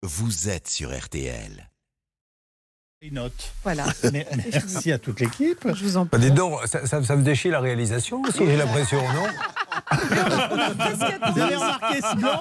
vous êtes sur RTL. Note. Voilà. Merci à toute l'équipe. Je vous en Dis donc, ça me déchire la réalisation aussi, j'ai l'impression, non? Vous avez remarqué ce blanc?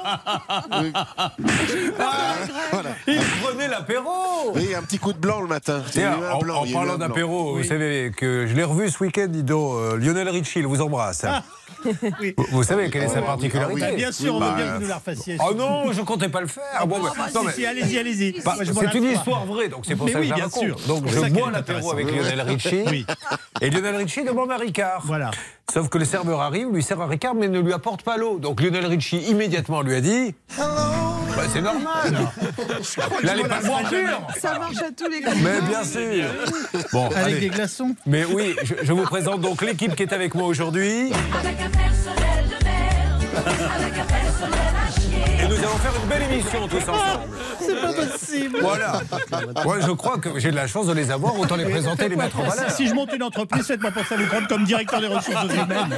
Il prenait l'apéro. Oui, un petit coup de blanc le matin. Tiens, en parlant d'apéro, vous savez que je l'ai revu ce week-end, dis donc, Lionel Richie, il vous embrasse. Oui. Vous savez quelle est sa particularité? Bien sûr, on veut bien que vous nous la refassiez. Oh non, je comptais pas le faire. Bon, Si, allez-y. C'est une histoire vraie, donc c'est pour ça que je la raconte. Donc je bois l'apéro avec Lionel Richie. Oui. Et Lionel Richie demande un Ricard. Voilà. Sauf que le serveur arrive, lui sert un Ricard, mais ne lui apporte pas l'eau. Donc Lionel Richie immédiatement lui a dit c'est normal. Là, elle n'est pas boire pure. Ça marche à tous les coups. Mais bien sûr. Bon, Avec allez. des glaçons. Mais oui, je vous présente donc l'équipe qui est avec moi aujourd'hui. Avec un personnel de merde, avec un personnel à chier. Et nous allons faire une belle émission tous ensemble. C'est pas possible. Voilà. Moi, je crois que j'ai de la chance de les avoir, autant les présenter et les mettre en valeur. Si je monte une entreprise, faites-moi penser à vous prendre comme directeur des ressources humaines.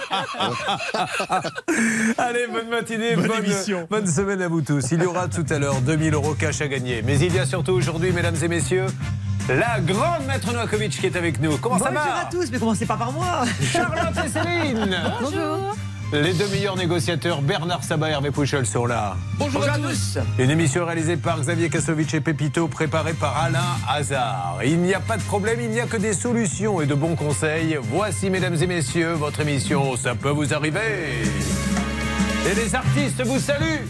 Allez, bonne matinée, Bonne émission. bonne semaine à vous tous. Il y aura tout à l'heure 2000 € cash à gagner. Mais il y a surtout aujourd'hui, mesdames et messieurs, la grande maître Novakovic qui est avec nous. Comment ça va? Bonjour à tous, mais commencez pas par moi. Charlotte et Céline. Bonjour. Les deux meilleurs négociateurs, Bernard Sabat et Hervé Pouchol, sont là. Bonjour à tous. Une émission réalisée par Xavier Kasovic et Pépito, préparée par Alain Hazard. Il n'y a pas de problème, il n'y a que des solutions et de bons conseils. Voici, mesdames et messieurs, votre émission Ça peut vous arriver. Et les artistes vous saluent.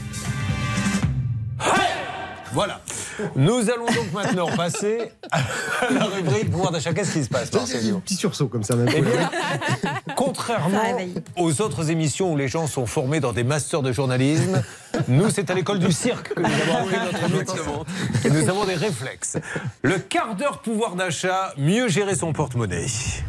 Hey, voilà. Nous allons donc maintenant passer à la rubrique pouvoir d'achat. Qu'est-ce qui se passe, Marcelio? Petit sursaut comme ça même. Eh bien, contrairement Ça réveille. aux autres émissions où les gens sont formés dans des masters de journalisme, nous, c'est à l'école du cirque que nous avons appris notre métier. Et nous avons des réflexes. Le quart d'heure pouvoir d'achat, mieux gérer son porte-monnaie.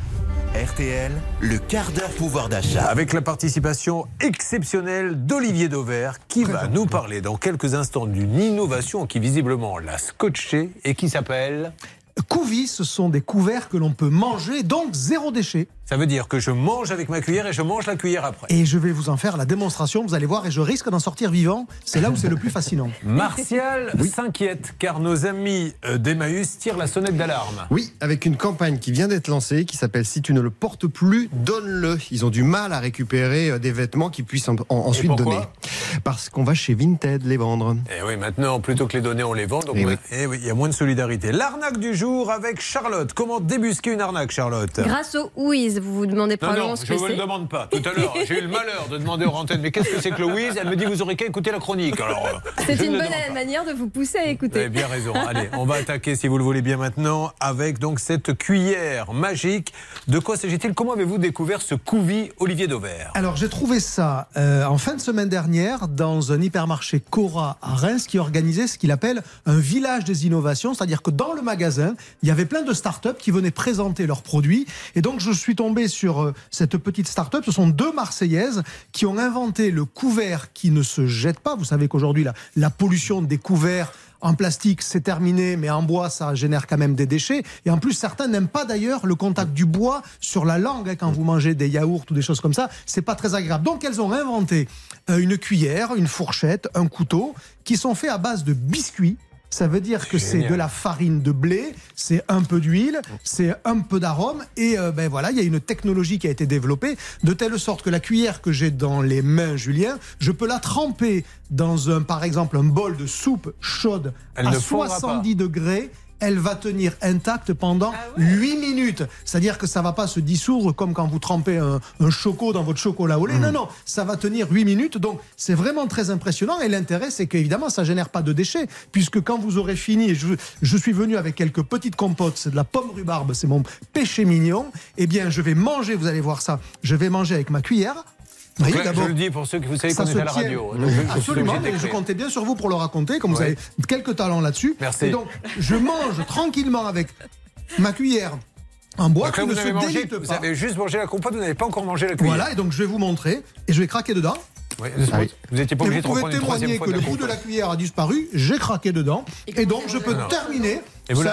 RTL, le quart d'heure pouvoir d'achat. Avec la participation exceptionnelle d'Olivier Dauvert, qui va nous parler dans quelques instants d'une innovation qui visiblement l'a scotché et qui s'appelle... Couvis, ce sont des couverts que l'on peut manger, donc zéro déchet. Ça veut dire que je mange avec ma cuillère et je mange la cuillère après. Et je vais vous en faire la démonstration, vous allez voir, et je risque d'en sortir vivant. C'est là où c'est le plus fascinant. Martial s'inquiète car nos amis d'Emmaüs tirent la sonnette d'alarme. Oui, avec une campagne qui vient d'être lancée qui s'appelle Si tu ne le portes plus, donne-le. Ils ont du mal à récupérer des vêtements qu'ils puissent ensuite pourquoi donner. Parce qu'on va chez Vinted les vendre. Et oui, maintenant, plutôt que les donner, on les vend. Donc, Eh oui. il y a moins de solidarité. L'arnaque du jour avec Charlotte. Comment débusquer une arnaque, Charlotte? Grâce au Wiz, vous vous demandez probablement ce je que ne vous le c'est. demande pas. Tout à l'heure, j'ai eu le malheur de demander aux antennes, mais qu'est-ce que c'est que le Wiz? Elle me dit, vous aurez qu'à écouter la chronique. Alors, C'est je une ne le bonne demande pas. manière de vous pousser à Vous écouter. avez bien raison. Allez, on va attaquer, si vous le voulez bien maintenant, avec donc cette cuillère magique. De quoi s'agit-il? Comment avez-vous découvert ce couvis, Olivier Dauvert? Alors j'ai trouvé ça en fin de semaine dernière dans un hypermarché Cora à Reims qui organisait ce qu'il appelle un village des innovations, c'est-à-dire que dans le magasin, il y avait plein de start-up qui venaient présenter leurs produits. Et donc je suis tombé sur cette petite start-up. Ce sont deux Marseillaises qui ont inventé le couvert qui ne se jette pas. Vous savez qu'aujourd'hui la pollution des couverts en plastique, c'est terminé, mais en bois, ça génère quand même des déchets. Et en plus, certains n'aiment pas d'ailleurs le contact du bois sur la langue, hein, quand vous mangez des yaourts ou des choses comme ça. C'est pas très agréable. Donc, elles ont inventé une cuillère, une fourchette, un couteau, qui sont faits à base de biscuits. Ça veut dire que c'est de la farine de blé, c'est un peu d'huile, c'est un peu d'arôme. Et ben voilà, il y a une technologie qui a été développée de telle sorte que la cuillère que j'ai dans les mains, Julien, je peux la tremper dans par exemple, un bol de soupe chaude Elle à ne fondra 70 degrés. Elle va tenir intacte pendant 8 minutes. C'est-à-dire que ça ne va pas se dissoudre comme quand vous trempez un choco dans votre chocolat au lait. Non, non, ça va tenir 8 minutes. Donc, c'est vraiment très impressionnant. Et l'intérêt, c'est qu'évidemment, ça ne génère pas de déchets. Puisque quand vous aurez fini, et je suis venu avec quelques petites compotes, c'est de la pomme rhubarbe, c'est mon péché mignon. Eh bien, je vais manger, vous allez voir ça, je vais manger avec ma cuillère. Donc Oui, là, je le dis pour ceux que vous savez ça qu'on est se à la tient. radio. Donc, je suis Absolument, obligé et je d'écrire. comptais bien sur vous pour le raconter, comme vous Ouais. avez quelques talents là-dessus. Merci. Et donc, je mange tranquillement avec ma cuillère en bois Donc là, qui vous ne avez se mangé, délite vous pas. avez juste mangé la compote, vous n'avez pas encore mangé la cuillère. Voilà, et donc je vais vous montrer, et je vais craquer dedans. Oui, vous n'étiez pas Et obligé vous de pouvez reprendre une troisième témoigner fois que de le la bout de compote. la cuillère a disparu, j'ai craqué dedans, et donc je peux terminer. Et vous Ça-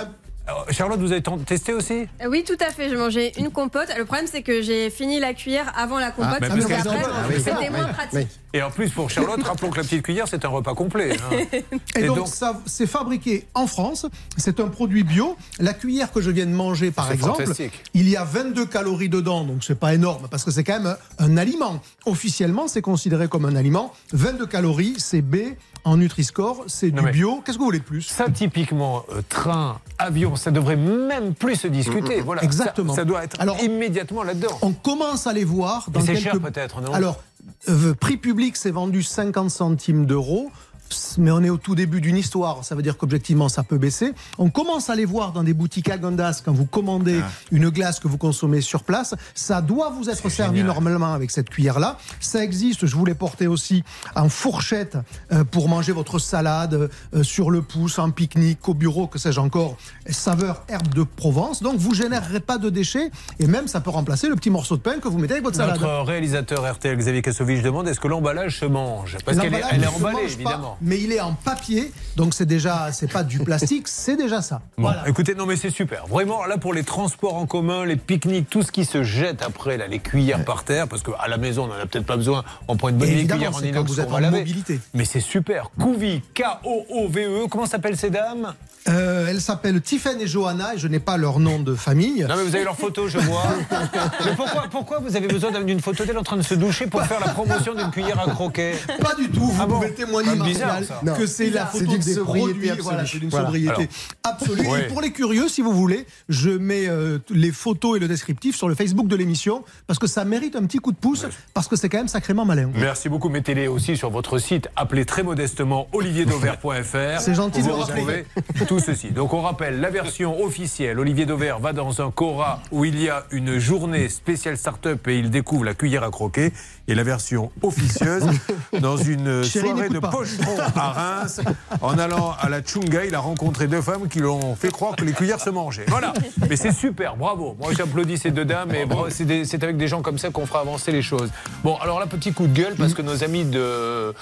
Charlotte, vous avez testé aussi? Oui, tout à fait. Je mangeais une compote. Le problème, c'est que j'ai fini la cuillère avant la compote. bah, donc parce après, que- c'était moins pratique. Et en plus, pour Charlotte, rappelons que la petite cuillère, c'est un repas complet. Hein. Et donc, ça, c'est fabriqué en France. C'est un produit bio. La cuillère que je viens de manger, par C'est exemple, fantastique. il y a 22 calories dedans. Donc, c'est pas énorme parce que c'est quand même un aliment. Officiellement, c'est considéré comme un aliment. 22 calories, c'est B en Nutri-Score. C'est du bio. Qu'est-ce que vous voulez de plus? Ça, typiquement, train, avion, ça devrait même plus se discuter. Voilà. Exactement. Ça doit être immédiatement là-dedans. On commence à les voir dans Mais c'est quelques... cher peut-être, non? Alors, prix public, c'est vendu 50 centimes d'euros. Mais on est au tout début d'une histoire, ça veut dire qu'objectivement ça peut baisser. On commence à les voir dans des boutiques Häagen-Dazs quand vous commandez une glace que vous consommez sur place. Ça doit vous être servi normalement avec cette cuillère-là. Ça existe, je vous l'ai porté aussi en fourchette pour manger votre salade sur le pouce, en pique-nique, au bureau, que sais-je encore. Saveur herbe de Provence. Donc vous générerez pas de déchets et même ça peut remplacer le petit morceau de pain que vous mettez avec votre salade. Notre réalisateur RTL, Xavier Kassovitch, demande est-ce que l'emballage se mange? Parce qu'elle est, elle est emballée, évidemment. Mais il est en papier, donc c'est pas du plastique, c'est déjà ça. Bon, Voilà. écoutez, non mais c'est super. Vraiment, là pour les transports en commun, les pique-niques, tout ce qui se jette après, là, les cuillères par terre, parce qu'à la maison, on n'en a peut-être pas besoin, on prend une bonne vieille cuillère en c'est quand inox vous êtes qu'on va en laver. mobilité. Mais c'est super. Koove, K-O-O-V-E, comment s'appellent ces dames? Elles s'appellent Tiffen et Johanna et je n'ai pas leur nom de famille. Non mais vous avez leur photo, je vois. Mais pourquoi vous avez besoin d'une photo d'elle en train de se doucher pour faire la promotion d'une cuillère à croquer? Pas du tout, vous pouvez témoigner, bizarre, Martial, que c'est la photo d'une des sobriété produits. absolue. Voilà, c'est d'une Voilà. sobriété Alors. absolue. Ouais. Et pour les curieux, si vous voulez, je mets les photos et le descriptif sur le Facebook de l'émission parce que ça mérite un petit coup de pouce parce que c'est quand même sacrément malin. Merci beaucoup. Mettez-les aussi sur votre site. Appelez très modestement olivierdauvert.fr. C'est gentil de Vous le rappeler. retrouvez tout ceci. Donc on rappelle la version officielle. Olivier Dauvert va dans un Cora où il y a une journée spéciale start-up et il découvre la cuillère à croquer. Et la version officieuse dans une Chérie, soirée n'écoute de pas. pochetron à Reims. En allant à la Tchunga, il a rencontré deux femmes qui lui ont fait croire que les cuillères se mangeaient. Voilà. Mais c'est super, bravo. Moi j'applaudis ces deux dames et c'est avec des gens comme ça qu'on fera avancer les choses. Bon, alors là, petit coup de gueule parce que nos amis de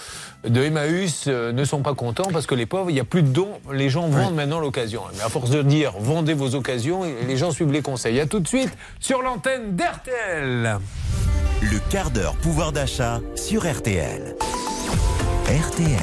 Emmaüs ne sont pas contents parce que les pauvres, il n'y a plus de dons. Les gens vendent maintenant l'occasion. Mais à force de dire vendez vos occasions, les gens suivent les conseils. À tout de suite sur l'antenne d'RTL. Le quart d'heure pouvoir d'achat sur RTL. RTL.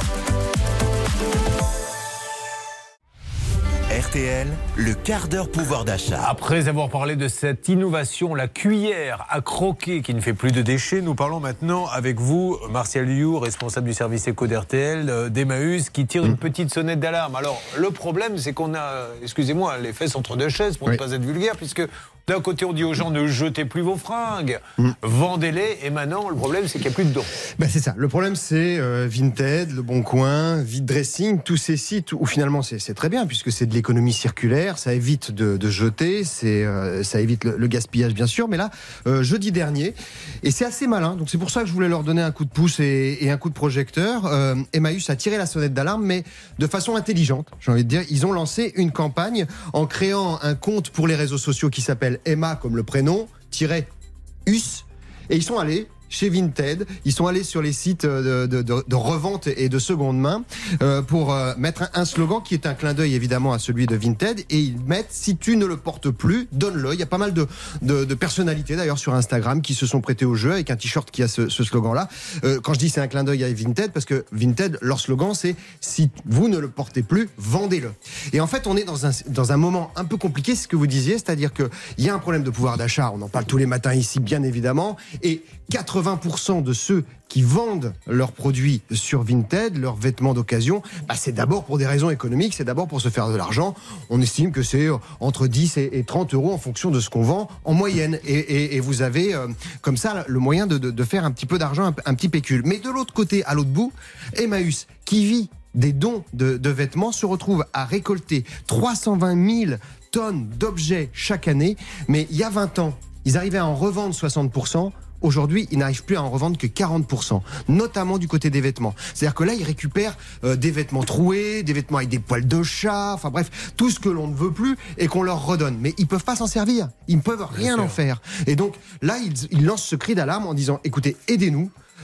RTL, le quart d'heure pouvoir d'achat. Après avoir parlé de cette innovation, la cuillère à croquer qui ne fait plus de déchets, nous parlons maintenant avec vous, Martial Liu, responsable du service éco d'RTL, d'Emmaüs, qui tire une petite sonnette d'alarme. Alors, le problème, c'est qu'on a, excusez-moi, les fesses entre deux chaises, pour ne pas être vulgaire, puisque d'un côté, on dit aux gens ne jetez plus vos fringues, vendez-les, et maintenant, le problème, c'est qu'il n'y a plus de dons. Ben c'est ça. Le problème, c'est Vinted, Le Bon Coin, Vide Dressing, tous ces sites où finalement c'est très bien puisque c'est de l'économie circulaire, ça évite de jeter, ça évite le gaspillage bien sûr. Mais là, jeudi dernier, et c'est assez malin, donc c'est pour ça que je voulais leur donner un coup de pouce et un coup de projecteur. Emmaüs a tiré la sonnette d'alarme, mais de façon intelligente. J'ai envie de dire, ils ont lancé une campagne en créant un compte pour les réseaux sociaux qui s'appelle Emma comme le prénom, -us, et ils sont allés chez Vinted, ils sont allés sur les sites de revente et de seconde main pour mettre un slogan qui est un clin d'œil évidemment à celui de Vinted, et ils mettent si tu ne le portes plus, donne-le. Il y a pas mal de personnalités d'ailleurs sur Instagram qui se sont prêtées au jeu avec un t-shirt qui a ce slogan-là. Quand je dis c'est un clin d'œil à Vinted, parce que Vinted, leur slogan c'est si vous ne le portez plus, vendez-le. Et en fait on est dans un moment un peu compliqué, c'est ce que vous disiez, c'est-à-dire qu'il y a un problème de pouvoir d'achat, on en parle tous les matins ici bien évidemment, et 80% de ceux qui vendent leurs produits sur Vinted, leurs vêtements d'occasion, c'est d'abord pour des raisons économiques, c'est d'abord pour se faire de l'argent. On estime que c'est entre 10 et 30 euros en fonction de ce qu'on vend en moyenne. Et vous avez comme ça le moyen de faire un petit peu d'argent, un petit pécule. Mais de l'autre côté, à l'autre bout, Emmaüs, qui vit des dons de vêtements, se retrouve à récolter 320 000 tonnes d'objets chaque année. Mais il y a 20 ans, ils arrivaient à en revendre 60%. Aujourd'hui, ils n'arrivent plus à en revendre que 40%, notamment du côté des vêtements. C'est-à-dire que là, ils récupèrent des vêtements troués, des vêtements avec des poils de chat, enfin bref, tout ce que l'on ne veut plus et qu'on leur redonne. Mais ils peuvent pas s'en servir, ils ne peuvent rien en faire. Et donc là, ils lancent ce cri d'alarme en disant, écoutez, aidez-nous.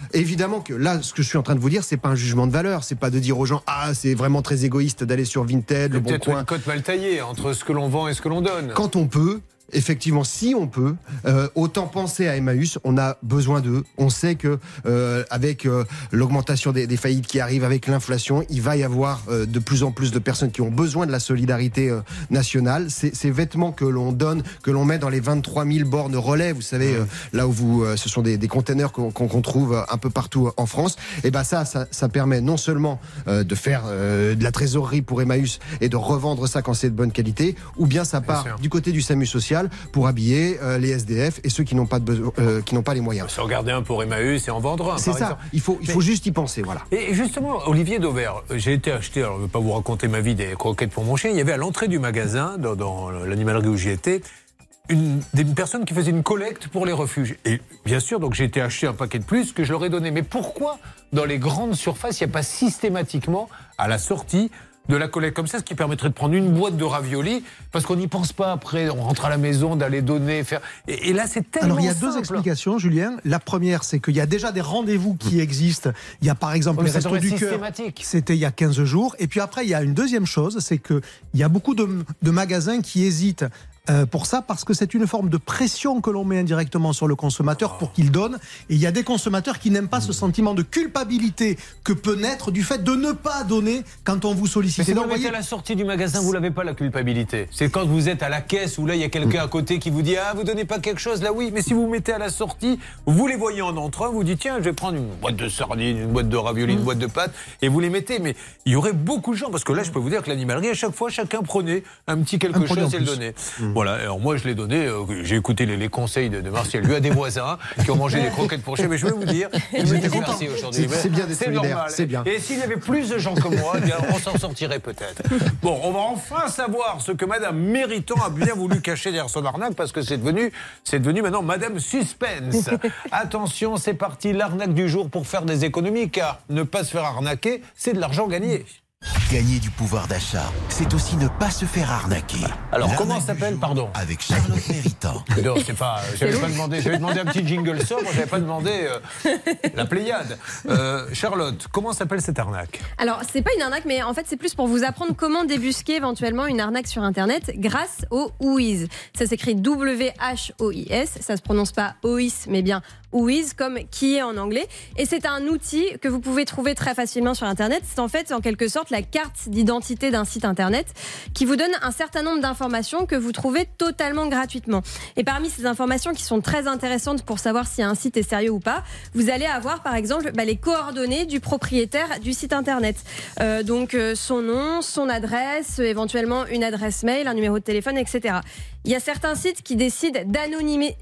évidemment que là, ce que je suis en train de vous dire, c'est pas un jugement de valeur. C'est pas de dire aux gens, c'est vraiment très égoïste d'aller sur Vinted, Le Bon peut-être Coin. une cote mal taillée entre ce que l'on vend et ce que l'on donne. Quand on peut. Effectivement, si on peut, autant penser à Emmaüs. On a besoin d'eux. On sait que avec l'augmentation des faillites qui arrivent, avec l'inflation, il va y avoir de plus en plus de personnes qui ont besoin de la solidarité nationale. Ces vêtements que l'on donne, que l'on met dans les 23 000 bornes relais, vous savez, là où ce sont des containers qu'on trouve un peu partout en France. Et ben ça permet non seulement de faire de la trésorerie pour Emmaüs et de revendre ça quand c'est de bonne qualité, ou bien ça part du côté du SAMU social pour habiller les SDF et ceux qui n'ont pas qui n'ont pas les moyens. Se regarder un pour Emmaüs et en vendre un. C'est ça. Exemple. Il faut juste y penser, voilà. Et justement, Olivier Dauvert, j'ai été acheter, alors je ne vais pas vous raconter ma vie, des croquettes pour mon chien. Il y avait à l'entrée du magasin, dans l'animalerie où j'y étais, une personne qui faisait une collecte pour les refuges. Et bien sûr, donc j'ai été acheter un paquet de plus que je leur ai donné. Mais pourquoi dans les grandes surfaces, il n'y a pas systématiquement à la sortie de la collecte comme ça, ce qui permettrait de prendre une boîte de raviolis, parce qu'on n'y pense pas après, on rentre à la maison, d'aller donner, faire... Et là, c'est tellement Alors, il y a simple. deux explications, Julien. La première, c'est qu'il y a déjà des rendez-vous qui existent. Il y a par exemple les Restos du Cœur. C'était il y a 15 jours. Et puis après, il y a une deuxième chose, c'est qu'il y a beaucoup de magasins qui hésitent pour ça, parce que c'est une forme de pression que l'on met indirectement sur le consommateur pour qu'il donne. Et il y a des consommateurs qui n'aiment pas ce sentiment de culpabilité que peut naître du fait de ne pas donner quand on vous sollicite. Mais si vous le mettez à la sortie du magasin, vous n'avez pas la culpabilité. C'est quand vous êtes à la caisse où là, il y a quelqu'un à côté qui vous dit « Ah, vous donnez pas quelque chose ?» Là, oui. Mais si vous vous mettez à la sortie, vous les voyez en entrant, vous dites « Tiens, je vais prendre une boîte de sardines, une boîte de raviolis, une boîte de pâtes. » Et vous les mettez. Mais il y aurait beaucoup de gens, parce que là, je peux vous dire que l'animalerie, à chaque fois, chacun prenait un petit quelque chose et le donnait. Voilà. Alors moi, je l'ai donné. J'ai écouté les conseils de Martial. Lui a des voisins qui ont mangé des croquettes pour chien. Mais je vais vous dire, il me dit merci aujourd'hui. C'est bien d'être solidaire. Normal. C'est bien. Et s'il y avait plus de gens comme moi, eh bien, on s'en sortirait peut-être. Bon, on va enfin savoir ce que Madame Méritant a bien voulu cacher derrière son arnaque, parce que c'est devenu maintenant Madame Suspense. Attention, c'est parti, l'arnaque du jour pour faire des économies, car ne pas se faire arnaquer, c'est de l'argent gagné. Gagner du pouvoir d'achat, c'est aussi ne pas se faire arnaquer. Alors, L'arnaque comment ça s'appelle, du jour pardon? Avec Charlotte Méritant. Non, c'est pas. J'avais pas demandé. J'avais demandé un petit jingle sobre. J'avais pas demandé la Pléiade. Charlotte, comment s'appelle cette arnaque? Alors, c'est pas une arnaque, mais en fait, c'est plus pour vous apprendre comment débusquer éventuellement une arnaque sur Internet grâce au Whois. Ça s'écrit W-H-O-I-S. Ça se prononce pas OIS, mais bien Whois, comme qui est en anglais. Et c'est un outil que vous pouvez trouver très facilement sur Internet. C'est en fait, en quelque sorte, la carte d'identité d'un site Internet qui vous donne un certain nombre d'informations que vous trouvez totalement gratuitement. Et parmi ces informations qui sont très intéressantes pour savoir si un site est sérieux ou pas, vous allez avoir par exemple les coordonnées du propriétaire du site Internet. Donc son nom, son adresse, éventuellement une adresse mail, un numéro de téléphone, etc. Il y a certains sites qui décident d'anonymiser,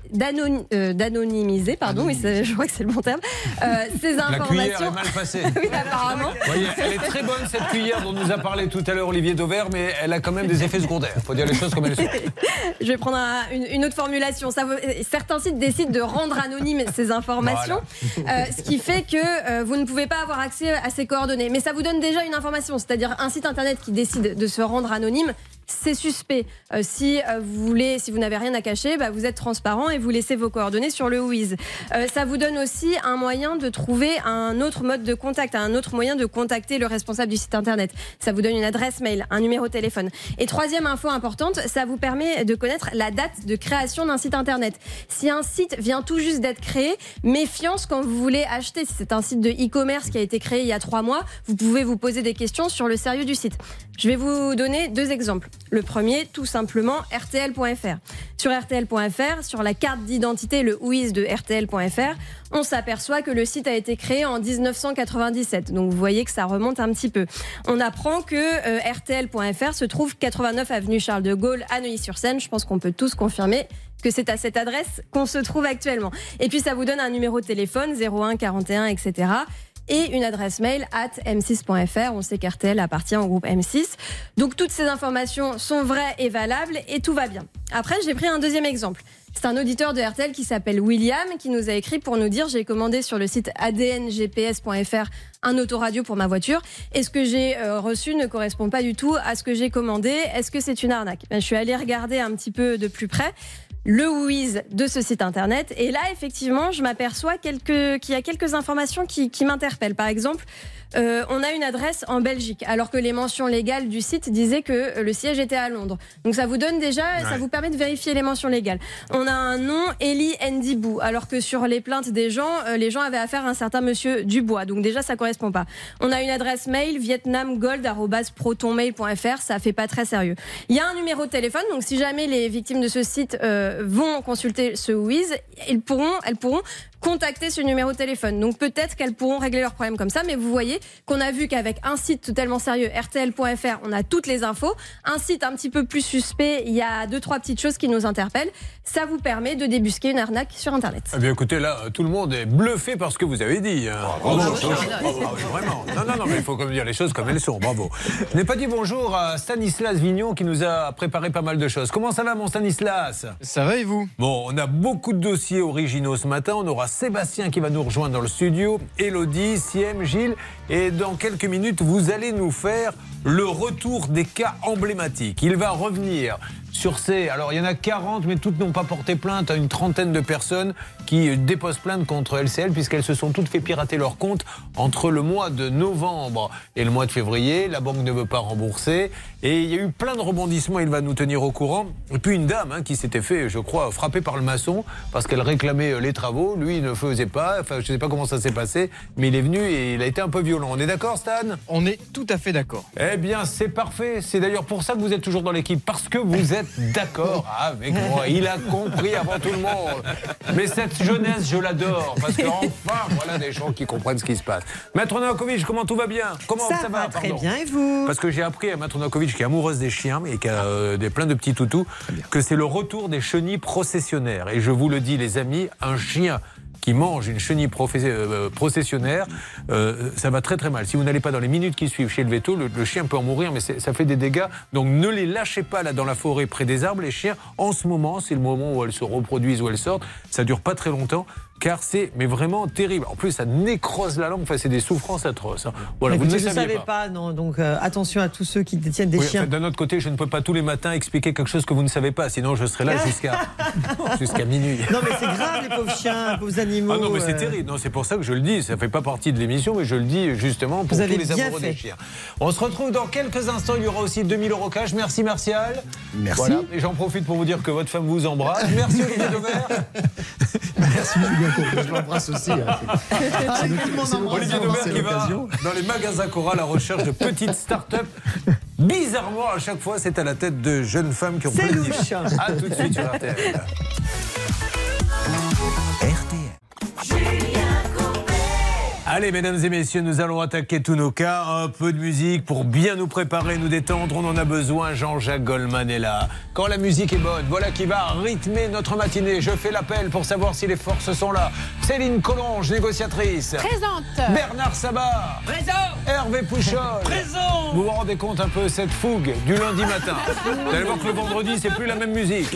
oui, je crois que c'est le bon terme, ces informations. La cuillère est mal passée. Oui, apparemment. Vous voyez, elle est très bonne, cette cuillère dont nous a parlé tout à l'heure Olivier Dauvert, mais elle a quand même des effets secondaires. Il faut dire les choses comme elles sont. Je vais prendre une autre formulation. Certains sites décident de rendre anonymes ces informations, ce qui fait que vous ne pouvez pas avoir accès à ces coordonnées. Mais ça vous donne déjà une information, c'est-à-dire un site Internet qui décide de se rendre anonyme, c'est suspect. Si vous n'avez rien à cacher, vous êtes transparent et vous laissez vos coordonnées sur le Whois. Ça vous donne aussi un moyen de trouver un autre mode de contact, un autre moyen de contacter le responsable du site Internet. Ça vous donne une adresse mail, un numéro de téléphone. Et troisième info importante, ça vous permet de connaître la date de création d'un site Internet. Si un site vient tout juste d'être créé, méfiance quand vous voulez acheter. Si c'est un site de e-commerce qui a été créé il y a 3 mois, vous pouvez vous poser des questions sur le sérieux du site. Je vais vous donner 2 exemples. Le premier, tout simplement, RTL.fr. Sur RTL.fr, sur la carte d'identité, le Whois de RTL.fr, on s'aperçoit que le site a été créé en 1997. Donc vous voyez que ça remonte un petit peu. On apprend que RTL.fr se trouve 89 avenue Charles de Gaulle à Neuilly-sur-Seine. Je pense qu'on peut tous confirmer que c'est à cette adresse qu'on se trouve actuellement. Et puis ça vous donne un numéro de téléphone, 01 41, etc., et une adresse mail @m6.fr. On sait qu'RTL appartient au groupe M6. Donc toutes ces informations sont vraies et valables et tout va bien. Après, j'ai pris un deuxième exemple. C'est un auditeur de RTL qui s'appelle William qui nous a écrit pour nous dire: j'ai commandé sur le site adngps.fr un autoradio pour ma voiture. Et ce que j'ai reçu ne correspond pas du tout à ce que j'ai commandé. Est-ce que c'est une arnaque ? Je suis allée regarder un petit peu de plus près. le Whois de ce site internet. Et là, effectivement, je m'aperçois qu'il y a quelques informations qui m'interpellent. Par exemple, on a une adresse en Belgique, alors que les mentions légales du site disaient que le siège était à Londres. Donc ça vous donne déjà, ça vous permet de vérifier les mentions légales. On a un nom, Eli Ndibou, alors que sur les plaintes des gens, les gens avaient affaire à un certain monsieur Dubois. Donc déjà, ça correspond pas. On a une adresse mail, vietnamgold@protonmail.fr, ça fait pas très sérieux. Il y a un numéro de téléphone, donc si jamais les victimes de ce site vont consulter ce Whois, elles pourront contacter ce numéro de téléphone. Donc peut-être qu'elles pourront régler leurs problèmes comme ça, mais vous voyez qu'on a vu qu'avec un site totalement sérieux, rtl.fr, on a toutes les infos. Un site un petit peu plus suspect, il y a 2-3 petites choses qui nous interpellent. Ça vous permet de débusquer une arnaque sur Internet. Eh bien écoutez, là, tout le monde est bluffé par ce que vous avez dit. Bravo. Vraiment. Non, mais il faut quand même dire les choses comme elles sont. Bravo. Je n'ai pas dit bonjour à Stanislas Vignon qui nous a préparé pas mal de choses. Comment ça va, mon Stanislas? Ça va et vous? Bon, on a beaucoup de dossiers originaux ce matin. On aura Sébastien qui va nous rejoindre dans le studio, Élodie, Siem, Gilles. Et dans quelques minutes, vous allez nous faire le retour des cas emblématiques. Il va revenir sur ces... Alors, il y en a 40, mais toutes n'ont pas porté plainte. Une trentaine de personnes qui déposent plainte contre LCL puisqu'elles se sont toutes fait pirater leur compte entre le mois de novembre et le mois de février. La banque ne veut pas rembourser. Et il y a eu plein de rebondissements. Il va nous tenir au courant. Et puis une dame qui s'était fait, je crois, frapper par le maçon parce qu'elle réclamait les travaux. Lui, il ne faisait pas. Enfin, je ne sais pas comment ça s'est passé, mais il est venu et il a été un peu violent. On est d'accord, Stan? On est tout à fait d'accord. Eh bien, c'est parfait. C'est d'ailleurs pour ça que vous êtes toujours dans l'équipe, parce que vous êtes d'accord avec moi. Il a compris avant tout le monde. Mais cette jeunesse, je l'adore, parce qu'enfin, voilà des gens qui comprennent ce qui se passe. Maître Novakovic, comment tout va bien? Comment ça va? Très bien, et vous? Parce que j'ai appris à Maître Novakovic, qui est amoureuse des chiens et qui a plein de petits toutous, que c'est le retour des chenilles processionnaires. Et je vous le dis, les amis, un chien qui mange une chenille processionnaire, ça va très très mal. Si vous n'allez pas dans les minutes qui suivent chez le véto, le chien peut en mourir, mais ça fait des dégâts. Donc ne les lâchez pas là dans la forêt près des arbres. Les chiens, en ce moment, c'est le moment où elles se reproduisent, où elles sortent. Ça dure pas très longtemps. Car c'est vraiment terrible. En plus, ça nécrose la langue. Enfin, c'est des souffrances atroces. Voilà, écoutez, vous ne le je ne saviez savais pas. Non, donc attention à tous ceux qui détiennent des chiens. D'un autre côté, je ne peux pas tous les matins expliquer quelque chose que vous ne savez pas. Sinon, je serai là jusqu'à minuit. Non, mais c'est grave, les pauvres chiens, les pauvres animaux. Ah non, mais c'est terrible. Non, c'est pour ça que je le dis. Ça ne fait pas partie de l'émission, mais je le dis justement pour tous les amoureux des chiens. On se retrouve dans quelques instants. Il y aura aussi 2000 € cash. Merci, Martial. Merci. Voilà. Et j'en profite pour vous dire que votre femme vous embrasse. Merci, Olivier Dauvert. Merci, Julien Courbet. Je l'embrasse aussi. Olivier Dauvert qui va dans les magasins Cora à la recherche de petites start-up. Bizarrement, à chaque fois, c'est à la tête de jeunes femmes qui ont plein d'idées. A tout de suite sur RTL. Allez, mesdames et messieurs, nous allons attaquer tous nos cas. Un peu de musique pour bien nous préparer, nous détendre. On en a besoin. Jean-Jacques Goldman est là. Quand la musique est bonne, voilà qui va rythmer notre matinée. Je fais l'appel pour savoir si les forces sont là. Céline Collonges, négociatrice. Présente. Bernard Sabat. Présent. Hervé Pouchol. Présent. Vous vous rendez compte un peu cette fougue du lundi matin? Vous allez voir que le vendredi, c'est plus la même musique.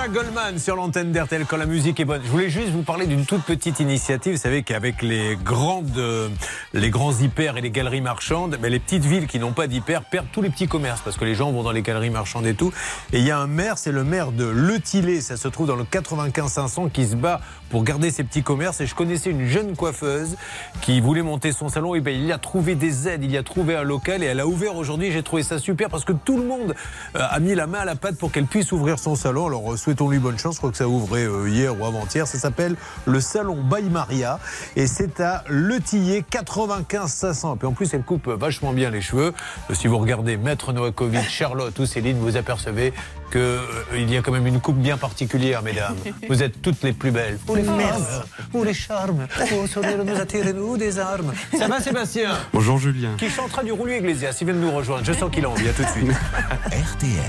Goldman sur l'antenne d'RTL quand la musique est bonne. Je voulais juste vous parler d'une toute petite initiative. Vous savez qu'avec les grands hyper et les galeries marchandes, les petites villes qui n'ont pas d'hyper perdent tous les petits commerces parce que les gens vont dans les galeries marchandes et tout. Et il y a un maire, c'est le maire de Le Tillé, ça se trouve dans le 95-500, qui se bat pour garder ses petits commerces. Et je connaissais une jeune coiffeuse qui voulait monter son salon. Et il a trouvé des aides, il a trouvé un local et elle a ouvert aujourd'hui. J'ai trouvé ça super parce que tout le monde a mis la main à la pâte pour qu'elle puisse ouvrir son salon. Alors souhaitons-lui bonne chance. Je crois que ça ouvrait hier ou avant-hier. Ça s'appelle le salon by Maria et c'est à Le Tillé, 95-500. Et puis en plus elle coupe vachement bien les cheveux. Si vous regardez Maître Novakovic, Charlotte ou Céline, vous apercevez qu'il y a quand même une coupe bien particulière, mesdames. Vous êtes toutes les plus belles. Vous les femmes, vous les charmes, vous sourire nous attirez-nous des armes. Ça va Sébastien? Bonjour Julien. Qui chantera du Julio Iglesias, il vient de nous rejoindre. Je sens qu'il a envie, à tout de suite. RTL.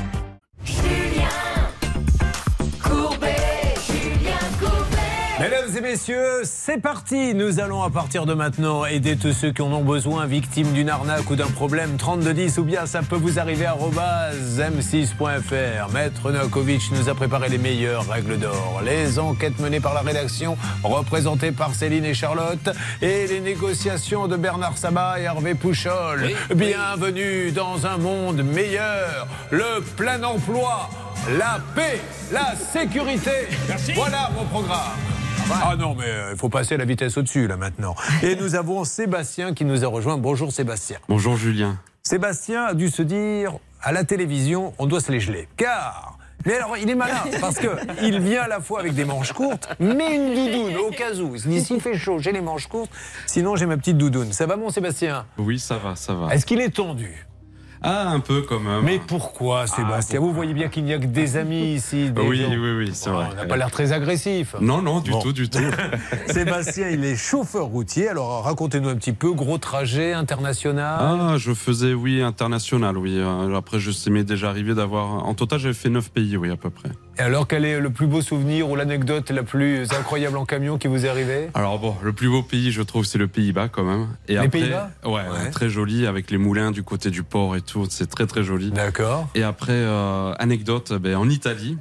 Mesdames et messieurs, c'est parti. Nous allons à partir de maintenant aider tous ceux qui en ont besoin, victimes d'une arnaque ou d'un problème. 3210 ou bien ça peut vous arriver @m6.fr. Maître Novakovic nous a préparé les meilleures règles d'or. Les enquêtes menées par la rédaction, représentées par Céline et Charlotte, et les négociations de Bernard Sabat et Hervé Pouchol. Bienvenue dans un monde meilleur. Le plein emploi, la paix, la sécurité. Merci. Voilà mon programme. Ah non, mais il faut passer à la vitesse au-dessus, là, maintenant. Et nous avons Sébastien qui nous a rejoint. Bonjour, Sébastien. Bonjour, Julien. Sébastien a dû se dire, à la télévision, on doit se les geler. Car... Mais alors, il est malin, parce qu'il vient à la fois avec des manches courtes, mais une doudoune, au cas où. Il se dit, s'il fait chaud, j'ai les manches courtes, sinon j'ai ma petite doudoune. Ça va, mon Sébastien? Oui, ça va, ça va. Est-ce qu'il est tendu? Ah, un peu quand même. Mais pourquoi, Sébastien? Vous voyez bien qu'il n'y a que des amis ici. Oui, c'est vrai. On n'a pas l'air très agressif. Non, du tout. Sébastien, il est chauffeur routier. Alors, racontez-nous un petit peu. Gros trajet international? Ah, je faisais, international, oui. Après, ça m'est déjà arrivé d'avoir... En total, j'avais fait 9 pays, oui, à peu près. Et alors, quel est le plus beau souvenir ou l'anecdote la plus incroyable en camion qui vous est arrivée? Alors bon, le plus beau pays, je trouve, c'est le Pays-Bas quand même. Et les après, Pays-Bas? Ouais, très joli, avec les moulins du côté du port et tout. C'est très très joli. D'accord. Et après, anecdote, en Italie,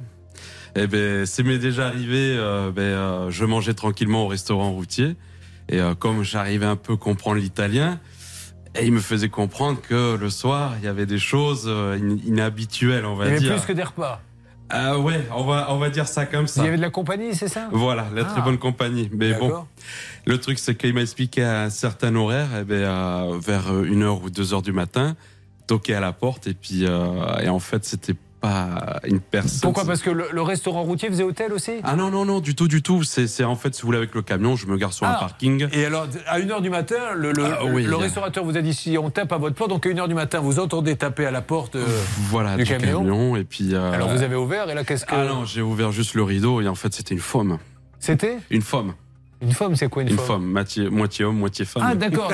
c'est m'est déjà arrivé, je mangeais tranquillement au restaurant routier. Et comme j'arrivais un peu à comprendre l'italien, et il me faisait comprendre que le soir, il y avait des choses inhabituelles, on va dire. Il y avait plus que des repas. Ouais, on va dire ça comme ça. Il y avait de la compagnie, c'est ça? Voilà, la très bonne compagnie. Mais bon, le truc, c'est qu'il m'a expliqué à un certain horaire, vers 1h ou 2h du matin, toquer à la porte, et puis, et en fait, c'était pas une personne. Pourquoi? Parce que le restaurant routier faisait hôtel aussi? Ah non, du tout. C'est en fait, si vous voulez, avec le camion, je me gare sur un parking. Et alors, à 1h du matin, le restaurateur vous a dit, si on tape à votre porte, donc à 1h du matin, vous entendez taper à la porte du camion. Et puis, alors vous avez ouvert, et là, qu'est-ce que... Ah non, j'ai ouvert juste le rideau, et en fait, c'était une femme. C'était? Une femme. Une femme, c'est quoi une femme? Moitié homme, moitié femme. Ah d'accord.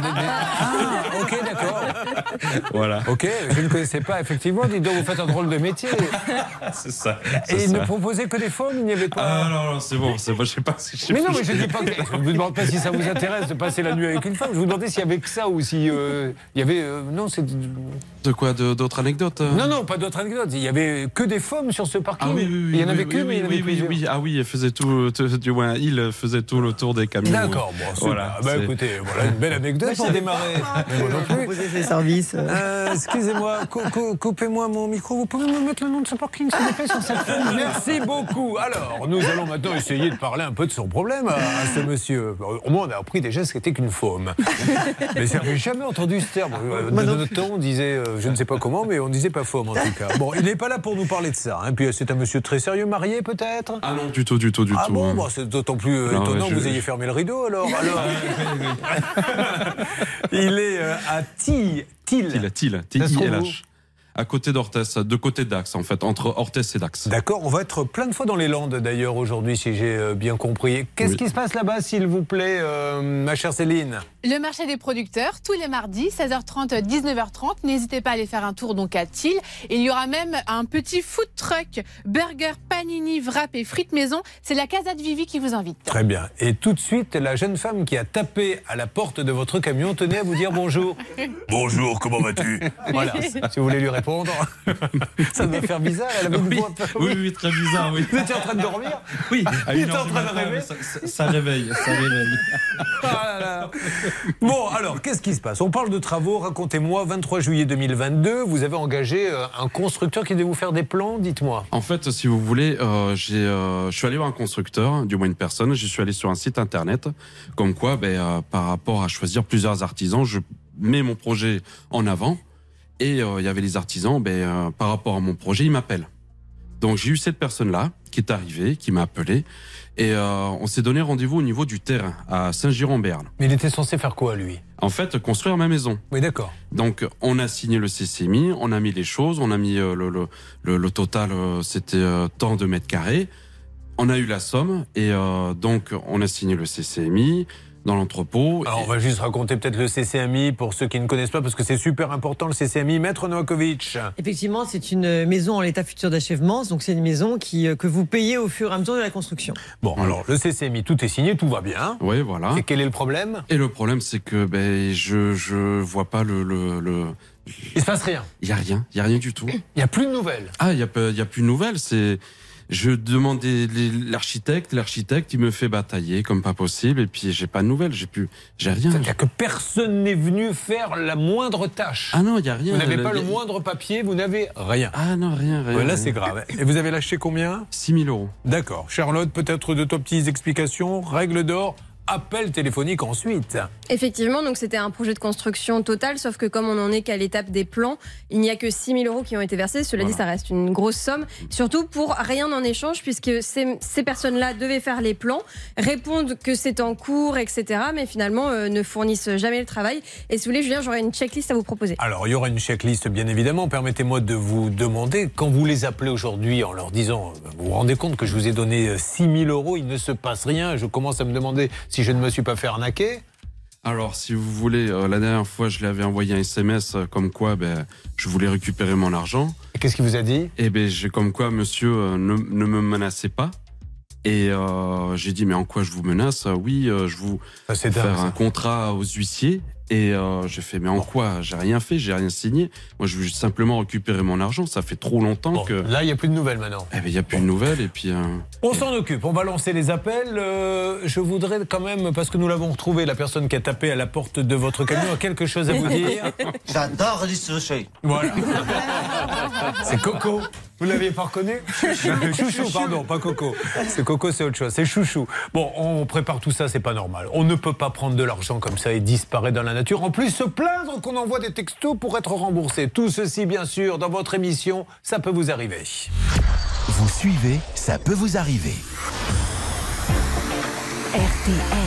Ok, d'accord. Voilà. Ok, je ne connaissais pas, effectivement. Dites donc, vous faites un drôle de métier. C'est ça. Et il ne proposait que des femmes, il n'y avait pas... Ah non, c'est bon, je sais pas si mais non, mais je dis pas que... Je ne vous demande pas si ça vous intéresse de passer la nuit avec une femme. Je vous demandais s'il y avait que ça ou si il y avait... non, c'est... De quoi? D'autres anecdotes? Non, pas d'autres anecdotes. Il y avait que des femmes sur ce parking. Ah oui, il y en avait que, mais il y en avait plusieurs. Oui. Ah oui, elle faisait il faisait tout le tour des camions. D'accord, bon, voilà. Écoutez, voilà une belle anecdote pour démarrer. Proposer ses services. Excusez-moi, coupez-moi mon micro. Vous pouvez me mettre le nom de ce parking, s'il vous plaît, sur cette femme? Merci beaucoup. Alors, nous allons maintenant essayer de parler un peu de son problème à ce monsieur. Au moins, on a appris déjà ce qu'était qu'une faume. Mais j'avais jamais entendu ce terme. Dans notre temps, on disait, je ne sais pas comment, mais on disait pas faume en tout cas. Bon, il n'est pas là pour nous parler de ça. Puis c'est un monsieur très sérieux, marié peut-être? Ah non, du tout. Ah bon, c'est d'autant plus étonnant que vous ayez fermé le rideau alors. Il est à Tille. T-I-L-H. À côté d'Orthès, de côté d'Ax en fait, entre Orthès et Dax. D'accord, on va être plein de fois dans les Landes d'ailleurs aujourd'hui si j'ai bien compris. Qu'est-ce qui se passe là-bas s'il vous plaît, ma chère Céline? Le marché des producteurs, tous les mardis, 16h30, 19h30. N'hésitez pas à aller faire un tour donc à Tille. Il y aura même un petit food truck, burger, panini, wrap et frites maison. C'est la Casa de Vivi qui vous invite. Très bien. Et tout de suite, la jeune femme qui a tapé à la porte de votre camion tenait à vous dire bonjour. Bonjour, comment vas-tu? Voilà, si vous voulez lui répondre. répondre. Ça doit faire bizarre. Elle avait une voix un peu- Oui, très bizarre, oui. Vous étiez en train de dormir? Oui, Il était en train de rêver. Ça réveille, ça réveille. Ah là là. Bon, alors, qu'est-ce qui se passe? On parle de travaux. Racontez-moi, 23 juillet 2022, vous avez engagé un constructeur qui devait vous faire des plans. Dites-moi. En fait, si vous voulez, je suis allé voir un constructeur, du moins une personne. Je suis allé sur un site internet, comme quoi, par rapport à choisir plusieurs artisans, je mets mon projet en avant. Et il y avait les artisans, par rapport à mon projet, ils m'appellent. Donc j'ai eu cette personne-là qui est arrivée, qui m'a appelé. Et on s'est donné rendez-vous au niveau du terrain, à Saint-Girons-Berne. Mais il était censé faire quoi, lui? En fait, construire ma maison. Oui, d'accord. Donc, on a signé le CCMI, on a mis les choses, on a mis le total, c'était tant de mètres carrés. On a eu la somme et donc on a signé le CCMI dans l'entrepôt. Alors, on va juste raconter peut-être le CCMI pour ceux qui ne connaissent pas, parce que c'est super important le CCMI. Maître Novakovic. Effectivement, c'est une maison en l'état futur d'achèvement, donc c'est une maison que vous payez au fur et à mesure de la construction. Bon, alors le CCMI, tout est signé, tout va bien. Oui, voilà. Et quel est le problème? Et le problème, c'est que je vois pas Il se passe rien. Il y a rien du tout. Il y a plus de nouvelles. Ah, il y a plus de nouvelles. Je demande l'architecte, il me fait batailler comme pas possible, et puis j'ai pas de nouvelles, j'ai rien. C'est-à-dire que personne n'est venu faire la moindre tâche. Ah non, il y a rien. Vous n'avez pas le moindre papier, vous n'avez rien. Ah non, rien. Ouais, là, c'est grave. Et vous avez lâché combien? 6 000 €. D'accord. Charlotte, peut-être de petites explications, règle d'or. Appel téléphonique ensuite. Effectivement, donc c'était un projet de construction total, sauf que comme on n'en est qu'à l'étape des plans, il n'y a que 6 000 € qui ont été versés. Cela dit, ça reste une grosse somme, surtout pour rien en échange, puisque ces personnes-là devaient faire les plans, répondent que c'est en cours, etc., mais finalement ne fournissent jamais le travail. Et si vous voulez, Julien, j'aurais une checklist à vous proposer. Alors, il y aura une checklist, bien évidemment. Permettez-moi de vous demander, quand vous les appelez aujourd'hui en leur disant, vous vous rendez compte que je vous ai donné 6 000 €, il ne se passe rien, je commence à me demander si je ne me suis pas fait arnaquer? Alors, si vous voulez, la dernière fois, je lui avais envoyé un SMS comme quoi je voulais récupérer mon argent. Et qu'est-ce qu'il vous a dit? Comme quoi, monsieur, ne me menacez pas. Et j'ai dit, mais en quoi je vous menace? Oui, je vous faire un contrat aux huissiers. Et j'ai fait, mais en quoi? J'ai rien fait, j'ai rien signé. Moi, je veux juste simplement récupérer mon argent. Ça fait trop longtemps que... Là, il n'y a plus de nouvelles maintenant. Il n'y a plus de nouvelles et puis... On s'en occupe, on va lancer les appels. Je voudrais quand même, parce que nous l'avons retrouvé, la personne qui a tapé à la porte de votre camion a quelque chose à vous dire. J'adore les sushis. Voilà. C'est Coco. Vous l'aviez pas reconnu? Chouchou, pardon, pas Coco. C'est Coco, c'est autre chose. C'est Chouchou. Bon, on prépare tout ça, c'est pas normal. On ne peut pas prendre de l'argent comme ça et disparaître dans la nature. En plus, se plaindre qu'on envoie des textos pour être remboursé. Tout ceci, bien sûr, dans votre émission, ça peut vous arriver. Vous suivez, ça peut vous arriver. RTL.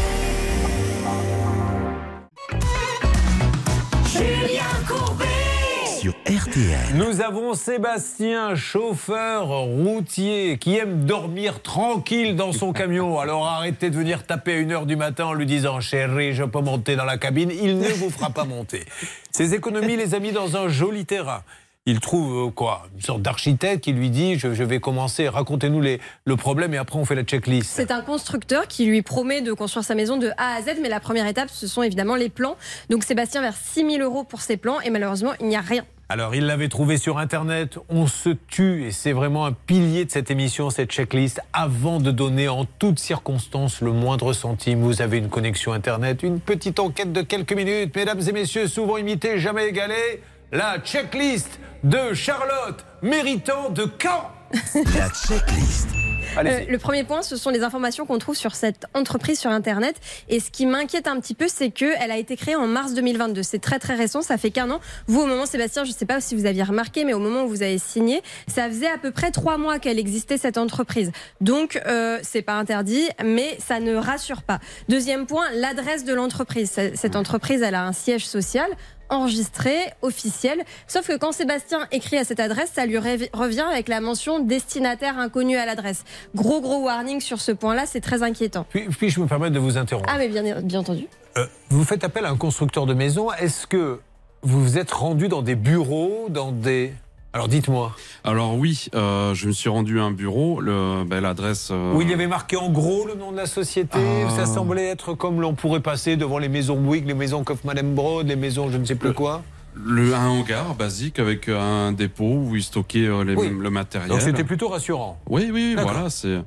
Julien Courbet. Sur RTL. Nous avons Sébastien, chauffeur routier, qui aime dormir tranquille dans son camion. Alors arrêtez de venir taper à 1h du matin en lui disant « Chérie, je peux monter dans la cabine ». Il ne vous fera pas monter. Ses économies les a mis dans un joli terrain. Il trouve une sorte d'architecte qui lui dit je vais commencer, racontez-nous le problème et après on fait la checklist. C'est un constructeur qui lui promet de construire sa maison de A à Z, mais la première étape, ce sont évidemment les plans. Donc Sébastien verse 6 000 € pour ses plans et malheureusement, il n'y a rien. Alors, il l'avait trouvé sur Internet, on se tue, et c'est vraiment un pilier de cette émission, cette checklist. Avant de donner en toutes circonstances le moindre centime, vous avez une connexion Internet, une petite enquête de quelques minutes. Mesdames et messieurs, souvent imité, jamais égalé, la checklist de Charlotte, méritant de Caen. La checklist. Le premier point, ce sont les informations qu'on trouve sur cette entreprise sur Internet. Et ce qui m'inquiète un petit peu, c'est qu'elle a été créée en mars 2022. C'est très très récent, ça fait qu'1 an. Vous, au moment, Sébastien, je ne sais pas si vous aviez remarqué, mais au moment où vous avez signé, ça faisait à peu près 3 mois qu'elle existait, cette entreprise. Donc, c'est pas interdit, mais ça ne rassure pas. Deuxième point, l'adresse de l'entreprise. Cette entreprise, elle a un siège social enregistré, officiel. Sauf que quand Sébastien écrit à cette adresse, ça lui revient avec la mention destinataire inconnu à l'adresse. Gros warning sur ce point-là, c'est très inquiétant. Puis-je me permettre de vous interrompre? Ah mais bien entendu. Vous faites appel à un constructeur de maison. Est-ce que vous vous êtes rendu dans des bureaux, dans des... Alors dites-moi. Alors oui, je me suis rendu à un bureau, l'adresse... Où il y avait marqué en gros le nom de la société, ça semblait être comme l'on pourrait passer devant les maisons Bouygues, les maisons Kaufmann & Broad, les maisons je ne sais plus quoi. Un hangar basique avec un dépôt où ils stockaient le matériel. Donc c'était plutôt rassurant. Oui, voilà.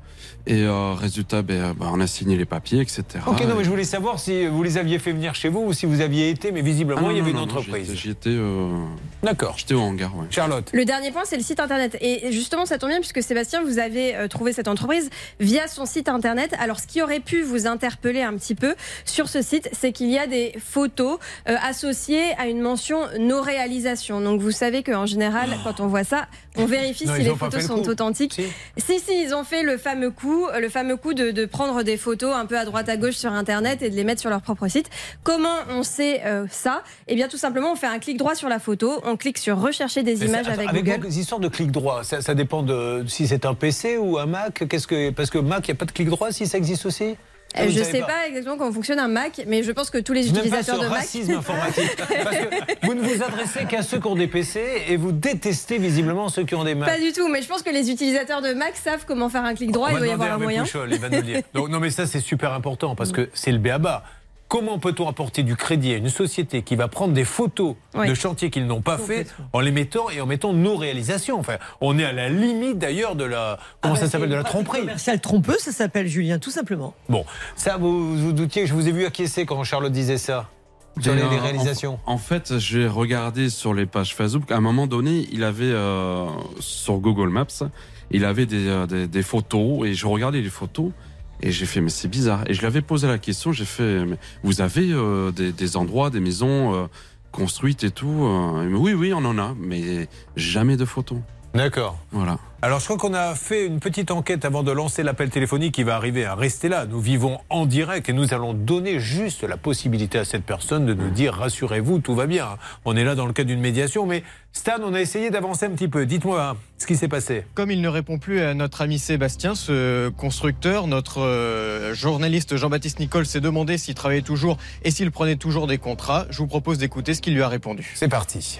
Et résultat, on a signé les papiers, etc. Ok, non, mais je voulais savoir si vous les aviez fait venir chez vous ou si vous aviez été, mais visiblement il y avait une entreprise. J'y étais. D'accord. J'étais au hangar, ouais. Charlotte. Le dernier point, c'est le site internet. Et justement, ça tombe bien puisque Sébastien, vous avez trouvé cette entreprise via son site internet. Alors, ce qui aurait pu vous interpeller un petit peu sur ce site, c'est qu'il y a des photos associées à une mention no réalisation. Donc, vous savez qu'en général, quand on voit ça, on vérifie si les photos sont authentiques. Si, ils ont fait le fameux coup de prendre des photos un peu à droite à gauche sur internet et de les mettre sur leur propre site. Comment on sait ça ? Eh bien, tout simplement, on fait un clic droit sur la photo, on clique sur rechercher des images avec Google. Les histoires de clic droit, ça dépend de si c'est un PC ou un Mac. Parce que Mac, il n'y a pas de clic droit si ça existe aussi. Je ne sais pas exactement comment fonctionne un Mac, mais je pense que tous les utilisateurs de Mac... racisme informatique. Parce que vous ne vous adressez qu'à ceux qui ont des PC et vous détestez visiblement ceux qui ont des Mac. Pas du tout, mais je pense que les utilisateurs de Mac savent comment faire un clic droit, il doit y avoir un moyen. Pouchol, il va nous le dire. Donc, non mais ça c'est super important parce que c'est le b.a.-ba. Comment peut-on apporter du crédit à une société qui va prendre des photos de chantiers qu'ils n'ont pas fait en les mettant et en mettant nos réalisations. Enfin, on est à la limite d'ailleurs de la ça s'appelle de la tromperie. Commercial trompeux, ça s'appelle, Julien, tout simplement. Bon, ça vous vous doutiez, je vous ai vu acquiescer quand Charlotte disait ça. Sur les réalisations. En fait, j'ai regardé sur les pages Facebook. À un moment donné, il avait sur Google Maps, il avait des photos et je regardais les photos. Et j'ai fait, mais c'est bizarre. Et je lui avais posé la question, j'ai fait, mais vous avez des endroits, des maisons construites et tout Oui, on en a, mais jamais de photos. D'accord. Voilà. Alors, je crois qu'on a fait une petite enquête avant de lancer l'appel téléphonique qui va arriver à rester là. Nous vivons en direct et nous allons donner juste la possibilité à cette personne de nous dire, rassurez-vous, tout va bien. On est là dans le cadre d'une médiation, mais Stan, on a essayé d'avancer un petit peu. Dites-moi ce qui s'est passé. Comme il ne répond plus à notre ami Sébastien, ce constructeur, notre journaliste Jean-Baptiste Nicole s'est demandé s'il travaillait toujours et s'il prenait toujours des contrats. Je vous propose d'écouter ce qu'il lui a répondu. C'est parti.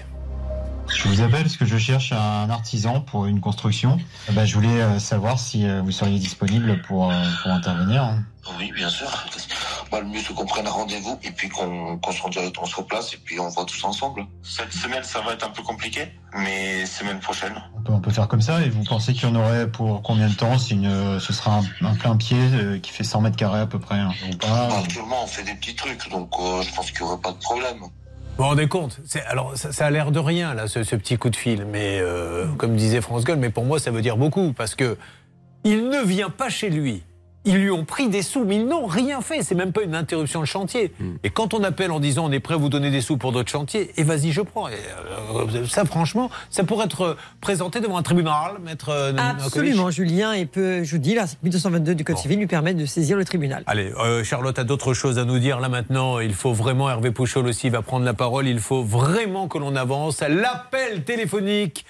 Je vous appelle parce que je cherche un artisan pour une construction. Je voulais savoir si vous seriez disponible pour intervenir. Oui, bien sûr. Le mieux c'est qu'on prenne un rendez-vous et puis qu'on se rende directement sur place et puis on voit tous ensemble. Cette semaine, ça va être un peu compliqué, mais semaine prochaine. On peut faire comme ça. Et vous pensez qu'il y en aurait pour combien de temps si ce sera un plein pied qui fait 100 mètres carrés à peu près ou pas Actuellement, on fait des petits trucs, donc je pense qu'il n'y aurait pas de problème. Vous vous rendez compte ? Alors, ça a l'air de rien, là, ce petit coup de fil. Mais, comme disait France Gall, mais pour moi, ça veut dire beaucoup. Parce que il ne vient pas chez lui. Ils lui ont pris des sous, mais ils n'ont rien fait. C'est même pas une interruption de chantier. Et quand on appelle en disant on est prêt à vous donner des sous pour d'autres chantiers, et vas-y, je prends. Et, ça, franchement, ça pourrait être présenté devant un tribunal, maître. Absolument, Julien. Et je vous dis, l'article 1222 du Code civil lui permet de saisir le tribunal. Allez, Charlotte a d'autres choses à nous dire. Là maintenant, il faut vraiment, Hervé Pouchol aussi va prendre la parole. Il faut vraiment que l'on avance. L'appel téléphonique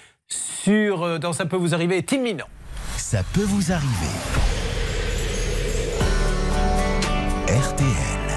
dans Ça peut vous arriver est imminent. Ça peut vous arriver. RTL.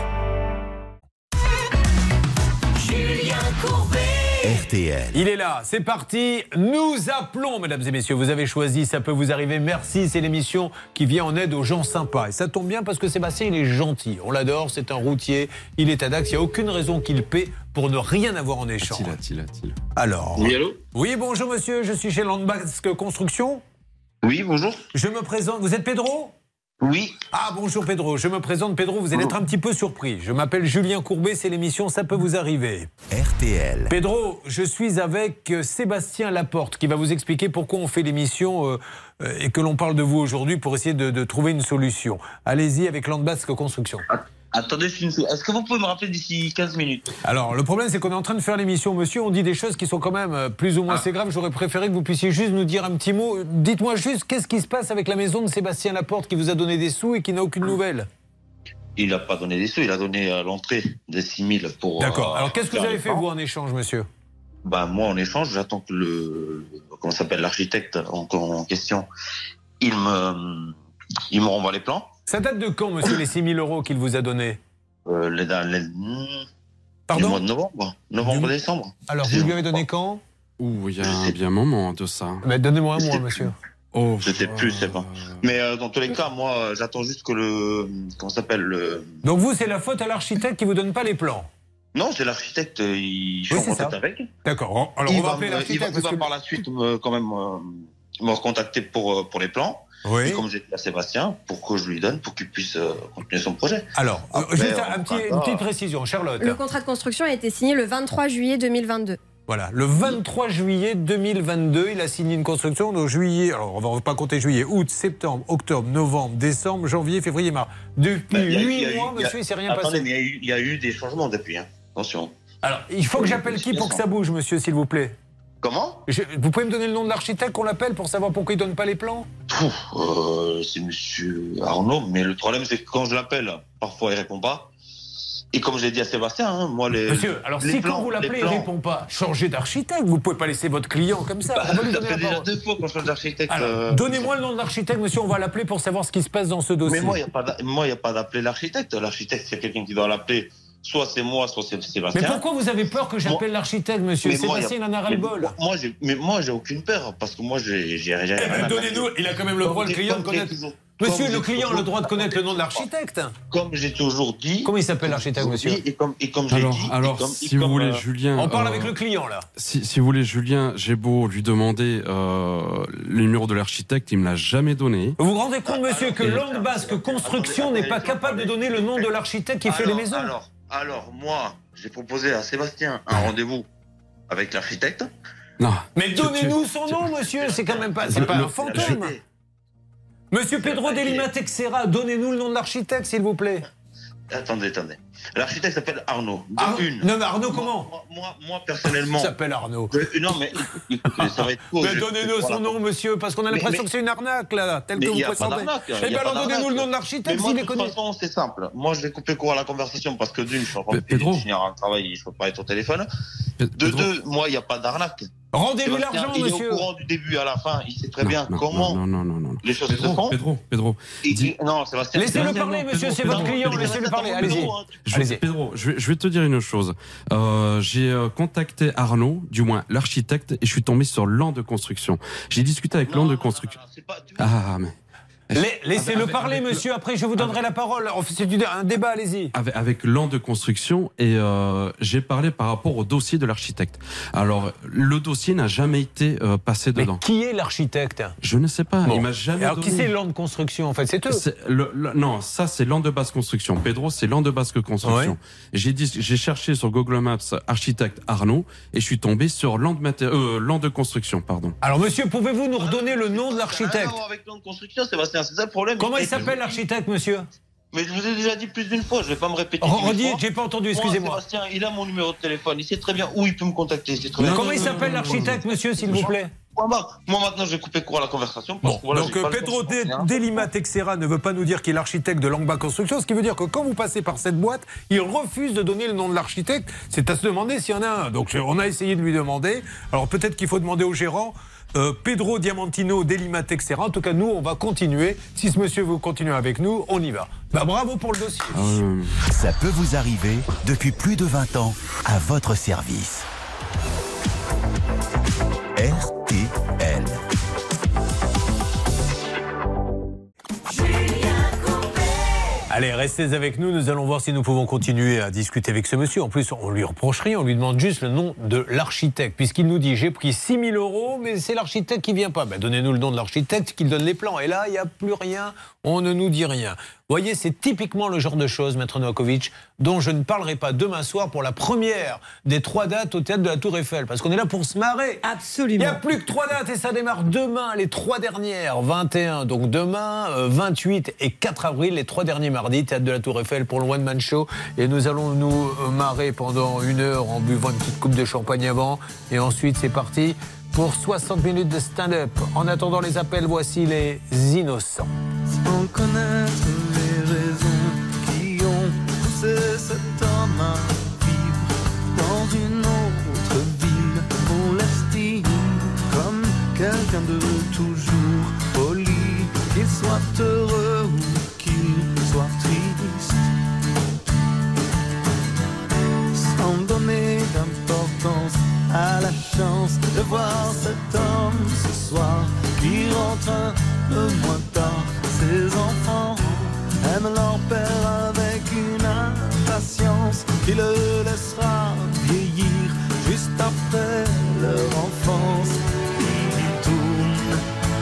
Julien Courbet. RTL. Il est là, c'est parti. Nous appelons, mesdames et messieurs. Vous avez choisi, ça peut vous arriver. Merci, c'est l'émission qui vient en aide aux gens sympas. Et ça tombe bien parce que Sébastien, il est gentil. On l'adore, c'est un routier. Il est à Dax. Il n'y a aucune raison qu'il paie pour ne rien avoir en échange. A-t-il. Alors. Oui, allô ? Oui, bonjour monsieur. Je suis chez Landbasque Construction. Oui, bonjour. Je me présente. Vous êtes Pedro ? Oui. Ah, bonjour Pedro, je me présente Pedro, vous allez être un petit peu surpris. Je m'appelle Julien Courbet, c'est l'émission Ça peut vous arriver. RTL. Pedro, je suis avec Sébastien Laporte qui va vous expliquer pourquoi on fait l'émission et que l'on parle de vous aujourd'hui pour essayer de trouver une solution. Allez-y avec Landbasque Construction. Attendez, est-ce que vous pouvez me rappeler d'ici 15 minutes ? Alors, le problème, c'est qu'on est en train de faire l'émission, monsieur. On dit des choses qui sont quand même plus ou moins assez graves. J'aurais préféré que vous puissiez juste nous dire un petit mot. Dites-moi juste, qu'est-ce qui se passe avec la maison de Sébastien Laporte qui vous a donné des sous et qui n'a aucune nouvelle ? Il n'a pas donné des sous, il a donné à l'entrée des 6 000 pour... D'accord. Alors, qu'est-ce que vous avez fait, vous, en échange, monsieur ? Moi, en échange, j'attends que l'architecte en question, il me renvoie les plans. Ça date de quand, monsieur, les 6 000 euros qu'il vous a donnés ? Pardon ? Du mois de novembre, décembre. Alors, vous lui avez donné quand ? Il y a bien un moment de ça. Mais donnez-moi un mois, monsieur. Je sais plus, c'est pas. Mais dans tous les cas, moi, j'attends juste que Donc vous, c'est la faute à l'architecte qui vous donne pas les plans ? Non, c'est l'architecte, il fait en contact avec. D'accord, alors on va appeler l'architecte. Il va par la suite quand même me recontacter pour les plans. Oui. Et comme j'ai dit à Sébastien, pour que je lui donne, pour qu'il puisse continuer son projet. Alors, juste une petite précision, Charlotte. Le contrat de construction a été signé le 23 juillet 2022. Voilà, le 23 juillet 2022, il a signé une construction. Donc juillet, alors on ne va pas compter juillet, août, septembre, octobre, novembre, décembre, janvier, février, mars. Depuis 8 mois, monsieur, il ne s'est rien passé. Attendez, mais il y a eu des changements depuis, hein. Attention. Alors, il faut que j'appelle qui pour que ça bouge, monsieur, s'il vous plaît? Comment? Vous pouvez me donner le nom de l'architecte qu'on l'appelle pour savoir pourquoi il ne donne pas les plans? C'est monsieur Arnaud, mais le problème c'est que quand je l'appelle, parfois il répond pas. Et comme j'ai dit à Sébastien, hein, moi les. Monsieur, alors si quand vous l'appelez, il ne répond pas, changez d'architecte. Vous ne pouvez pas laisser votre client comme ça. Ça fait déjà 2 fois qu'on change d'architecte. Donnez-moi le nom de l'architecte, monsieur, on va l'appeler pour savoir ce qui se passe dans ce dossier. Mais moi, il n'y a pas d'appeler l'architecte. L'architecte, s'il y a quelqu'un qui doit l'appeler, soit c'est moi, soit c'est Sébastien. Mais pourquoi vous avez peur que j'appelle l'architecte, monsieur? Sébastien, il en a ras-le-bol. Moi, j'ai aucune peur, parce que moi, j'ai rien. Donnez-nous, il a quand même le droit, le client, de connaître. Monsieur, le client a le droit de connaître le nom de l'architecte. Comme j'ai toujours dit. Comment il s'appelle l'architecte, monsieur? Et comme j'ai dit. Alors, si vous voulez, Julien. On parle avec le client, là. Si vous voulez, Julien, j'ai beau lui demander le numéro de l'architecte, il me l'a jamais donné. Vous vous rendez compte, monsieur, que Langue Basque Construction n'est pas capable de donner le nom de l'architecte qui fait les maisons? Alors, moi, j'ai proposé à Sébastien un rendez-vous avec l'architecte. Non. Mais donnez-nous son nom, monsieur, c'est quand même pas. C'est pas un fantôme. Monsieur Pedro de Lima Texera, donnez-nous le nom de l'architecte, s'il vous plaît. Attendez. L'architecte s'appelle Arnaud. Non, mais Arnaud, comment? Moi, personnellement. Il s'appelle Arnaud. Non, mais écoutez, ça va être court. Mais donnez-nous son nom, monsieur, parce qu'on a l'impression que c'est une arnaque, là, tel que vous présentez. Eh bien, alors donnez-nous le nom de l'architecte, s'il les connaît. De toute façon, c'est simple. Moi, je vais couper court à la conversation, parce que d'une, je suis en train de finir un travail, je peux pas être au téléphone. De deux, moi, il n'y a pas d'arnaque. Rendez-lui l'argent, monsieur. Il est au courant du début à la fin. Il sait très bien comment les choses se font. Pedro. Non, Sébastien. Laissez-le parler, monsieur, c'est votre client. Laissez-le parler. Allez-y. Pedro, je vais te dire une chose. J'ai contacté Arnaud, du moins l'architecte, et je suis tombé sur Land de Construction. J'ai discuté avec Land de Construction. Mais. Laissez-le parler, monsieur. Après, je vous donnerai la parole. C'est un débat, allez-y. Avec Land de Construction, et j'ai parlé par rapport au dossier de l'architecte. Alors, le dossier n'a jamais été passé dedans. Mais qui est l'architecte? Je ne sais pas. Il m'a jamais Alors, donné. qui c'est Land de Construction, en fait? C'est eux. Non, ça, c'est Land de Basque Construction. Pedro, c'est Land de Basque Construction. Ouais. J'ai cherché sur Google Maps architecte Arnaud, et je suis tombé sur Land de Construction, pardon. Alors, monsieur, pouvez-vous nous redonner le nom de l'architecte? Avec Land de Construction, Sébastien. C'est ça le problème. Comment il s'appelle l'architecte, monsieur? Mais je vous ai déjà dit plus d'une fois, je vais pas me répéter. Redites, j'ai pas entendu, excusez-moi. Sébastien, il a mon numéro de téléphone, il sait très bien où il peut me contacter. Comment il s'appelle l'architecte, monsieur, s'il vous plaît? Moi maintenant, je vais couper court à la conversation. Parce que, voilà, donc Pedro de Lima Texera ne veut pas nous dire qu'il est l'architecte de Langue Basque Construction, ce qui veut dire que quand vous passez par cette boîte, il refuse de donner le nom de l'architecte. C'est à se demander s'il y en a un. Donc on a essayé de lui demander. Alors peut-être qu'il faut demander au gérant. Pedro Diamantino de Lima Texera. En tout cas, nous, on va continuer. Si ce monsieur veut continuer avec nous, on y va. Bravo pour le dossier. Ça peut vous arriver depuis plus de 20 ans à votre service. RTL. Allez, restez avec nous. Nous allons voir si nous pouvons continuer à discuter avec ce monsieur. En plus, on lui reproche rien. On lui demande juste le nom de l'architecte. Puisqu'il nous dit, j'ai pris 6 000 €, mais c'est l'architecte qui vient pas. Donnez-nous le nom de l'architecte, qu'il donne les plans. Et là, il n'y a plus rien. On ne nous dit rien. Vous voyez, c'est typiquement le genre de choses, Maître Novakovic, dont je ne parlerai pas demain soir pour la première des 3 dates au Théâtre de la Tour Eiffel. Parce qu'on est là pour se marrer. Absolument. Il n'y a plus que 3 dates et ça démarre demain, les 3 dernières. 21, donc demain, 28 et 4 avril, les 3 derniers mardis, Théâtre de la Tour Eiffel pour le One Man Show. Et nous allons nous marrer pendant 1 heure en buvant une petite coupe de champagne avant. Et ensuite, c'est parti pour 60 minutes de stand-up. En attendant les appels, voici les Innocents. Sans connaître les raisons qui ont poussé cet homme à vivre dans une autre ville, on l'estime comme quelqu'un de toujours poli, qu'il soit heureux ou qu'il soit triste, sans donner d'importance à la chance de voir cet homme ce soir qui rentre un peu moins tard. Ses enfants aiment leur père avec une impatience qui le laissera après leur enfance. Ils tournent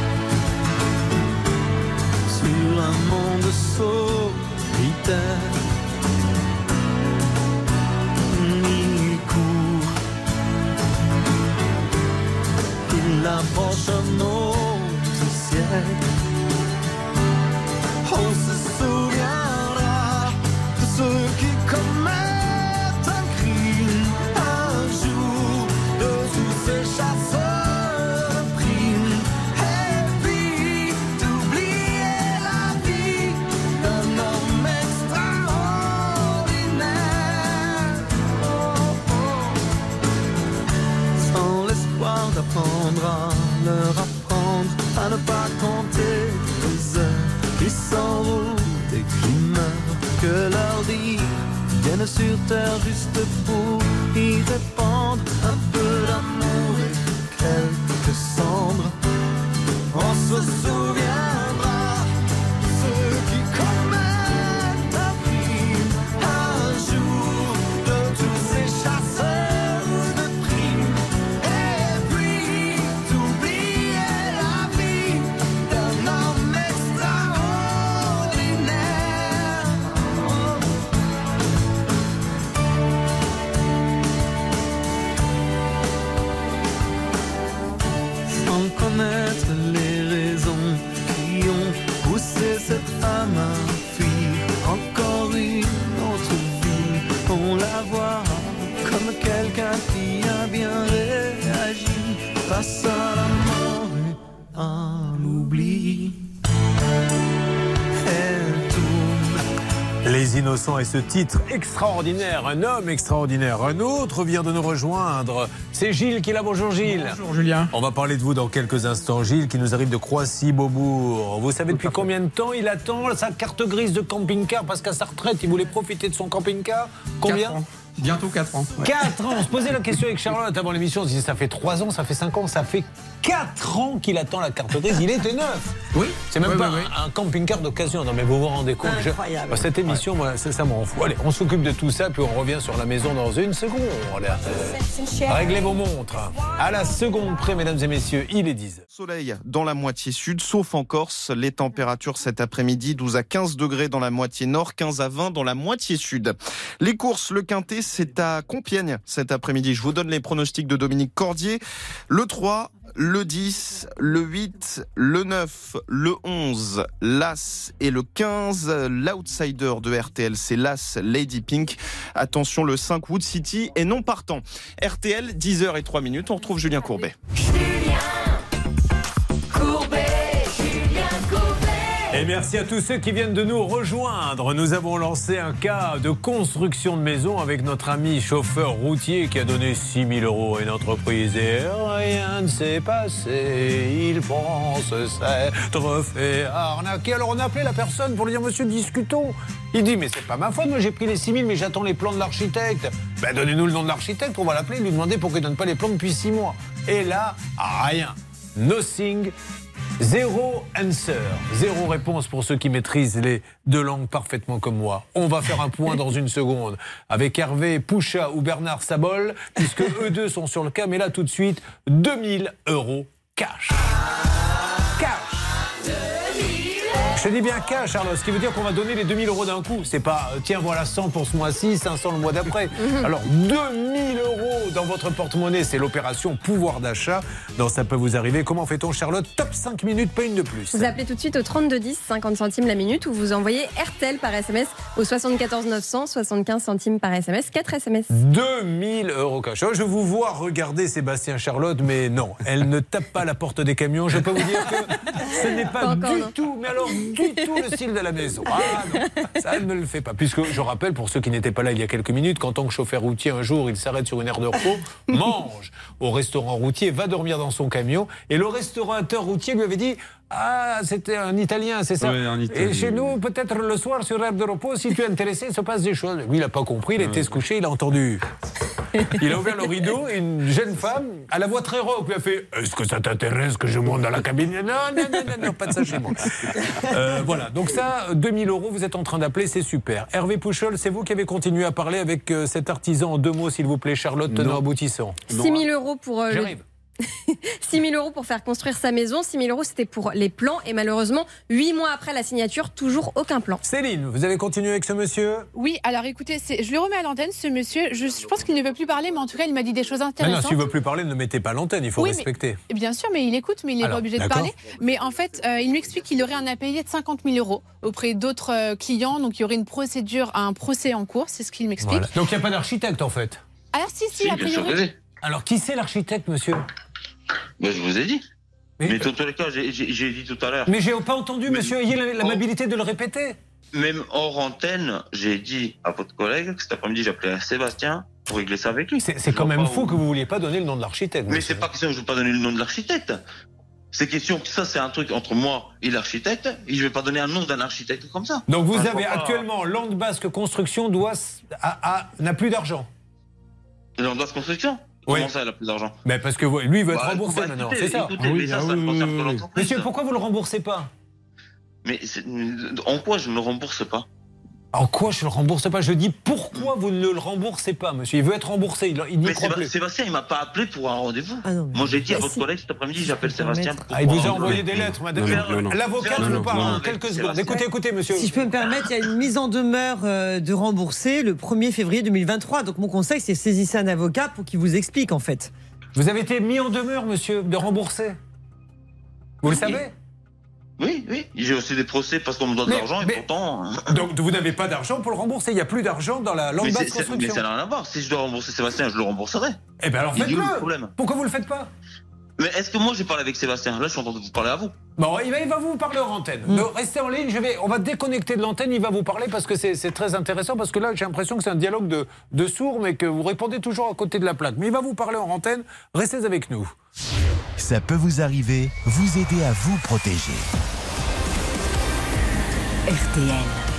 sur un monde solitaire. Ils courent, ils approchent un autre siècle. On se souviendra de ceux qui commettent un crime un jour, de tous ces chasseurs de primes. Et puis d'oublier la vie d'un homme extraordinaire. Sans l'espoir d'apprendre à leur apprendre à ne pas compter les heures qui s'enroulent et qui meurent, que leur dire viennent sur terre juste pour y répandre un peu d'amour et quelques cendres. On se souviendra de ceux qui commettent un crime un jour, de tous ces chasseurs de primes. Et puis d'oublier la vie d'un homme extraordinaire. Sans connaître les raisons qui ont poussé cette femme à fuir encore une autre vie. On la voit comme quelqu'un qui a bien réagi face à la mort et à l'oubli. Elle tourne. Les Innocents et ce titre extraordinaire, un homme extraordinaire. Un autre vient de nous rejoindre. C'est Gilles qui est là. Bonjour Gilles. Bonjour Julien. On va parler de vous dans quelques instants. Gilles qui nous arrive de Croissy-Beaubourg. Vous savez depuis combien de temps il attend sa carte grise de camping-car parce qu'à sa retraite, il voulait profiter de son camping-car. Combien ? 4 ans. Bientôt 4 ans. Ouais. 4 ans. On se posait la question avec Charlotte avant l'émission. On se disait ça fait 3 ans, ça fait 5 ans, ça fait 4 ans qu'il attend la carte grise. Il était neuf. Oui. C'est même Oui, pas oui, un camping-car d'occasion. Non mais vous vous rendez compte. Incroyable. Cette émission, moi, ça m'en fout. Allez, on s'occupe de tout ça, puis on revient sur la maison dans une seconde. Réglez vos montres. À la seconde près, mesdames et messieurs, il est 10. Soleil dans la moitié sud, sauf en Corse. Les températures cet après-midi, 12 à 15 degrés dans la moitié nord, 15 à 20 dans la moitié sud. Les courses, le Quintet, c'est à Compiègne cet après-midi. Je vous donne les pronostics de Dominique Cordier. Le 3, le 10, le 8, le 9, le 11, l'As et le 15. L'outsider de RTL, c'est l'As Lady Pink. Attention, le 5 Wood City est non partant. RTL, 10h03. On retrouve Julien Courbet. Et merci à tous ceux qui viennent de nous rejoindre. Nous avons lancé un cas de construction de maison avec notre ami chauffeur routier qui a donné 6 000 € à une entreprise et rien ne s'est passé. Il pense s'être fait arnaquer. Alors on a appelé la personne pour lui dire monsieur, discutons. Il dit mais c'est pas ma faute, moi j'ai pris les 6 000 mais j'attends les plans de l'architecte. Ben donnez-nous le nom de l'architecte, on va l'appeler et lui demander pourquoi il ne donne pas les plans depuis 6 mois. Et là, rien. Nothing. Zéro answer, zéro réponse pour ceux qui maîtrisent les deux langues parfaitement comme moi. On va faire un point dans une seconde avec Hervé Poucha ou Bernard Sabol, puisque eux deux sont sur le cas. Mais là, tout de suite, 2 000 € cash. Cash. Je te dis bien cash, Charlotte, ce qui veut dire qu'on va donner les 2 000 € d'un coup. C'est pas, tiens, voilà 100 pour ce mois-ci, 500 le mois d'après. Alors, 2 000 € dans votre porte-monnaie, c'est l'opération pouvoir d'achat. Dans Ça peut vous arriver. Comment fait-on, Charlotte? Top 5 minutes, pas une de plus. Vous appelez tout de suite au 3210, 50 centimes la minute, ou vous envoyez RTL par SMS au 74 900, 75 centimes par SMS, 4 SMS. 2 000 € cash. Je vous vois regarder Sébastien Charlotte, mais non, elle ne tape pas à la porte des camions. Je peux vous dire que ce n'est pas du tout, mais alors du tout le style de la maison. Ah non, ça elle ne le fait pas. Puisque je rappelle, pour ceux qui n'étaient pas là il y a quelques minutes, qu'en tant que chauffeur routier, un jour, il s'arrête sur une aire de repos, mange au restaurant routier, va dormir dans son camion, et le restaurateur routier lui avait dit Ah, c'était un Italien, c'est ça? Oui, un Italien. Et chez nous, peut-être le soir, sur Air de Repos, si tu es intéressé, il se passe des choses. Lui, il n'a pas compris, il était se coucher, il a entendu. Il a ouvert le rideau et une jeune femme, à la voix très rauque, lui a fait « Est-ce que ça t'intéresse que je monte dans la cabine ?» Non, pas de ça chez moi. Voilà, donc ça, 2000 €, vous êtes en train d'appeler, c'est super. Hervé Pouchol, c'est vous qui avez continué à parler avec cet artisan en 2 mots, s'il vous plaît, Charlotte, tenant aboutissant. 6 000 € pour... J'arrive. 6 000 € pour faire construire sa maison. 6 000 €, c'était pour les plans. Et malheureusement, 8 mois après la signature, toujours aucun plan. Céline, vous avez continué avec ce monsieur? Oui, alors écoutez, je lui remets à l'antenne, ce monsieur. Je pense qu'il ne veut plus parler, mais en tout cas, il m'a dit des choses intéressantes. Non, s'il ne veut plus parler, ne mettez pas l'antenne, il faut respecter. Mais, bien sûr, mais il écoute, mais il n'est pas obligé de parler. Mais en fait, il m'explique qu'il aurait un impayé de 50 000 € auprès d'autres clients. Donc, il y aurait une procédure, un procès en cours, c'est ce qu'il m'explique. Voilà. Donc, il n'y a pas d'architecte, en fait? Alors, si, a priori. Alors, qui c'est l'architecte, monsieur? Ben, je vous ai dit. Mais dans tous les cas, j'ai dit tout à l'heure. Mais j'ai pas entendu, monsieur. Ayez l'amabilité de le répéter. Même hors antenne, j'ai dit à votre collègue que cet après-midi, j'appelais Sébastien pour régler ça avec lui. C'est quand même fou que vous ne vouliez pas donner le nom de l'architecte. Mais c'est pas question que je ne veux pas donner le nom de l'architecte. C'est question que ça, c'est un truc entre moi et l'architecte. Et je ne vais pas donner un nom d'un architecte comme ça. Donc vous avez actuellement Land Basque Construction n'a plus d'argent. Land Basque Construction? Comment ça, elle a plus d'argent? Mais parce que lui, il veut être remboursé maintenant, c'est ça? Monsieur, pourquoi vous ne le remboursez pas? Mais en quoi je ne le rembourse pas? En quoi je ne le rembourse pas? Je dis pourquoi vous ne le remboursez pas, monsieur? Il veut être remboursé, il n'y croit plus. Sébastien, il ne m'a pas appelé pour un rendez-vous. Moi, j'ai dit à votre collègue cet après-midi, j'appelle Sébastien. Il vous a envoyé des lettres, madame. L'avocat vous parle en quelques secondes. Écoutez, monsieur. Si je peux me permettre, il y a une mise en demeure de rembourser le 1er février 2023. Donc mon conseil, c'est saisissez un avocat pour qu'il vous explique, en fait. Vous avez été mis en demeure, monsieur, de rembourser. Vous le savez? Oui. J'ai aussi des procès parce qu'on me doit de l'argent et pourtant... Donc vous n'avez pas d'argent pour le rembourser? Il n'y a plus d'argent dans la Land Basque Construction? Mais ça n'a rien à voir. Si je dois rembourser Sébastien, je le rembourserai. Eh bien alors faites-le. Pourquoi vous ne le faites pas? Mais est-ce que moi j'ai parlé avec Sébastien? Là, je suis en train de vous parler à vous. Bon, il va vous parler hors antenne. Restez en ligne, on va déconnecter de l'antenne, il va vous parler parce que c'est très intéressant, parce que là, j'ai l'impression que c'est un dialogue de sourds, mais que vous répondez toujours à côté de la plaque. Mais il va vous parler hors antenne, restez avec nous. Ça peut vous arriver, vous aider à vous protéger. RTL.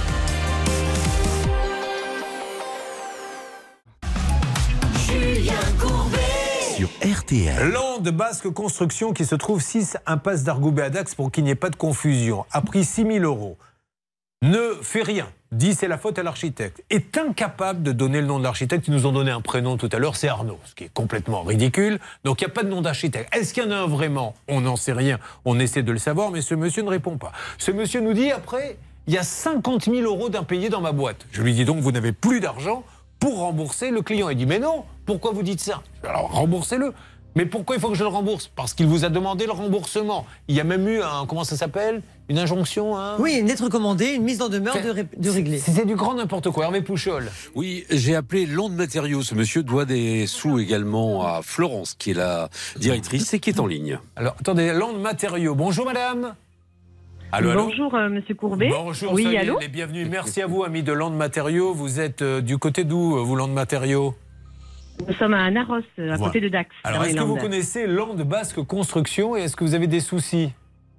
Julien Courbet sur RTL. Land Basque Construction qui se trouve 6 impasse d'Argoubet à Dax pour qu'il n'y ait pas de confusion. A pris 6 000 €. Ne fait rien. Dit c'est la faute à l'architecte. Est incapable de donner le nom de l'architecte. Ils nous ont donné un prénom tout à l'heure, c'est Arnaud. Ce qui est complètement ridicule. Donc il n'y a pas de nom d'architecte. Est-ce qu'il y en a un vraiment? On n'en sait rien. On essaie de le savoir, mais ce monsieur ne répond pas. Ce monsieur nous dit après, il y a 50 000 € d'impayés dans ma boîte. Je lui dis donc, vous n'avez plus d'argent pour rembourser le client. Il dit, mais non, pourquoi vous dites ça? Alors remboursez-le. Mais pourquoi il faut que je le rembourse? Parce qu'il vous a demandé le remboursement. Il y a même eu comment ça s'appelle? Une injonction, Oui, une lettre recommandée, une mise en demeure de régler. C'est du grand n'importe quoi. Hervé Pouchol. Oui, j'ai appelé Land Matériaux. Ce monsieur doit des sous également à Florence, qui est la directrice et qui est en ligne. Alors, attendez, Land Matériaux. Bonjour, madame. Allô. Bonjour, monsieur Courbet. Bonjour, oui, allô. Bienvenue. Merci à vous, amis de Land Matériaux. Vous êtes du côté d'où, vous, Land Matériaux? Nous sommes à Naros, à côté de Dax. Alors, est-ce que vous connaissez Land Basque Construction et est-ce que vous avez des soucis?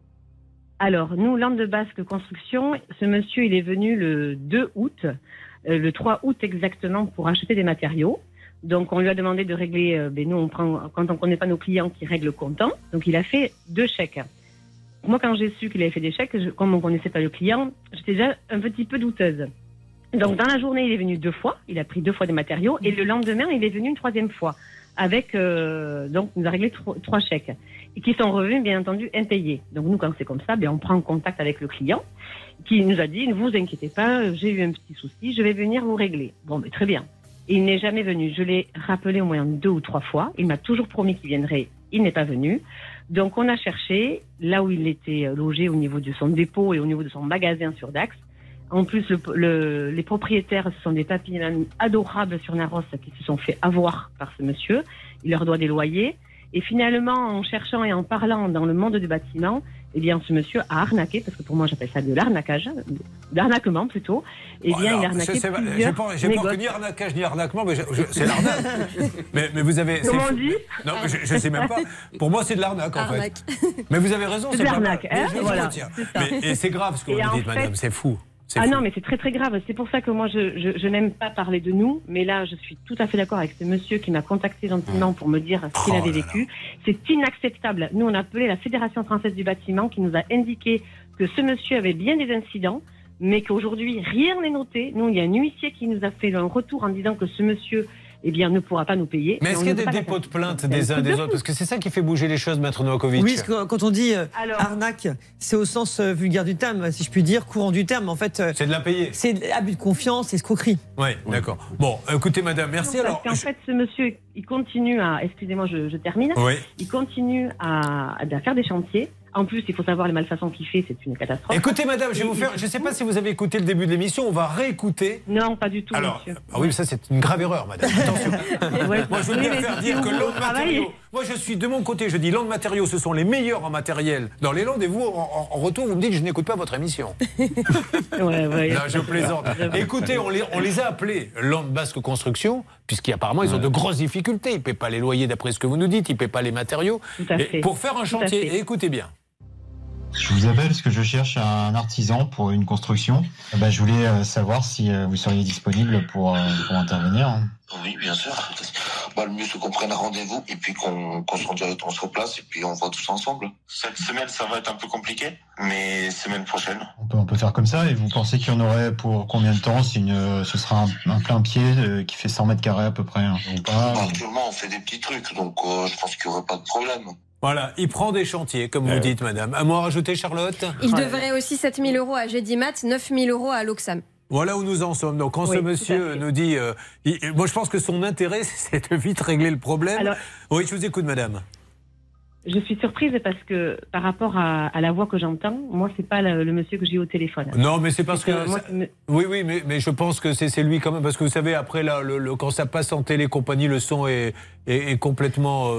Alors, nous, Land Basque Construction, ce monsieur, il est venu le 2 août, le 3 août exactement, pour acheter des matériaux. Donc, on lui a demandé de régler, nous, on prend, quand on ne connaît pas nos clients qui règlent le comptant, donc il a fait 2 chèques. Moi, quand j'ai su qu'il avait fait des chèques, comme on ne connaissait pas le client, j'étais déjà un petit peu douteuse. Donc, dans la journée, il est venu 2 fois. Il a pris 2 fois des matériaux. Et le lendemain, il est venu une 3e fois. Donc, il nous a réglé 3 chèques. Et qui sont revenus, bien entendu, impayés. Donc, nous, quand c'est comme ça, on prend contact avec le client, qui nous a dit, ne vous inquiétez pas, j'ai eu un petit souci, je vais venir vous régler. Bon, mais très bien. Et il n'est jamais venu. Je l'ai rappelé au moins 2 ou 3 fois. Il m'a toujours promis qu'il viendrait. Il n'est pas venu. Donc, on a cherché, là où il était logé, au niveau de son dépôt et au niveau de son magasin sur Dax. En plus, les propriétaires, ce sont des papis adorables sur Naros qui se sont fait avoir par ce monsieur. Il leur doit des loyers. Et finalement, en cherchant et en parlant dans le monde du bâtiment, eh bien, ce monsieur a arnaqué, parce que pour moi, j'appelle ça de l'arnaquage, l'arnaquement plutôt. Eh bien, il a arnaqué J'ai peur que ni arnaquage ni arnaquement, mais c'est l'arnaque. mais vous avez... Comment on dit? Non, mais je ne sais même pas. Pour moi, c'est de l'arnaque, en fait. Mais vous avez raison, c'est de l'arnaque. Voilà, et c'est grave ce que vous dites, madame, c'est fou. Non, mais c'est très très grave. C'est pour ça que moi, je n'aime pas parler de nous. Mais là, je suis tout à fait d'accord avec ce monsieur qui m'a contacté gentiment pour me dire ce qu'il avait vécu. C'est inacceptable. Nous, on a appelé la Fédération française du bâtiment qui nous a indiqué que ce monsieur avait bien des incidents, mais qu'aujourd'hui, rien n'est noté. Nous, il y a un huissier qui nous a fait un retour en disant que ce monsieur... eh bien, ne pourra pas nous payer. Mais est-ce qu'il y a des dépôts de plainte des uns des autres? Parce que c'est ça qui fait bouger les choses, Maître Novakovic. Oui, quand on dit arnaque, c'est au sens vulgaire du terme, si je puis dire, courant du terme. En fait, c'est de l'impayé. C'est abus de confiance, escroquerie. Oui, d'accord. Bon, écoutez, madame, merci. Non, parce qu'en fait, ce monsieur, il continue à... Excusez-moi, je termine. Oui. Il continue à faire des chantiers. En plus, il faut savoir les malfaçons qu'il fait, c'est une catastrophe. Écoutez, madame, je vais vous faire... Je ne sais pas si vous avez écouté le début de l'émission, on va réécouter... Non, pas du tout, alors, monsieur. Ah oui, mais ça, c'est une grave erreur, madame. Attention. Moi, je veux bien faire dire que Landes Matériaux... Moi, je suis de mon côté, je dis Landes Matériaux, ce sont les meilleurs en matériel dans les Landes, et vous, en retour, vous me dites que je n'écoute pas votre émission. Non, je plaisante. Écoutez, on les a appelés Landes Basque Construction, puisqu'apparemment, ils ont de grosses difficultés. Ils ne paient pas les loyers, d'après ce que vous nous dites, ils ne paient pas les matériaux. Pour faire un chantier, et écoutez bien. Je vous appelle parce que je cherche un artisan pour une construction. Je voulais savoir si vous seriez disponible pour intervenir. Oui, bien sûr. Le mieux, c'est qu'on prenne un rendez-vous et puis qu'on se rende directement sur place et puis on voit tous ensemble. Cette semaine, ça va être un peu compliqué, mais semaine prochaine. On peut faire comme ça. Et vous pensez qu'il y en aurait pour combien de temps? Ce sera un plein pied qui fait 100 mètres carrés à peu près, ou pas? Actuellement, on fait des petits trucs, donc je pense qu'il n'y aurait pas de problème. Voilà, il prend des chantiers, comme vous dites, madame. Un mot à rajouter, Charlotte? Il devrait aussi 7 000 € à Gédimat, 9 000 € à l'Oxam. Voilà où nous en sommes. Donc, quand ce monsieur nous dit... moi, je pense que son intérêt, c'est de vite régler le problème. Alors, oui, je vous écoute, madame. Je suis surprise parce que, par rapport à la voix que j'entends, moi, c'est pas le monsieur que j'ai au téléphone. Non, mais c'est parce que... Oui, mais je pense que c'est lui quand même. Parce que vous savez, après, là, quand ça passe en télé, compagnie, le son est complètement...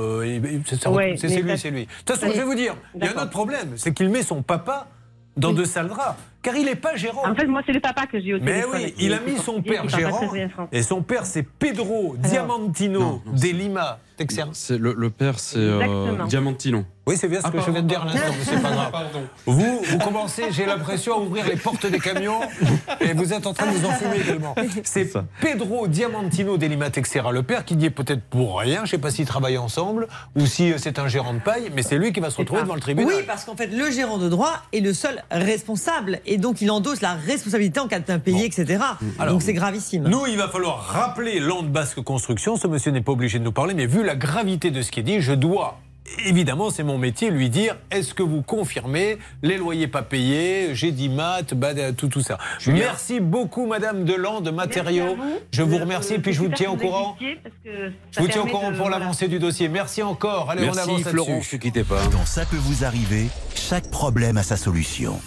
c'est lui. De toute façon, je vais vous dire, il y a un autre problème. C'est qu'il met son papa dans de sales draps. Car il n'est pas gérant. En fait, moi, c'est le papa que j'ai au téléphone. Mais oui, il a mis son père gérant. Et son père, c'est Pedro Diamantino de Lima. Le père, c'est Diamantino. Oui, c'est bien ce que je viens de dire à l'instant, mais c'est pas grave. Vous commencez, j'ai l'impression, à ouvrir les portes des camions et vous êtes en train de nous enfumer également. C'est Pedro Diamantino de Lima Texera, le père, qui n'y est peut-être pour rien. Je ne sais pas s'ils travaillent ensemble ou si c'est un gérant de paille, mais c'est lui qui va se retrouver devant le tribunal. Oui, parce qu'en fait, le gérant de droit est le seul responsable. Et donc, il endosse la responsabilité en cas d'impayé, etc. Alors, donc, c'est gravissime. Nous, il va falloir rappeler Landes Basque Construction. Ce monsieur n'est pas obligé de nous parler, mais vu la gravité de ce qui est dit, je dois... Évidemment, c'est mon métier, lui dire est-ce que vous confirmez les loyers pas payés, Gédimat, tout ça. Merci beaucoup, Madame de Landes Matériaux. Je vous remercie et puis je vous tiens au courant. Je vous tiens au courant pour l'avancée du dossier. Merci encore. Allez, merci, on avance Florent, là-dessus. ne quittez pas. Quand ça peut vous arriver, chaque problème a sa solution.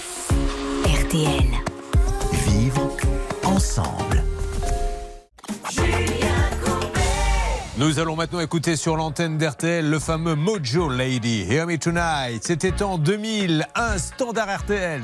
RTL. Vivre ensemble. Nous allons maintenant écouter sur l'antenne d'RTL le fameux Mojo Lady. Hear Me Tonight. C'était en 2000, un standard RTL.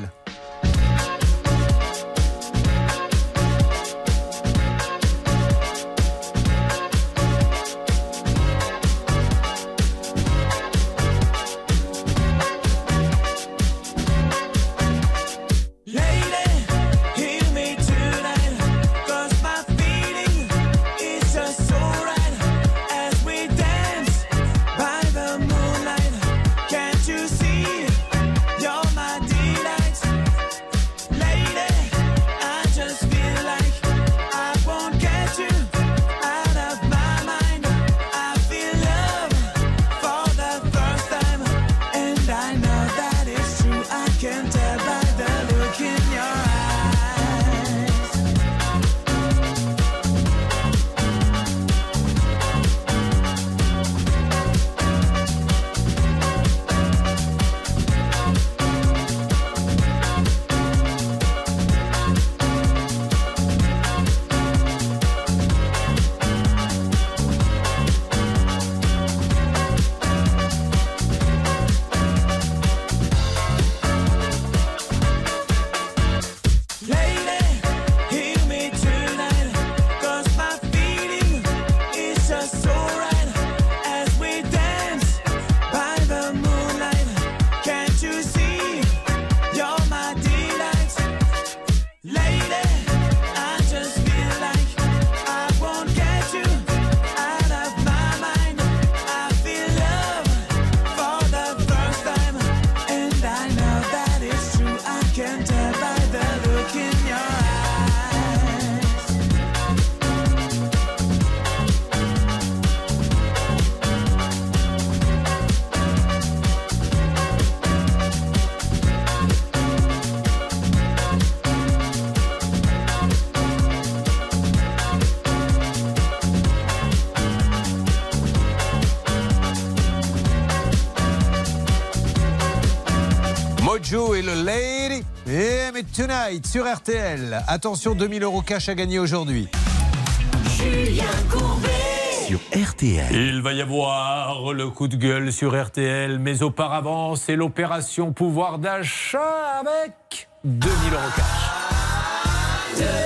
You're my delight. Joe et le Lady. Et mais Tonight sur RTL. Attention, 2000 € cash à gagner aujourd'hui. Julien Courbet. Sur RTL. Il va y avoir le coup de gueule sur RTL, mais auparavant, c'est l'opération pouvoir d'achat avec 2000 € cash. 2000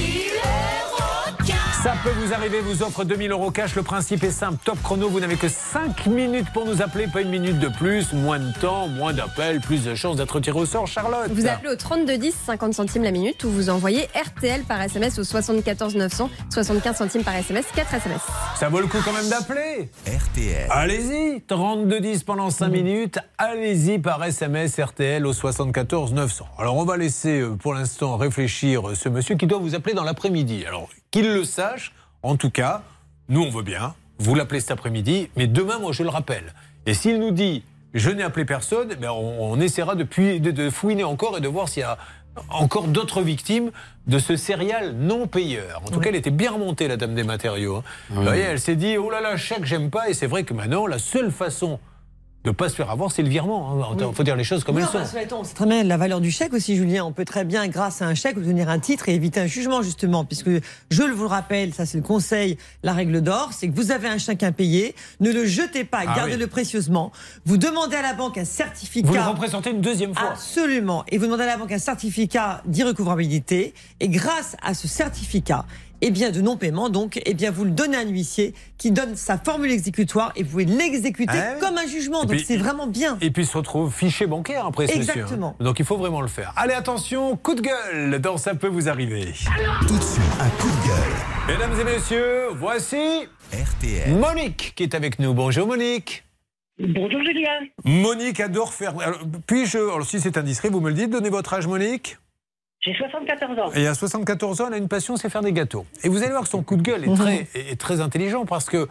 € cash. Ça peut vous arriver, vous offre 2000 € cash. Le principe est simple, top chrono, vous n'avez que 5 minutes pour nous appeler, pas une minute de plus, moins de temps, moins d'appels, plus de chances d'être tiré au sort, Charlotte. Vous appelez au 3210, 50 centimes la minute, ou vous envoyez RTL par SMS au 74 900, 75 centimes par SMS, 4 SMS. Ça vaut le coup quand même d'appeler. RTL. Allez-y, 3210 pendant 5 minutes, allez-y par SMS RTL au 74 900. Alors on va laisser pour l'instant réfléchir ce monsieur qui doit vous appeler dans l'après-midi. Alors qu'il le sache, en tout cas, nous on veut bien, vous l'appelez cet après-midi, mais demain moi je le rappelle. Et s'il nous dit je n'ai appelé personne, ben on essaiera de fouiner encore et de voir s'il y a encore d'autres victimes de ce serial non payeur. En tout cas, elle était bien remontée, la dame des matériaux. Vous voyez, elle s'est dit, oh là là, chèque, j'aime pas. Et c'est vrai que maintenant, la seule façon de ne pas se faire avoir, c'est le virement. Il faut dire les choses comme elles sont. C'est très bien la valeur du chèque aussi, Julien. On peut très bien, grâce à un chèque, obtenir un titre et éviter un jugement, justement. Puisque, je vous le rappelle, ça c'est le conseil, la règle d'or, c'est que vous avez un chèque impayé, ne le jetez pas, gardez-le précieusement. Vous demandez à la banque un certificat. Vous le représentez une deuxième fois. Absolument. Et vous demandez à la banque un certificat d'irrecouvrabilité. Et grâce à ce certificat, de non-paiement, donc, vous le donnez à un huissier qui donne sa formule exécutoire et vous pouvez l'exécuter comme un jugement. Donc, c'est vraiment bien. Et puis, il se retrouve fichier bancaire après, c'est sûr. Exactement. Donc, il faut vraiment le faire. Allez, attention, coup de gueule dans Ça peut vous arriver. Tout de suite, un coup de gueule. Mesdames et messieurs, voici RTL. Monique qui est avec nous. Bonjour, Monique. Bonjour, Julien. Monique adore faire... Alors, si c'est indiscret, vous me le dites, donnez votre âge, Monique. J'ai 74 ans. Et à 74 ans, elle a une passion, c'est faire des gâteaux. Et vous allez voir que son coup de gueule est très intelligent parce que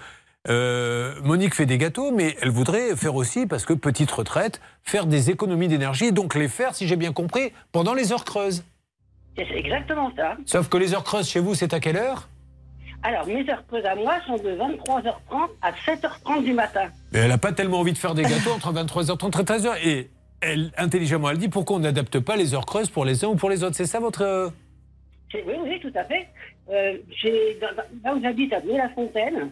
Monique fait des gâteaux, mais elle voudrait faire aussi, parce que petite retraite, faire des économies d'énergie, donc les faire, si j'ai bien compris, pendant les heures creuses. C'est exactement ça. Sauf que les heures creuses chez vous, c'est à quelle heure? Alors, mes heures creuses à moi sont de 23h30 à 7h30 du matin. Mais elle n'a pas tellement envie de faire des gâteaux entre 23h30 et 13h. Et elle, intelligemment, elle dit pourquoi on n'adapte pas les heures creuses pour les uns ou pour les autres. C'est ça votre... Oui, tout à fait. Là où j'habite, à Blé-la-Fontaine,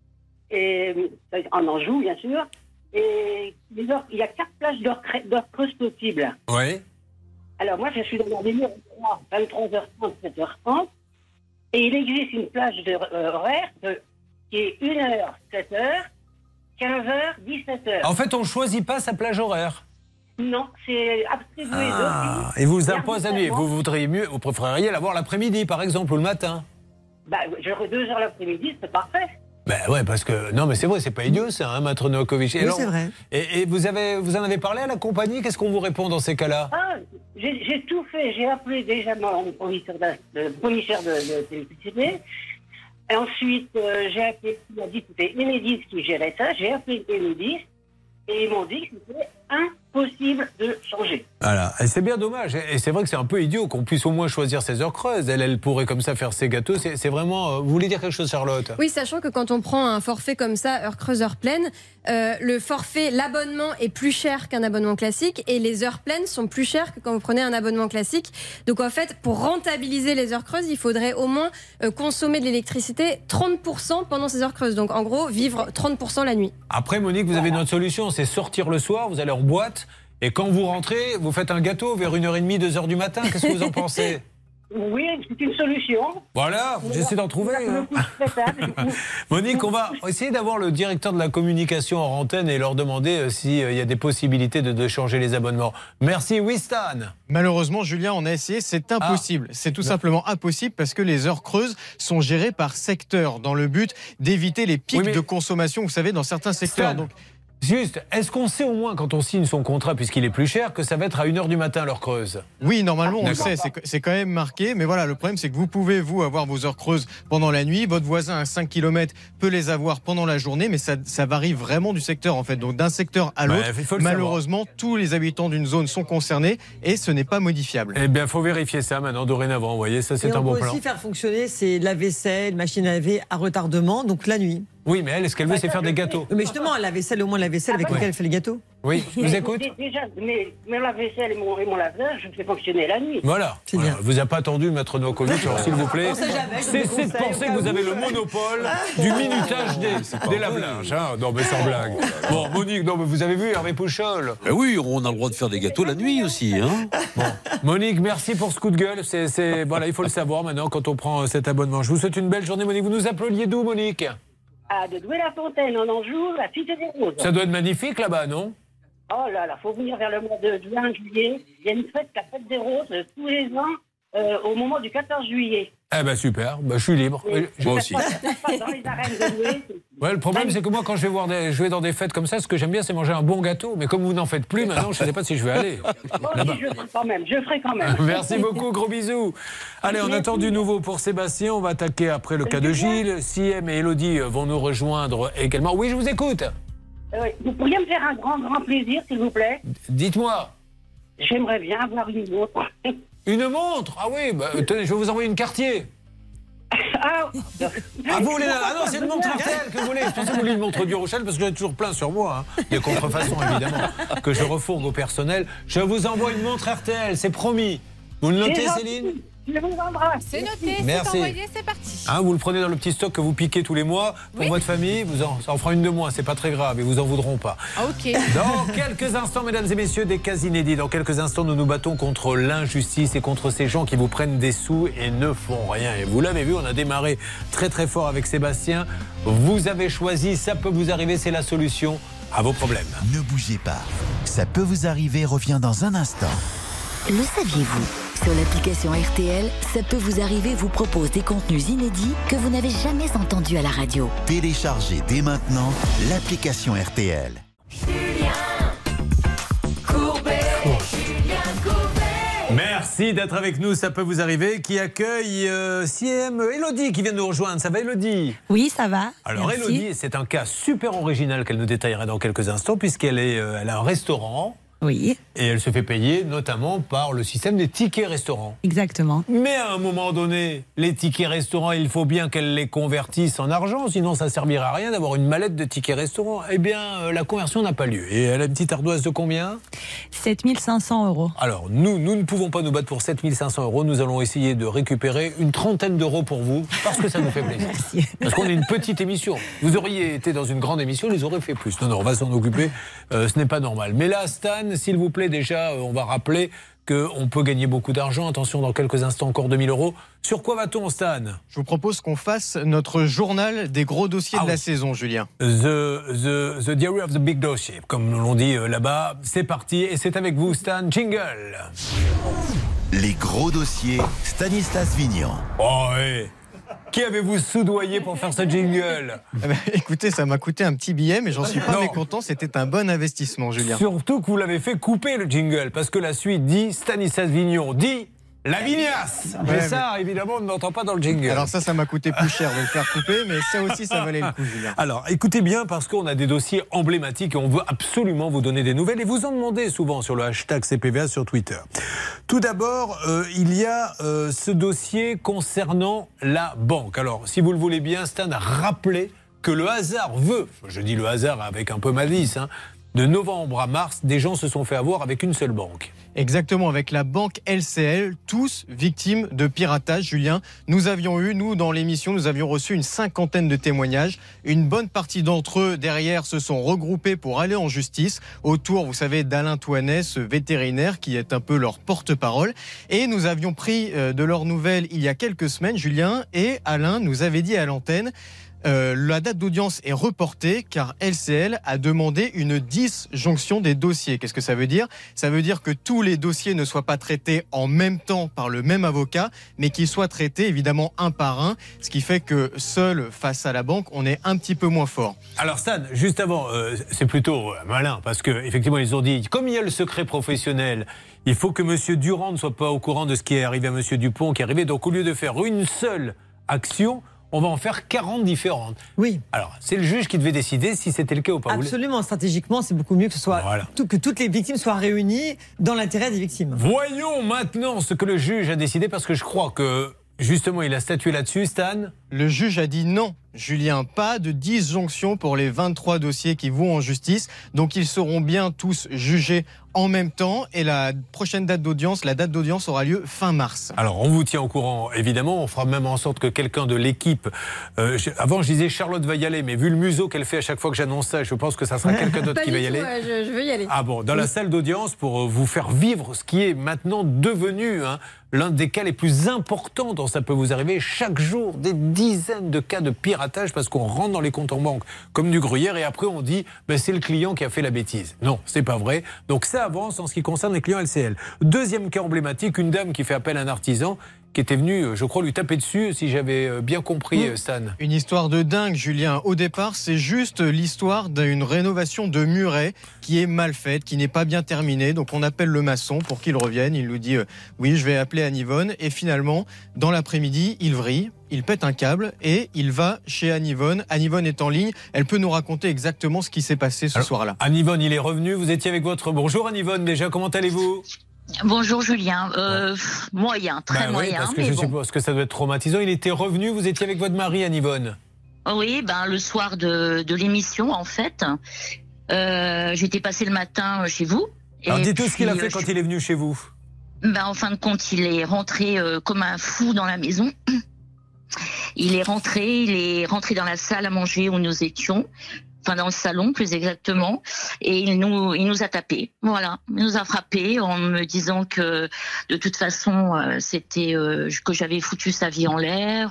et en Anjou, bien sûr, et il y a 4 plages d'heures creuses possibles. Oui. Alors moi, je suis dans la délire 23h30, 7h30, et il existe une plage horaire qui est 1h, 7h, 15h, 17h. En fait, on ne choisit pas sa plage horaire. Non, c'est attribué d'office. Et vous impose la nuit. Vous préféreriez l'avoir l'après-midi, par exemple, ou le matin? J'aurais 2 heures l'après-midi, c'est parfait. Ouais, parce que... Non, mais c'est vrai, c'est pas idiot, ça, hein, Maître Novakovic. Oui, c'est vrai. Et vous en avez parlé à la compagnie? Qu'est-ce qu'on vous répond dans ces cas-là? J'ai tout fait. J'ai appelé déjà mon fournisseur d'électricité. Et ensuite, j'ai appelé, il m'a dit que c'était Enedis qui gérait ça. J'ai appelé Enedis et ils m'ont dit que c'était impossible de changer. Voilà, et c'est bien dommage. Et c'est vrai que c'est un peu idiot qu'on puisse au moins choisir ses heures creuses. Elle pourrait comme ça faire ses gâteaux. C'est vraiment... Vous voulez dire quelque chose, Charlotte? Oui, sachant que quand on prend un forfait comme ça, heure creuse, heure pleine, le forfait, l'abonnement est plus cher qu'un abonnement classique et les heures pleines sont plus chères que quand vous prenez un abonnement classique. Donc en fait, pour rentabiliser les heures creuses, il faudrait au moins consommer de l'électricité 30% pendant ces heures creuses. Donc en gros, vivre 30% la nuit. Après, Monique, vous avez une autre solution, c'est sortir le soir, vous allez en boîte, et quand vous rentrez, vous faites un gâteau vers 1h30, 2h du matin. Qu'est-ce que vous en pensez? Oui, c'est une solution. Voilà, j'essaie d'en trouver. Monique, on va essayer d'avoir le directeur de la communication en antenne et leur demander s'il y a des possibilités de changer les abonnements. Merci, Wistan. Malheureusement, Julien, on a essayé, c'est impossible. C'est tout simplement impossible parce que les heures creuses sont gérées par secteur dans le but d'éviter les pics de consommation, vous savez, dans certains secteurs. Donc, juste, est-ce qu'on sait au moins quand on signe son contrat, puisqu'il est plus cher, que ça va être à 1h du matin l'heure creuse? Oui, normalement on le sait, c'est quand même marqué. Mais voilà, le problème c'est que vous pouvez, avoir vos heures creuses pendant la nuit. Votre voisin à 5 km peut les avoir pendant la journée, mais ça varie vraiment du secteur en fait. Donc d'un secteur à l'autre, malheureusement, tous les habitants d'une zone sont concernés et ce n'est pas modifiable. Eh bien, il faut vérifier ça maintenant, dorénavant. Vous voyez, ça c'est un bon plan. On peut aussi faire fonctionner, c'est la vaisselle, machine à laver à retardement, donc la nuit. Oui, mais elle, ce qu'elle veut, c'est faire des gâteaux. Mais justement, la vaisselle, au moins la vaisselle avec laquelle elle fait les gâteaux. Oui, je vous écoute. Déjà, mais la vaisselle et mon laveur, je fais fonctionner la nuit. Voilà. Voilà. Vous n'avez pas attendu, Maître Novakovic, alors s'il vous plaît. On sait jamais, je Cessez vous de conseille, penser au que cas vous où. avez le monopole du minutage des lave-linges. Hein. Non, mais sans blague. Bon, Monique, non, mais vous avez vu Hervé Pouchol. Ben oui, on a le droit de faire des gâteaux la nuit aussi. Hein. Bon. Monique, merci pour ce coup de gueule. Voilà, il faut le savoir maintenant quand on prend cet abonnement. Je vous souhaite une belle journée, Monique. Vous nous appeliez d'où, Monique? Ah, de Douai-la-Fontaine, en Anjou, la Cité des Roses. Ça doit être magnifique là-bas, non? Oh là là, faut venir vers le mois de juin, juillet. Il y a une fête, la fête des Roses, tous les ans, au moment du 14 juillet. Eh ben super, je suis libre. Moi aussi. Ça se passe dans les arènes de Douai. Ouais, le problème, c'est que moi, quand je vais dans des fêtes comme ça, ce que j'aime bien, c'est manger un bon gâteau. Mais comme vous n'en faites plus, maintenant, je ne sais pas si je vais aller. Bon, je ferai quand même. Merci beaucoup, gros bisous. Allez, on attend du nouveau pour Sébastien. On va attaquer après le cas de Gilles. Siem et Elodie vont nous rejoindre également. Oui, je vous écoute. Vous pourriez me faire un grand, grand plaisir, s'il vous plaît? Dites-moi. J'aimerais bien avoir une montre. Une montre? Ah oui, tenez, je vais vous envoyer une Cartier. Ah, vous voulez Ah non, c'est une montre RTL que vous voulez. Je pensais que vous vouliez une montre du Rochelle parce que j'en ai toujours plein sur moi. Hein. Des contrefaçons, évidemment, que je refourgue au personnel. Je vous envoie une montre RTL, c'est promis. Vous le notez, Céline? Je vous embrasse. C'est noté, Merci. c'est envoyé, c'est parti. Hein, vous le prenez dans le petit stock que vous piquez tous les mois pour votre famille. Ça en fera une de moins, c'est pas très grave, et vous en voudront pas. Ok. Dans quelques instants, mesdames et messieurs, des cas inédits. Dans quelques instants, nous nous battons contre l'injustice et contre ces gens qui vous prennent des sous et ne font rien. Et vous l'avez vu, on a démarré très très fort avec Sébastien. Vous avez choisi, ça peut vous arriver, c'est la solution à vos problèmes. Ne bougez pas. Ça peut vous arriver, revient dans un instant. Le saviez-vous? Sur l'application RTL, ça peut vous arriver vous propose des contenus inédits que vous n'avez jamais entendus à la radio. Téléchargez dès maintenant l'application RTL. Merci d'être avec nous, ça peut vous arriver, qui accueille Siem Elodie qui vient nous rejoindre. Ça va, Elodie? Oui, ça va. Alors merci. Elodie, c'est un cas super original qu'elle nous détaillera dans quelques instants puisqu'elle elle a un restaurant. Oui. Et elle se fait payer notamment par le système des tickets restaurants. Exactement. Mais à un moment donné, les tickets restaurants, il faut bien qu'elle les convertisse en argent, sinon ça ne servira à rien d'avoir une mallette de tickets restaurants. Eh bien, la conversion n'a pas lieu. Et elle a une petite ardoise de combien? 7 500 €. Alors, nous ne pouvons pas nous battre pour 7 500 €. Nous allons essayer de récupérer une trentaine d'euros pour vous, parce que ça nous fait plaisir. Merci. Parce qu'on est une petite émission. Vous auriez été dans une grande émission, ils auraient fait plus. Non, on va s'en occuper. Ce n'est pas normal. Mais là, Stan, s'il vous plaît, déjà, on va rappeler qu'on peut gagner beaucoup d'argent. Attention, dans quelques instants, encore 2000 €. Sur quoi va-t-on, Stan? Je vous propose qu'on fasse notre journal des gros dossiers de la saison, Julien. The Diary of the Big Dossier, comme l'on dit là-bas. C'est parti, et c'est avec vous, Stan. Jingle. Les gros dossiers, Stanislas Vignon. Oh, ouais. Qui avez-vous soudoyé pour faire ce jingle? Écoutez, ça m'a coûté un petit billet, mais j'en suis pas mécontent. C'était un bon investissement, Julien. Surtout que vous l'avez fait couper, le jingle, parce que la suite dit Stanislas Vignon dit la vignasse. Mais ça, évidemment, on ne l'entend pas dans le jingle. Alors ça m'a coûté plus cher de le faire couper, mais ça aussi, ça valait le coup, Julien. Alors, écoutez bien, parce qu'on a des dossiers emblématiques et on veut absolument vous donner des nouvelles et vous en demandez souvent sur le hashtag CPVA sur Twitter. Tout d'abord, il y a ce dossier concernant la banque. Alors, si vous le voulez bien, Stan, rappelez que le hasard veut, je dis le hasard avec un peu malice, de novembre à mars, des gens se sont fait avoir avec une seule banque. Exactement, avec la banque LCL, tous victimes de piratage, Julien. Nous avions eu, dans l'émission, nous avions reçu une cinquantaine de témoignages. Une bonne partie d'entre eux, derrière, se sont regroupés pour aller en justice, autour, vous savez, d'Alain Touanet, ce vétérinaire qui est un peu leur porte-parole. Et nous avions pris de leurs nouvelles il y a quelques semaines, Julien, et Alain nous avait dit à l'antenne... la date d'audience est reportée car LCL a demandé une disjonction des dossiers. Qu'est-ce que ça veut dire? Ça veut dire que tous les dossiers ne soient pas traités en même temps par le même avocat, mais qu'ils soient traités évidemment un par un, ce qui fait que seul face à la banque, on est un petit peu moins fort. Alors Stan, juste avant, c'est plutôt malin parce qu'effectivement ils ont dit, comme il y a le secret professionnel, il faut que M. Durand ne soit pas au courant de ce qui est arrivé à M. Dupont, qui est arrivé. Donc au lieu de faire une seule action, on va en faire 40 différentes. Oui. Alors, c'est le juge qui devait décider si c'était le cas ou pas. Absolument, stratégiquement, c'est beaucoup mieux que ce soit que toutes les victimes soient réunies dans l'intérêt des victimes. Voyons maintenant ce que le juge a décidé, parce que je crois que, justement, il a statué là-dessus, Stan. Le juge a dit non. Julien, pas de disjonction pour les 23 dossiers qui vont en justice. Donc ils seront bien tous jugés en même temps. Et la prochaine date d'audience aura lieu fin mars. Alors on vous tient au courant, évidemment. On fera même en sorte que quelqu'un de l'équipe... avant je disais Charlotte va y aller, mais vu le museau qu'elle fait à chaque fois que j'annonce ça, je pense que ça sera quelqu'un d'autre qui va y aller. Je veux y aller. Ah bon, dans la salle d'audience pour vous faire vivre ce qui est maintenant devenu l'un des cas les plus importants dont ça peut vous arriver. Chaque jour, des dizaines de cas de piratage parce qu'on rentre dans les comptes en banque comme du gruyère et après on dit c'est le client qui a fait la bêtise. Non, c'est pas vrai. Donc ça avance en ce qui concerne les clients LCL. Deuxième cas emblématique, une dame qui fait appel à un artisan qui était venu, je crois, lui taper dessus, si j'avais bien compris, Stan. Une histoire de dingue, Julien. Au départ, c'est juste l'histoire d'une rénovation de muret qui est mal faite, qui n'est pas bien terminée. Donc on appelle le maçon pour qu'il revienne. Il nous dit oui, je vais appeler Anne-Yvonne. Et finalement, dans l'après-midi, il vrille. Il pète un câble et il va chez Anne-Yvonne. Anne-Yvonne est en ligne. Elle peut nous raconter exactement ce qui s'est passé ce soir-là. Anne-Yvonne, il est revenu. Vous étiez avec votre... Bonjour Anne-Yvonne, déjà, comment allez-vous ? Bonjour Julien, moyen, très moyen. Parce que je suppose que ça doit être traumatisant. Il était revenu, vous étiez avec votre mari Anne-Yvonne ? Oui, le soir de l'émission en fait. J'étais passé le matin chez vous. Alors dites-nous ce qu'il a fait quand il est venu chez vous. En fin de compte, il est rentré comme un fou dans la maison. Il est rentré dans la salle à manger où nous étions. Enfin, dans le salon, plus exactement, et il nous a tapé. Voilà, il nous a frappé en me disant que de toute façon, c'était que j'avais foutu sa vie en l'air.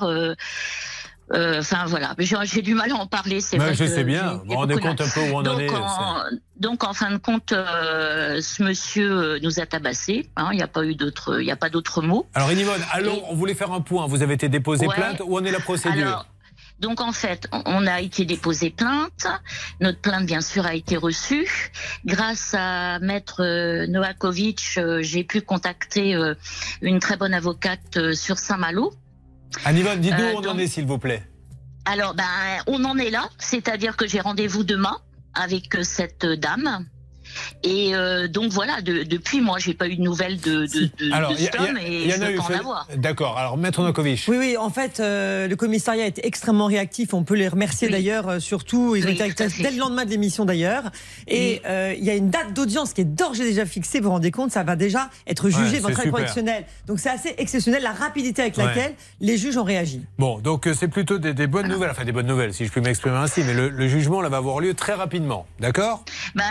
Enfin voilà, j'ai du mal à en parler. C'est vrai. Je sais bien. Vous vous rendez compte un peu où on en est. Donc en fin de compte, ce monsieur nous a tabassé. Il n'y a pas d'autre mot. Alors Yvonne, on voulait faire un point. Vous avez été déposé plainte. Où en est la procédure ? Donc en fait, on a été déposé plainte. Notre plainte, bien sûr, a été reçue. Grâce à Maître Novakovic, j'ai pu contacter une très bonne avocate sur Saint-Malo. Anne-Yvonne, dites-nous où on en est, s'il vous plaît. Alors, on en est là. C'est-à-dire que j'ai rendez-vous demain avec cette dame. Et donc voilà, depuis moi, j'ai pas eu de nouvelles de cet homme et je veux pas en avoir. D'accord, alors Maître Novakovic. Oui, en fait, le commissariat est extrêmement réactif. On peut les remercier d'ailleurs, surtout. Ils ont été actifs dès le lendemain de l'émission d'ailleurs. Et il y a une date d'audience qui est d'ores et déjà fixée. Vous vous rendez compte, ça va déjà être jugé dans le tribunal correctionnel. Donc c'est assez exceptionnel la rapidité avec laquelle les juges ont réagi. Bon, donc c'est plutôt des bonnes nouvelles. Enfin, des bonnes nouvelles, si je puis m'exprimer ainsi. Mais le jugement là va avoir lieu très rapidement. D'accord ?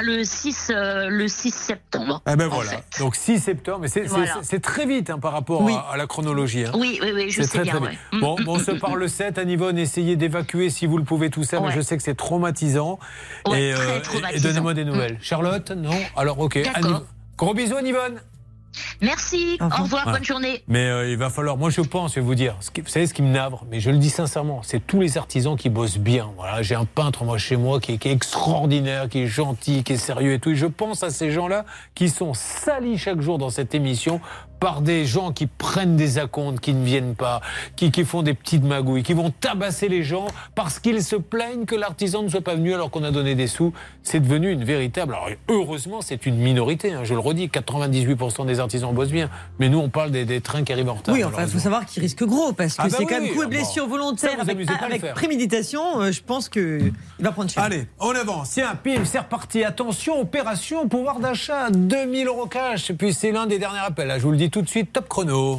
Le 6 septembre. Voilà. Donc 6 septembre, mais c'est très vite par rapport à la chronologie. Oui, je sais bien. Bon, on se parle le 7. Anne-Yvonne, essayez d'évacuer si vous le pouvez tout ça, mais je sais que c'est traumatisant. Très traumatisant. Et donnez-moi des nouvelles. Charlotte, non ? Alors ok. Gros bisous Anne-Yvonne. Merci, au revoir, bonne journée. Mais il va falloir, moi je pense, je vais vous dire, vous savez ce qui me navre, mais je le dis sincèrement, c'est tous les artisans qui bossent bien. Voilà, j'ai un peintre moi chez moi qui est extraordinaire, qui est gentil, qui est sérieux et tout. Et je pense à ces gens-là qui sont salis chaque jour dans cette émission par des gens qui prennent des acomptes, qui ne viennent pas, qui font des petites magouilles, qui vont tabasser les gens parce qu'ils se plaignent que l'artisan ne soit pas venu alors qu'on a donné des sous. C'est devenu une véritable... Alors heureusement, c'est une minorité, je le redis, 98% des artisans bossent bien. Mais nous, on parle des trains qui arrivent en retard. Oui, enfin, il faut savoir qu'ils risquent gros parce que c'est quand même coup et blessure volontaire avec préméditation. Je pense qu'il va prendre cher. Allez, on avance. Tiens, pim, c'est reparti. Attention, opération pouvoir d'achat, 2000 € cash. Et puis c'est l'un des derniers appels. Là, je vous le dis tout de suite, top chrono.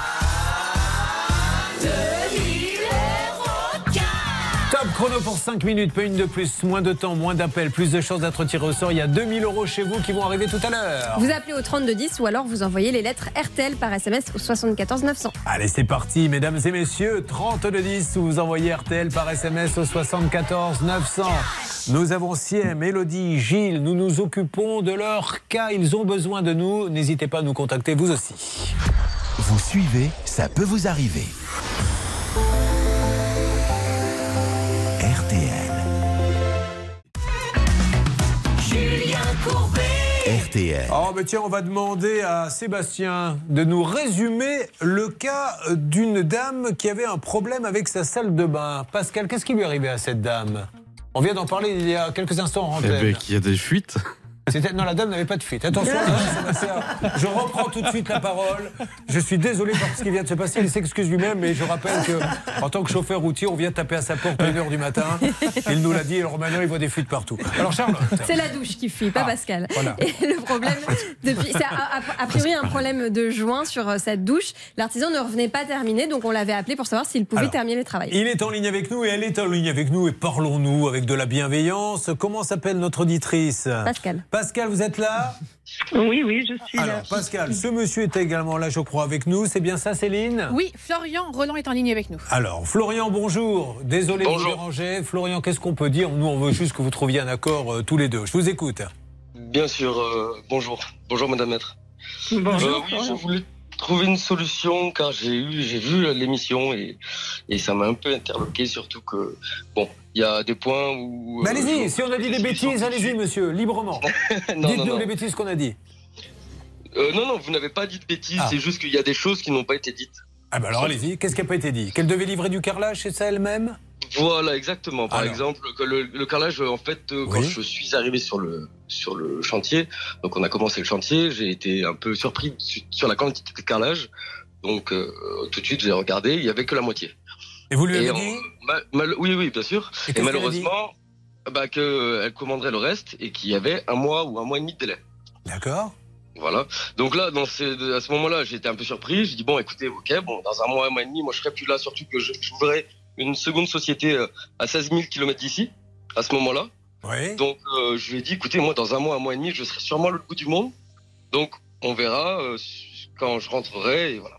Top chrono pour 5 minutes, pas une de plus, moins de temps, moins d'appels, plus de chances d'être tiré au sort. Il y a 2000 € chez vous qui vont arriver tout à l'heure. Vous appelez au 3210 ou alors vous envoyez les lettres RTL par SMS au 74 900. Allez, c'est parti, mesdames et messieurs, 3210 ou vous envoyez RTL par SMS au 74 900. Nous avons Siem, Élodie, Gilles, nous nous occupons de leur cas, ils ont besoin de nous. N'hésitez pas à nous contacter, vous aussi. Vous suivez, ça peut vous arriver. RTL. Julien Courbet. RTL. Oh, mais tiens, on va demander à Sébastien de nous résumer le cas d'une dame qui avait un problème avec sa salle de bain. Pascal, qu'est-ce qui lui est arrivé à cette dame ? On vient d'en parler il y a quelques instants en antenne. Qu'il y a des fuites. Non, la dame n'avait pas de fuite. Attention, je reprends tout de suite la parole. Je suis désolé pour ce qui vient de se passer. Il s'excuse lui-même, mais je rappelle qu'en tant que chauffeur routier, on vient taper à sa porte à 1h du matin. Il nous l'a dit, alors maintenant, il voit des fuites partout. Alors, Charlotte. C'est la douche qui fuit, pas Pascal. Voilà. Et le problème, c'est a priori un problème de joint sur cette douche. L'artisan ne revenait pas terminer, donc on l'avait appelé pour savoir s'il pouvait terminer le travail. Il est en ligne avec nous et elle est en ligne avec nous. Et parlons-nous avec de la bienveillance. Comment s'appelle notre auditrice ? Pascal. Pascal, vous êtes là ? Oui, je suis là. Alors, Pascal, ce monsieur est également là, je crois, avec nous. C'est bien ça, Céline ? Oui, Florian Roland est en ligne avec nous. Alors, Florian, bonjour. Désolé de vous déranger. Florian, qu'est-ce qu'on peut dire ? Nous, on veut juste que vous trouviez un accord tous les deux. Je vous écoute. Bien sûr, bonjour. Bonjour, Madame Maître. Bonjour. Oui, je voulais trouver une solution car j'ai vu l'émission et ça m'a un peu interloqué, surtout que, bon, il y a des points où... Mais allez-y, si on a dit des bêtises, allez-y, monsieur, librement. Dites-nous les bêtises qu'on a dit. Non, vous n'avez pas dit de bêtises, c'est juste qu'il y a des choses qui n'ont pas été dites. Ah bah alors allez-y, qu'est-ce qui n'a pas été dit ? Qu'elle devait livrer du carrelage, c'est ça elle-même ? Voilà, exactement. Par exemple, que le carrelage, en fait, quand je suis arrivé sur le chantier, donc on a commencé le chantier, j'ai été un peu surpris sur la quantité de carrelage. Donc tout de suite, j'ai regardé, il n'y avait que la moitié. Et vous lui avez dit ? Oui, bien sûr. Et malheureusement, qu'elle commanderait le reste et qu'il y avait 1 mois ou 1 mois et demi de délai. D'accord. Voilà. Donc là, à ce moment-là, j'étais un peu surpris. J'ai dit, bon, écoutez, dans 1 mois, 1 mois et demi, moi, je serai plus là, surtout que j'ouvrais une seconde société à 16 000 km d'ici, à ce moment-là. Oui. Donc, je lui ai dit, écoutez, moi, dans 1 mois, 1 mois et demi, je serai sûrement à l'autre bout du monde. Donc, on verra quand je rentrerai, et voilà.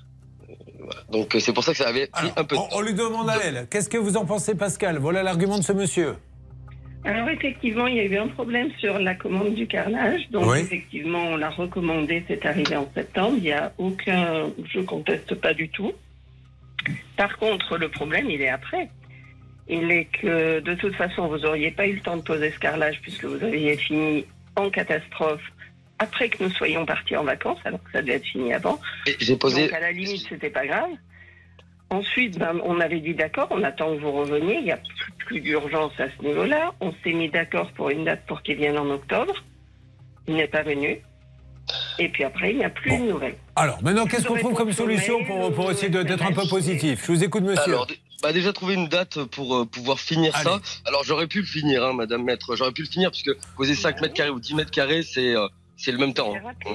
Donc, c'est pour ça que ça avait pris un peu de temps. On lui demande à elle. Qu'est-ce que vous en pensez, Pascal ? Voilà l'argument de ce monsieur. Alors effectivement, il y a eu un problème sur la commande du carrelage. Donc effectivement, on l'a recommandé, c'est arrivé en septembre. Il n'y a aucun... Je ne conteste pas du tout. Par contre, le problème, il est après. Il est que de toute façon, vous n'auriez pas eu le temps de poser ce carrelage puisque vous aviez fini en catastrophe après que nous soyons partis en vacances, alors que ça devait être fini avant. Donc à la limite, c'était pas grave. Ensuite, on avait dit d'accord, on attend que vous reveniez, il n'y a plus d'urgence à ce niveau-là. On s'est mis d'accord pour une date pour qu'il vienne en octobre. Il n'est pas venu. Et puis après, il n'y a plus de nouvelles. Alors, maintenant, qu'est-ce qu'on trouve comme solution pour essayer d'être un peu positif ? Je vous écoute, monsieur. Alors, déjà trouver une date pour pouvoir finir ça. Alors, j'aurais pu le finir, Madame Maître. J'aurais pu le finir, puisque poser 5 mètres carrés ou 10 mètres carrés, c'est le même temps.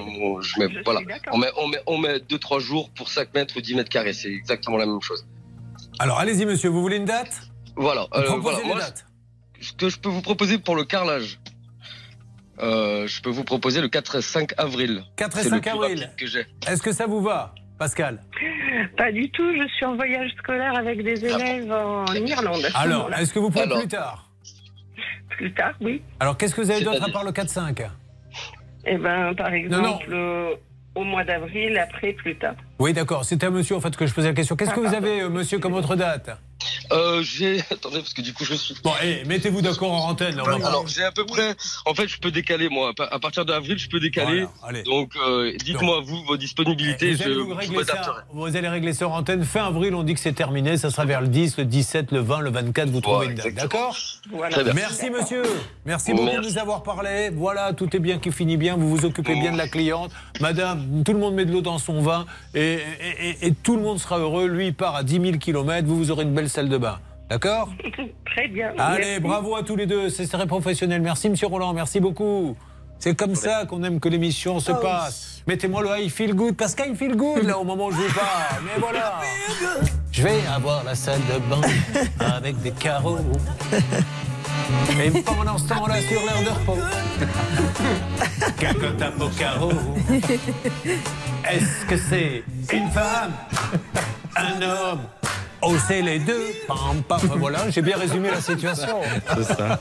On met 2-3 jours pour 5 mètres ou 10 mètres carrés. C'est exactement la même chose. Alors, allez-y, monsieur. Vous voulez une date ? Voilà. Proposez moi, ce que je peux vous proposer pour le carrelage, je peux vous proposer le 4 et 5 avril. 4 et 5 avril. Que j'ai. Est-ce que ça vous va, Pascal ? Pas du tout. Je suis en voyage scolaire avec des élèves en Irlande. Alors, est-ce que vous pouvez plus tard ? Plus tard, oui. Alors, qu'est-ce que vous avez d'autre à part le 4-5 ? Eh bien, par exemple, au mois d'avril, après, plus tard. Oui, d'accord. C'était à monsieur, en fait, que je posais la question. Qu'est-ce que vous avez, monsieur, comme autre date ? Attendez, parce que du coup, je suis... Bon, mettez-vous d'accord en antenne. Alors, j'ai à peu près... En fait, je peux décaler, moi. À partir d'avril, je peux décaler. Voilà, donc, dites-moi, vous, vos disponibilités, vous allez régler ça en antenne. Fin avril, on dit que c'est terminé. Ça sera vers le 10, le 17, le 20, le 24. Vous trouvez une date, d'accord ? Voilà. Merci, monsieur. Merci beaucoup de nous avoir parlé. Voilà, tout est bien qui finit bien. Vous vous occupez bien de la cliente. Madame, tout le monde met de l'eau dans son vin. Et tout le monde sera heureux. Lui, il part à 10 000 km. Vous aurez une belle salle de bain. D'accord ? Très bien. Allez, merci. Bravo à tous les deux. C'est très professionnel. Merci, monsieur Roland. Merci beaucoup. C'est comme ça qu'on aime que l'émission se passe. Mettez-moi le I feel good. Parce qu'il feel good, là, au moment où je vous parle. Mais voilà. Je vais avoir la salle de bain avec des carreaux. Et pendant ce temps-là, sur l'air de repos, quelques tapes au carreau. Est-ce que c'est une femme, un homme? Oh, c'est les deux. Pam, pam. Voilà, j'ai bien résumé la situation. C'est ça.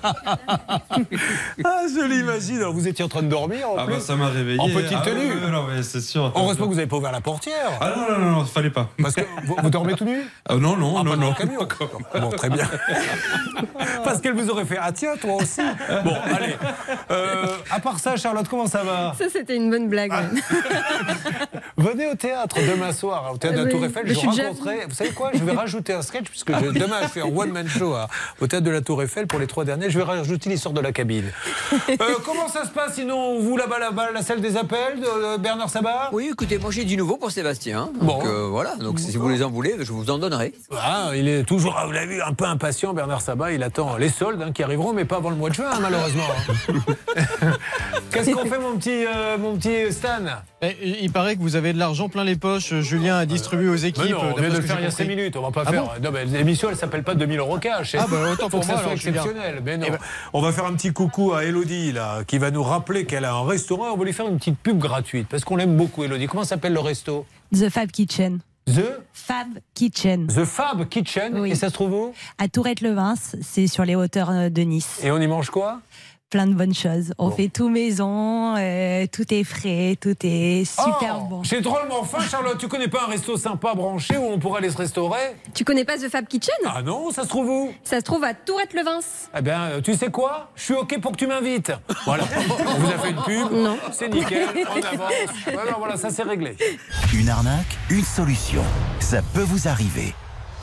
Je l'imagine. Alors, vous étiez en train de dormir en plus. Ça m'a réveillé. En petite tenue. Non, mais c'est sûr. Heureusement que vous n'avez pas ouvert la portière. Ah non, fallait pas. Parce que vous dormez tout nu? Non. Dans le camion. Bon, très bien. Parce qu'elle vous aurait fait ah tiens, toi aussi. Bon, allez. À part ça, Charlotte, comment ça va? Ça, c'était une bonne blague. Venez au théâtre demain soir, au théâtre de la Tour Eiffel. Je rencontrerai. Vous savez quoi? Je vais rajouter rajouter un sketch, puisque demain je fais un one-man show au théâtre de la Tour Eiffel pour les 3 derniers. Je vais rajouter l'histoire de la cabine. Comment ça se passe sinon, vous là-bas, la salle des appels de Bernard Sabat? Oui, écoutez, moi j'ai du nouveau pour Sébastien. Donc voilà, donc si vous les en voulez, je vous en donnerai. Ah, il est toujours, vous l'avez vu, un peu impatient, Bernard Sabat. Il attend les soldes qui arriveront, mais pas avant le mois de juin, malheureusement. Qu'est-ce qu'on fait, mon petit Stan? Il paraît que vous avez de l'argent plein les poches, Julien, à distribuer aux équipes. Non, on vient de le faire il y a 5 minutes. On va pas faire. Bon non, mais l'émission, elle s'appelle pas 2000 € cash. Autant pour moi, ça soit exceptionnel. Mais non. On va faire un petit coucou à Elodie, là, qui va nous rappeler qu'elle a un restaurant. On va lui faire une petite pub gratuite, parce qu'on l'aime beaucoup, Elodie. Comment s'appelle le resto? The Fab Kitchen. The Fab Kitchen. The Fab Kitchen. Oui. Et ça se trouve où? À Tourette-le-Vins, c'est sur les hauteurs de Nice. Et on y mange quoi? Plein de bonnes choses. On fait tout maison, tout est frais, tout est super bon. J'ai drôlement faim, Charlotte. Tu connais pas un resto sympa branché où on pourrait aller se restaurer? Tu connais pas The Fab Kitchen? Ah non, ça se trouve où? Ça se trouve à Tourette-le-Vins. Eh bien, tu sais quoi? Je suis OK pour que tu m'invites. Voilà. On vous a fait une pub. Non. C'est nickel. On avance. Alors voilà, ça c'est réglé. Une arnaque, une solution. Ça peut vous arriver.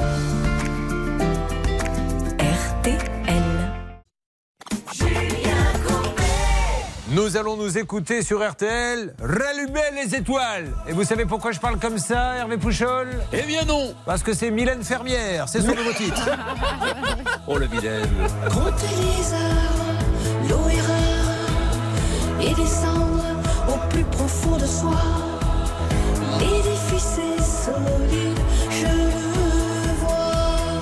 Nous allons nous écouter sur RTL, rallumer les étoiles. Et vous savez pourquoi je parle comme ça, Hervé Pouchol? Eh bien non. Parce que c'est Mylène Fermière, c'est son nouveau titre. Oh la Mylène. Compter les heures, l'eau erreur, et descendre au plus profond de soi. L'édifice est solide, je le vois.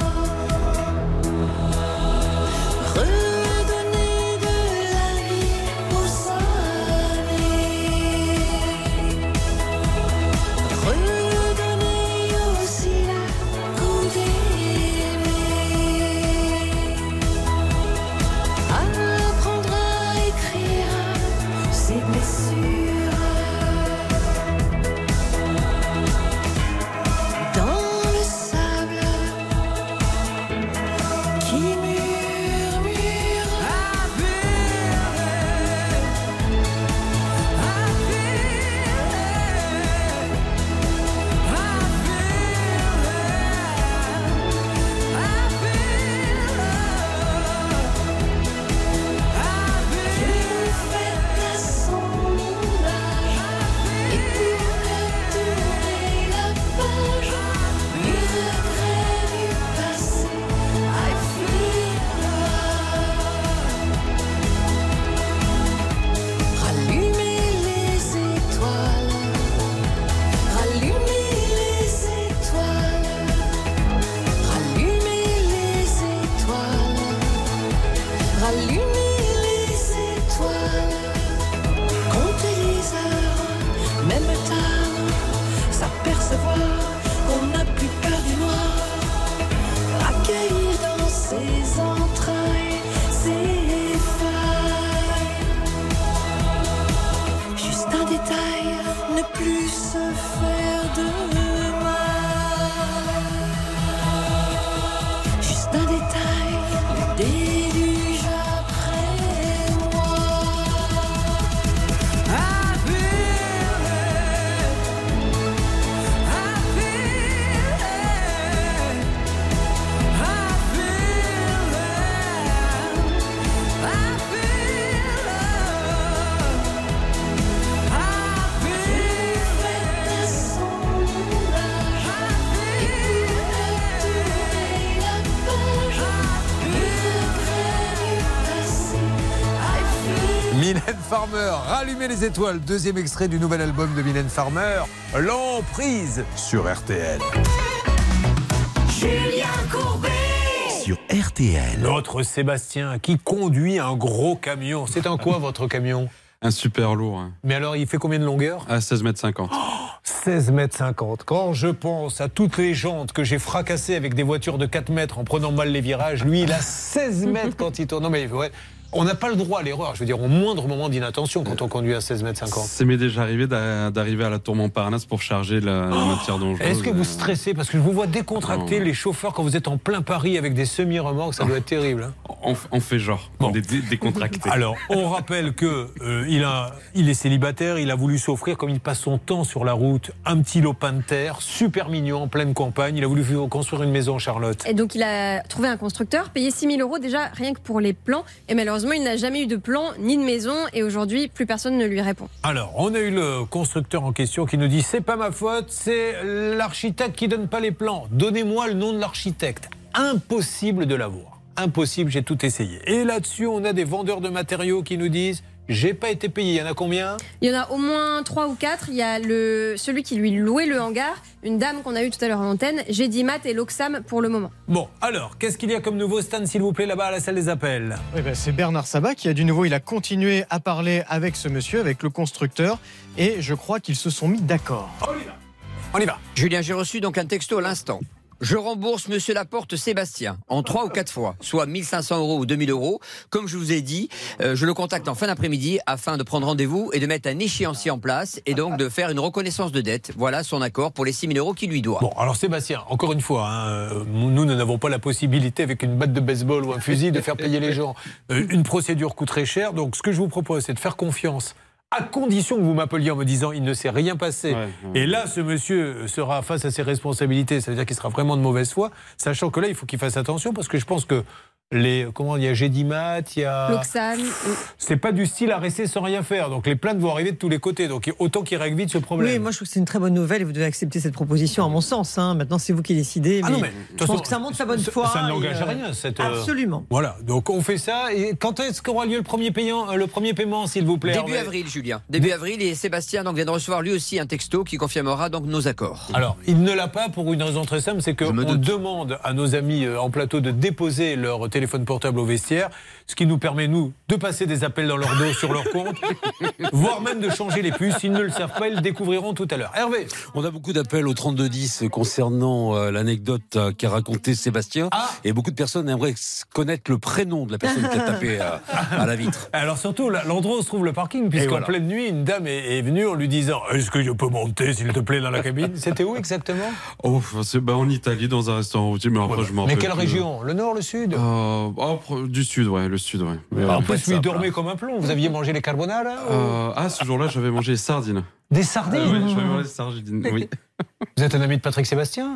Redonner de la vie aux années. Redonner aussi la goût d'aimer. Apprendre à écrire ses blessures. Mylène Farmer, rallumer les étoiles, deuxième extrait du nouvel album de Mylène Farmer, L'Emprise, sur RTL. Julien Courbet Sur RTL. Notre Sébastien qui conduit un gros camion. C'est un quoi votre camion? Un super lourd. Hein. Mais alors, il fait combien de longueur? À 16,50 mètres. 16,50 mètres. Quand je pense à toutes les jantes que j'ai fracassées avec des voitures de 4 mètres en prenant mal les virages, lui, il a 16 mètres quand il tourne. Non, mais ouais, On n'a pas le droit à l'erreur, je veux dire, au moindre moment d'inattention quand on conduit à 16,50 m. Ça m'est déjà arrivé d'arriver à la tour Montparnasse pour charger la matière dangereuse. Est-ce que vous stressez? Parce que je vous vois décontracter les chauffeurs quand vous êtes en plein Paris avec des semi-remorques, ça doit être terrible. Hein. On fait genre, on est décontracté. Alors, on rappelle que il est célibataire, il a voulu s'offrir, comme il passe son temps sur la route, un petit lopin de terre, super mignon, en pleine campagne. Il a voulu construire une maison, Charlotte. Et donc, il a trouvé un constructeur, payé 6 000 € déjà, rien que pour les plans. Et malheureusement, il n'a jamais eu de plan ni de maison et aujourd'hui plus personne ne lui répond. Alors on a eu le constructeur en question qui nous dit c'est pas ma faute, c'est l'architecte qui donne pas les plans. Donnez-moi le nom de l'architecte. Impossible de l'avoir. Impossible, j'ai tout essayé. Et là-dessus on a des vendeurs de matériaux qui nous disent j'ai pas été payé. Il y en a combien? Il y en a au moins 3 ou 4. Il y a celui qui lui louait le hangar, une dame qu'on a eue tout à l'heure en antenne, Gédimat et l'Oxam pour le moment. Bon, alors, qu'est-ce qu'il y a comme nouveau, Stan, s'il vous plaît, là-bas à la salle des appels? Oui, c'est Bernard Sabat qui a du nouveau. Il a continué à parler avec ce monsieur, avec le constructeur, et je crois qu'ils se sont mis d'accord. On y va. Julien, j'ai reçu donc un texto à l'instant. Je rembourse Monsieur Laporte Sébastien en 3 ou 4 fois, soit 1 500 € ou 2 000 €. Comme je vous ai dit, je le contacte en fin d'après-midi afin de prendre rendez-vous et de mettre un échéancier en place et donc de faire une reconnaissance de dette. Voilà son accord pour les 6 000 € qu'il lui doit. Bon, alors Sébastien, encore une fois, nous n'avons pas la possibilité avec une batte de baseball ou un fusil de faire payer les gens. Une procédure coûte très cher, donc ce que je vous propose, c'est de faire confiance. À condition que vous m'appeliez en me disant il ne s'est rien passé. Et là, ce monsieur sera face à ses responsabilités. Ça veut dire qu'il sera vraiment de mauvaise foi. Sachant que là, il faut qu'il fasse attention parce que je pense que il y a Gédimat, il y a l'Oxam. C'est pas du style à rester sans rien faire. Donc les plaintes vont arriver de tous les côtés. Donc autant qu'il règle vite ce problème. Oui, moi je trouve que c'est une très bonne nouvelle et vous devez accepter cette proposition à mon sens. Maintenant, c'est vous qui décidez. Mais je pense que ça montre sa bonne foi. Ça n'engage à rien. Absolument. Voilà. Donc on fait ça. Et quand est-ce qu'aura lieu le premier paiement, s'il vous plaît? Début avril, Julien. Début avril, et Sébastien vient de recevoir lui aussi un texto qui confirmera donc nos accords. Alors, il ne l'a pas pour une raison très simple, c'est qu'on demande à nos amis en plateau de déposer leur téléphone portable au vestiaire, ce qui nous permet, nous, de passer des appels dans leur dos sur leur compte, voire même de changer les puces. S'ils ne le savent pas, ils le découvriront tout à l'heure. Hervé. On a beaucoup d'appels au 3210 concernant l'anecdote qu'a raconté Sébastien. Et beaucoup de personnes aimeraient connaître le prénom de la personne qui a tapé à la vitre. Alors surtout, l'endroit où se trouve le parking, puisqu'en pleine nuit, une dame est venue en lui disant « Est-ce que je peux monter, s'il te plaît, dans la cabine ?» C'était où exactement? En Italie, dans un restaurant routier, mais après je m'en rappelle. Mais quelle région? Le nord, le sud? Du sud, le sud, En plus, vous dormez comme un plomb. Vous aviez mangé les carbonara ce jour-là, j'avais mangé des sardines. Des sardines? Oui, j'avais mangé des sardines, oui. Vous êtes un ami de Patrick Sébastien?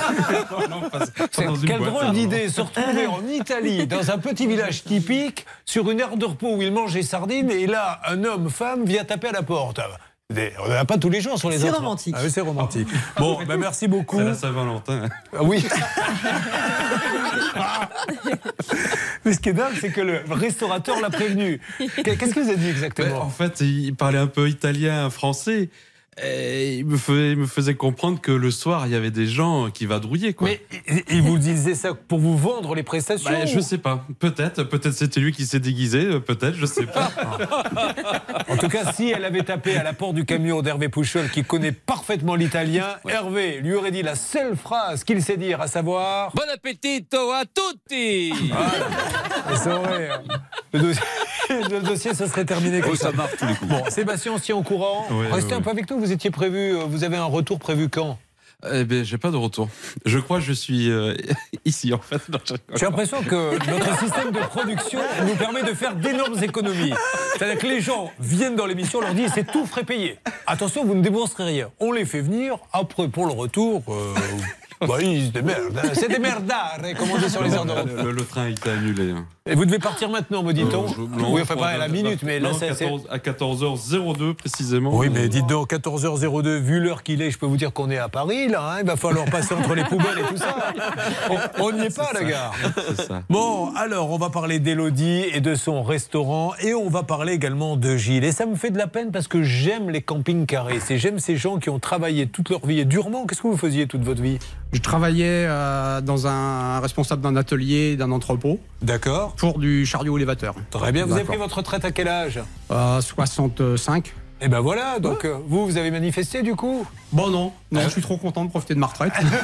Quelle drôle d'idée, se retrouver en Italie, dans un petit village typique, sur une aire de repos où il mange des sardines, et là, un homme-femme vient taper à la porte. On n'en a pas tous les jours sur les autres. C'est romantique. Oui, c'est romantique. Bon, merci beaucoup. C'est la Saint-Valentin. Oui. Mais ce qui est dingue, c'est que le restaurateur l'a prévenu. Qu'est-ce que vous avez dit exactement? En fait, il parlait un peu italien, français. Et il me faisait comprendre que le soir, il y avait des gens qui vadrouillaient, quoi. Mais il vous disait ça pour vous vendre les prestations? Je sais pas. Peut-être c'était lui qui s'est déguisé. Peut-être, je sais pas. En tout cas, si elle avait tapé à la porte du camion d'Hervé Pouchol, qui connaît parfaitement l'italien, Hervé lui aurait dit la seule phrase qu'il sait dire, à savoir Bon appetito a tutti. Et ça aurait... Le dossier, ça serait terminé comme ça. Ça marche tous les coups. Bon, Sébastien, on se tient au courant. Restez un peu avec nous. Vous étiez prévu. Vous avez un retour prévu quand? J'ai pas de retour. Je crois que je suis ici, en fait. J'ai l'impression que notre système de production nous permet de faire d'énormes économies. C'est-à-dire que les gens viennent dans l'émission, on leur dit c'est tout frais payé. Attention, vous ne débourserez rien. On les fait venir. Après, pour le retour... ils se démerdent. C'est des merdards, comme on dit sur les heures de route. Le train a été annulé. Et vous devez partir maintenant, me dit-on? Oui, enfin pas à la minute, mais là, à 14h02 précisément. Oui, mais dites donc, 14h02, vu l'heure qu'il est, je peux vous dire qu'on est à Paris, là. Il va falloir passer entre les poubelles et tout ça. On n'y est pas à la gare. C'est ça. Bon, alors, on va parler d'Élodie et de son restaurant, et on va parler également de Gilles. Et ça me fait de la peine parce que j'aime les camping-carrés. J'aime ces gens qui ont travaillé toute leur vie et durement. Qu'est-ce que vous faisiez toute votre vie? Je travaillais dans un responsable d'un atelier, d'un entrepôt. D'accord. Pour du chariot élévateur. Très bien. Vous avez pris votre retraite à quel âge? 65. Et ben voilà, donc vous avez manifesté du coup? Bon non, je suis trop content de profiter de ma retraite.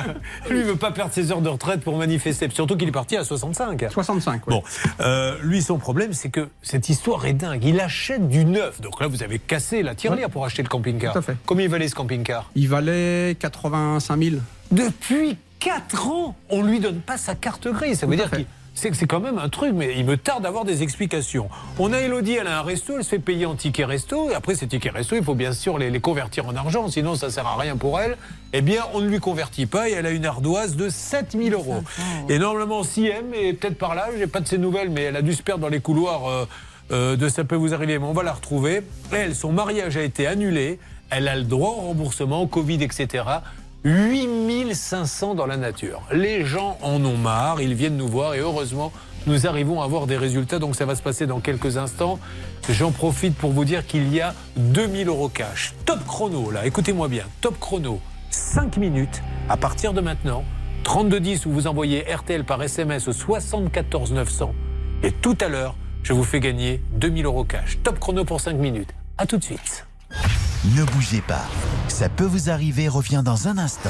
Lui, il veut pas perdre ses heures de retraite pour manifester. Surtout qu'il est parti à 65. 65, oui. Bon, lui, son problème, c'est que cette histoire est dingue. Il achète du neuf. Donc là, vous avez cassé la tirelire pour acheter le camping-car. Tout à fait. Combien il valait ce camping-car? Il valait 85 000. Depuis 4 ans, on lui donne pas sa carte grise. Ça veut dire que c'est quand même un truc, mais il me tarde d'avoir des explications. On a Elodie, elle a un resto, elle se fait payer en tickets resto, et après ces tickets resto, il faut bien sûr les convertir en argent, sinon ça sert à rien pour elle. Eh bien, on ne lui convertit pas, et elle a une ardoise de 7 000 €. Et normalement, CM est peut-être par là, j'ai pas de ses nouvelles, mais elle a dû se perdre dans les couloirs de Ça peut vous arriver, mais on va la retrouver. Elle, son mariage a été annulé, elle a le droit au remboursement, Covid, etc. 8 500 dans la nature. Les gens en ont marre, ils viennent nous voir et heureusement, nous arrivons à avoir des résultats. Donc ça va se passer dans quelques instants. J'en profite pour vous dire qu'il y a 2 000 € cash. Top chrono, là, écoutez-moi bien. Top chrono, 5 minutes à partir de maintenant. 3210 où vous envoyez RTL par SMS au 74 900. Et tout à l'heure, je vous fais gagner 2 000 € cash. Top chrono pour 5 minutes. À tout de suite. Ne bougez pas. Ça peut vous arriver revient dans un instant.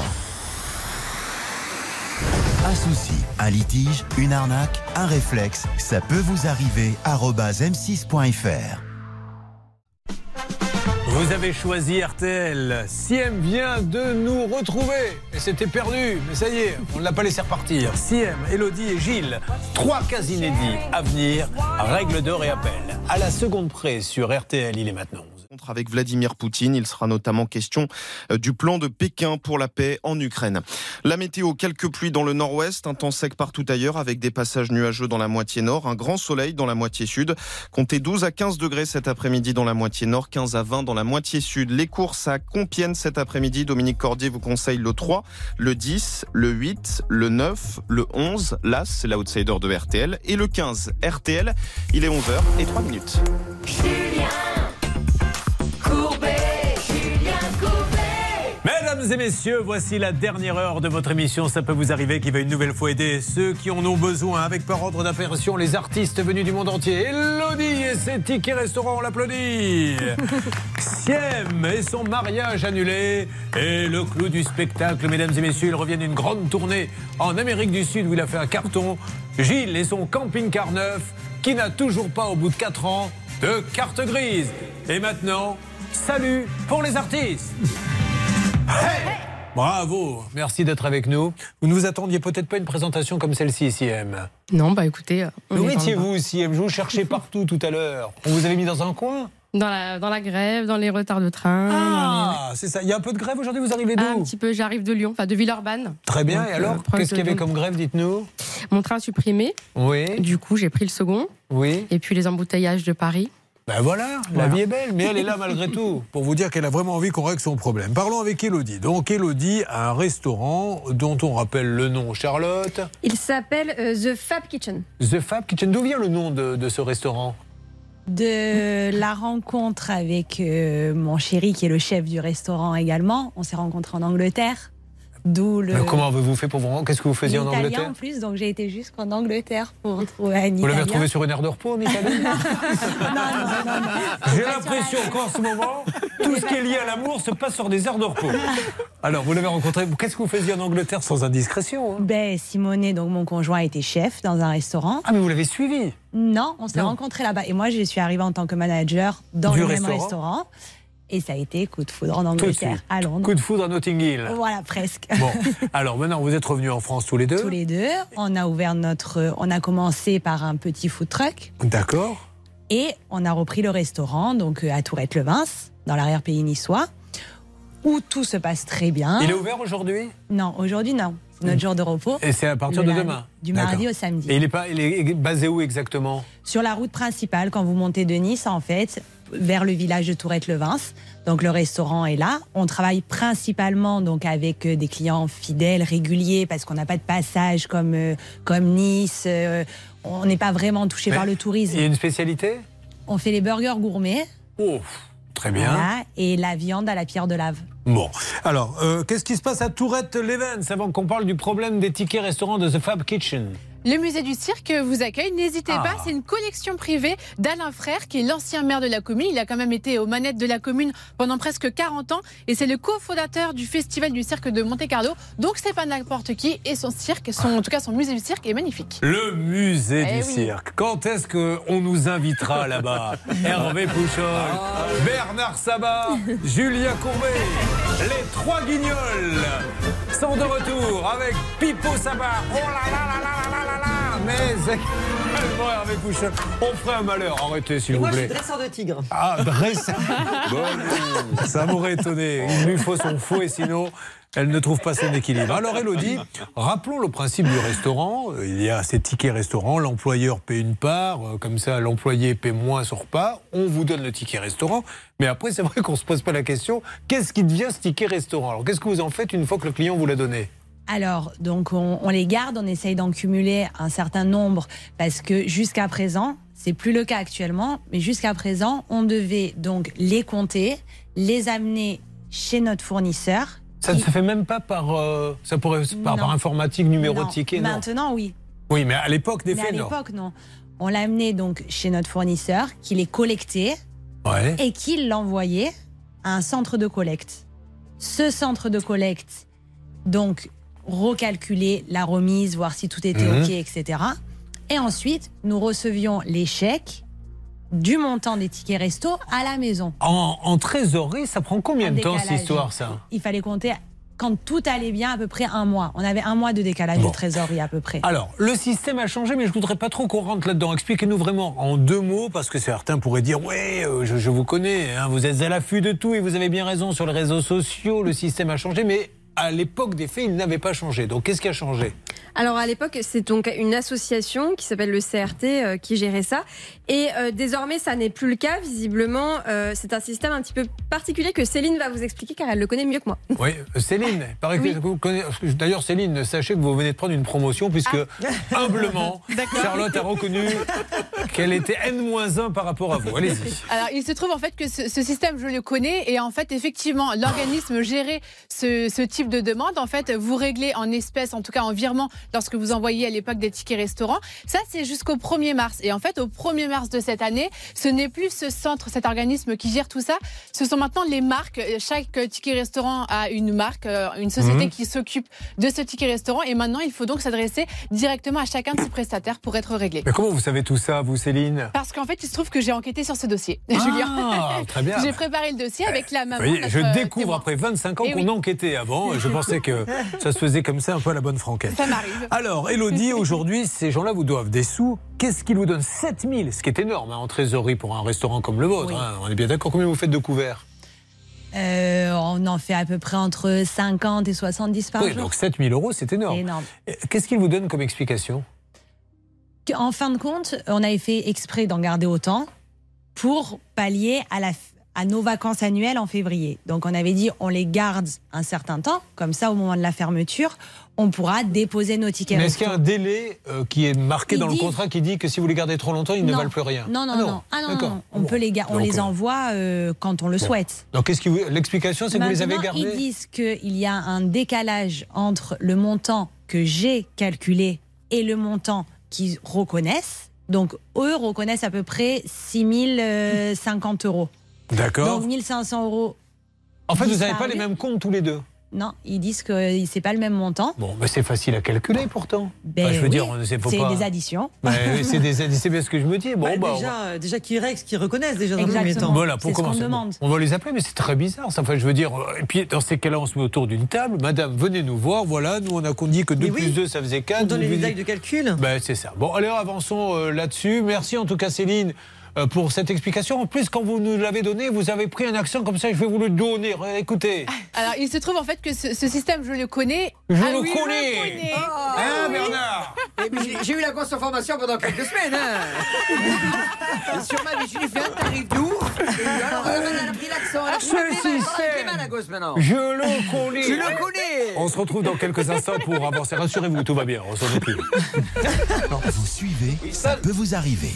Un souci, un litige, une arnaque, un réflexe, ça peut vous arriver @m6.fr. Vous avez choisi RTL. Siem vient de nous retrouver. Et c'était perdu. Mais ça y est, on ne l'a pas laissé repartir. Siem, Elodie et Gilles. 3 cas inédits à venir. Règle d'or et appel. À la seconde près sur RTL, il est maintenant. Avec Vladimir Poutine, il sera notamment question du plan de Pékin pour la paix en Ukraine. La météo, quelques pluies dans le nord-ouest, un temps sec partout ailleurs avec des passages nuageux dans la moitié nord, un grand soleil dans la moitié sud. Comptez 12 à 15 degrés cet après-midi dans la moitié nord, 15 à 20 dans la moitié sud. Les courses à Compiègne cet après-midi, Dominique Cordier vous conseille le 3, le 10, le 8, le 9, le 11, l'As, c'est l'outsider de RTL, et le 15, RTL. Il est 11h03. Mesdames et messieurs, voici la dernière heure de votre émission. Ça peut vous arriver, qui va une nouvelle fois aider ceux qui en ont besoin. Avec par ordre d'apparition les artistes venus du monde entier. Elodie et ses tickets restaurants, on l'applaudit. Siem et son mariage annulé. Et le clou du spectacle, mesdames et messieurs, il revient d'une grande tournée en Amérique du Sud où il a fait un carton. Gilles et son camping-car neuf qui n'a toujours pas, au bout de 4 ans, de carte grise. Et maintenant, salut pour les artistes. Hey! Bravo, merci d'être avec nous. Vous ne vous attendiez peut-être pas à une présentation comme celle-ci, Siem? Non, bah écoutez... Où étiez-vous, Siem? Je vous cherchais partout tout à l'heure. On vous avait mis dans un coin? Dans la grève, dans les retards de train. Ah, c'est ça. Il y a un peu de grève aujourd'hui, vous arrivez d'où? Un petit peu, j'arrive de Lyon, enfin de Villeurbanne. Très bien, donc, et alors qu'est-ce qu'il y avait comme grève, dites-nous? Mon train supprimé. Oui. Du coup, j'ai pris le second. Oui. Et puis les embouteillages de Paris. Ben voilà, la vie est belle, mais elle est là malgré tout, pour vous dire qu'elle a vraiment envie qu'on règle son problème. Parlons avec Elodie. Donc Elodie a un restaurant dont on rappelle le nom, Charlotte. Il s'appelle The Fab Kitchen. The Fab Kitchen, d'où vient le nom de ce restaurant? De la rencontre avec mon chéri qui est le chef du restaurant également. On s'est rencontrés en Angleterre. D'où le... Comment avez-vous fait pour vous rendre? Qu'est-ce que vous faisiez en Angleterre? Italien en plus, donc j'ai été jusqu'en Angleterre pour trouver un Italien. Vous l'avez retrouvé sur une aire de repos en Italie? non. J'ai l'impression qu'en ce moment, tout ce qui est lié à l'amour se passe sur des aires de repos. Alors, vous l'avez rencontré. Qu'est-ce que vous faisiez en Angleterre sans indiscrétion? Simonet, donc mon conjoint, était chef dans un restaurant. Ah, mais vous l'avez suivi? Non, on s'est rencontrés là-bas. Et moi, je suis arrivée en tant que manager dans le même restaurant. Et ça a été coup de foudre en Angleterre, à Londres. Coup de foudre à Notting Hill. Voilà, presque. Bon, alors maintenant, vous êtes revenus en France tous les deux? Tous les deux. On a ouvert on a commencé par un petit food truck. D'accord. Et on a repris le restaurant, donc à Tourette-le-Vins, dans l'arrière-pays niçois, où tout se passe très bien. Il est ouvert aujourd'hui? Non, aujourd'hui non. C'est notre jour de repos. Et c'est à partir de demain? Du mardi au samedi. Et il est basé où exactement? Sur la route principale, quand vous montez de Nice, en fait, vers le village de Tourette-le-Vins. Donc le restaurant est là. On travaille principalement donc avec des clients fidèles, réguliers, parce qu'on n'a pas de passage comme Nice. On n'est pas vraiment touché par le tourisme. Il y a une spécialité? On fait les burgers gourmets. Oh, très bien. Voilà, et la viande à la pierre de lave. Bon, alors, qu'est-ce qui se passe à Tourette-les-Vins avant qu'on parle du problème des tickets restaurants de The Fab Kitchen? Le musée du cirque vous accueille. N'hésitez pas, c'est une collection privée d'Alain Frère, qui est l'ancien maire de la commune. Il a quand même été aux manettes de la commune pendant presque 40 ans. Et c'est le cofondateur du Festival du cirque de Monte-Carlo. Donc c'est pas n'importe qui. Et son cirque, en tout cas son musée du cirque est magnifique. Le musée du cirque. Quand est-ce qu'on nous invitera là-bas? Hervé Pouchol, Bernard Sabat, Julien Courbet, les trois guignols sont de retour avec Pipo Sabat. Oh là là là là là là là. Mais également Hervé Pouchol. On ferait un malheur. Arrêtez s'il vous Moi, je plaît. suis dresseur de tigre. Ah, dresseur. Bon, ça m'aurait étonné. Il lui faut son fouet, sinon elle ne trouve pas son équilibre. Alors Élodie, rappelons le principe du restaurant. Il y a ces tickets restaurant, l'employeur paie une part, comme ça l'employé paie moins son repas, on vous donne le ticket restaurant. Mais après, c'est vrai qu'on ne se pose pas la question, qu'est-ce qui devient ce ticket restaurant? Alors qu'est-ce que vous en faites une fois que le client vous l'a donné? Alors, donc on les garde, on essaye d'en cumuler un certain nombre parce que jusqu'à présent, c'est plus le cas actuellement, mais jusqu'à présent, on devait donc les compter, les amener chez notre fournisseur. Ça ne se fait même pas par, par informatique, numéro de ticket, non? Maintenant, oui. Oui, mais à l'époque, des faits, non. À l'époque, non. On l'a amené donc chez notre fournisseur, qui les collectait et qui l'envoyait à un centre de collecte. Ce centre de collecte, donc, recalculer la remise, voir si tout était OK, etc. Et ensuite, nous recevions les chèques du montant des tickets resto à la maison. En trésorerie, ça prend combien de temps, cette histoire, ça? Il fallait compter, quand tout allait bien, à peu près 1 mois. On avait 1 mois de décalage de trésorerie, à peu près. Alors, le système a changé, mais je ne voudrais pas trop qu'on rentre là-dedans. Expliquez-nous vraiment, en 2 mots, parce que certains pourraient dire « Ouais, je vous connais, hein, vous êtes à l'affût de tout et vous avez bien raison sur les réseaux sociaux, le système a changé, mais... » À l'époque des faits, il n'avait pas changé. Donc, qu'est-ce qui a changé? Alors, à l'époque, c'est donc une association qui s'appelle le CRT qui gérait ça. Et désormais, ça n'est plus le cas. Visiblement, c'est un système un petit peu particulier que Céline va vous expliquer car elle le connaît mieux que moi. Oui, Céline. Paraît que vous connaissez... D'ailleurs, Céline, sachez que vous venez de prendre une promotion puisque, humblement, Charlotte a reconnu qu'elle était N-1 par rapport à vous. Allez-y. Alors, il se trouve en fait que ce système, je le connais. Et en fait, effectivement, l'organisme gérait ce type de demande. En fait, vous réglez en espèces, en tout cas en virement, lorsque vous envoyez à l'époque des tickets restaurants. Ça, c'est jusqu'au 1er mars. Et en fait, au 1er mars de cette année, ce n'est plus ce centre, cet organisme qui gère tout ça. Ce sont maintenant les marques. Chaque ticket restaurant a une marque, une société qui s'occupe de ce ticket restaurant. Et maintenant, il faut donc s'adresser directement à chacun de ses prestataires pour être réglé. Mais comment vous savez tout ça, vous, Céline? Parce qu'en fait, il se trouve que j'ai enquêté sur ce dossier. Julien. Très bien. J'ai préparé le dossier avec la maman. Oui, je découvre après 25 ans qu'on enquêtait avant. Je pensais que ça se faisait comme ça, un peu à la bonne franquette. Ça m'arrive. Alors, Élodie, aujourd'hui, ces gens-là vous doivent des sous. Qu'est-ce qu'ils vous donnent? 7 000, ce qui est énorme en trésorerie pour un restaurant comme le vôtre. Hein. On est bien d'accord. Combien vous faites de couverts? On en fait à peu près entre 50 et 70 par jour. Donc 7 000 €, c'est énorme. C'est énorme. Qu'est-ce qu'ils vous donnent comme explication? En fin de compte, on avait fait exprès d'en garder autant pour pallier à nos vacances annuelles en février. Donc on avait dit on les garde un certain temps, comme ça au moment de la fermeture, on pourra déposer nos tickets. Mais est-ce qu'il y a un délai qui est marqué dans le contrat qui dit que si vous les gardez trop longtemps, ils ne valent plus rien? Non. On peut les envoie quand on le souhaite. Donc l'explication, c'est que vous les avez gardés? Ils disent qu'il y a un décalage entre le montant que j'ai calculé et le montant qu'ils reconnaissent. Donc eux reconnaissent à peu près 6 050 €. D'accord. Donc 1 500 €. En fait, vous n'avez pas les mêmes comptes tous les deux? Non, ils disent que c'est pas le même montant. Bon, mais c'est facile à calculer pourtant. Je veux dire, c'est des additions. C'est bien ce que je me dis. Bon, déjà qu'ils règlent, qu'ils reconnaissent déjà dans le premier temps. Voilà, pour commencer. On va les appeler, mais c'est très bizarre. Enfin, je veux dire. Et puis dans ces cas-là, on se met autour d'une table. Madame, venez nous voir. Voilà, nous on a dit que 2 plus 2, ça faisait 4. On donne les détails de calcul. C'est ça. Bon, allez, avançons là-dessus. Merci en tout cas, Céline, pour cette explication. En plus, quand vous nous l'avez donné, vous avez pris un accent comme ça, je vais vous le donner. Écoutez. Alors, il se trouve en fait que ce système, je le connais. Je le connais. Hein, Bernard? J'ai eu la grosse information pendant quelques semaines. Hein. Sur ma vie, je lui fais un tarif doux. Alors, elle a pris l'accent. Ce système, je le connais. Je le connais. On se retrouve dans quelques instants pour avancer. Rassurez-vous, tout va bien. On s'en occupe. Vous suivez, ça peut vous arriver.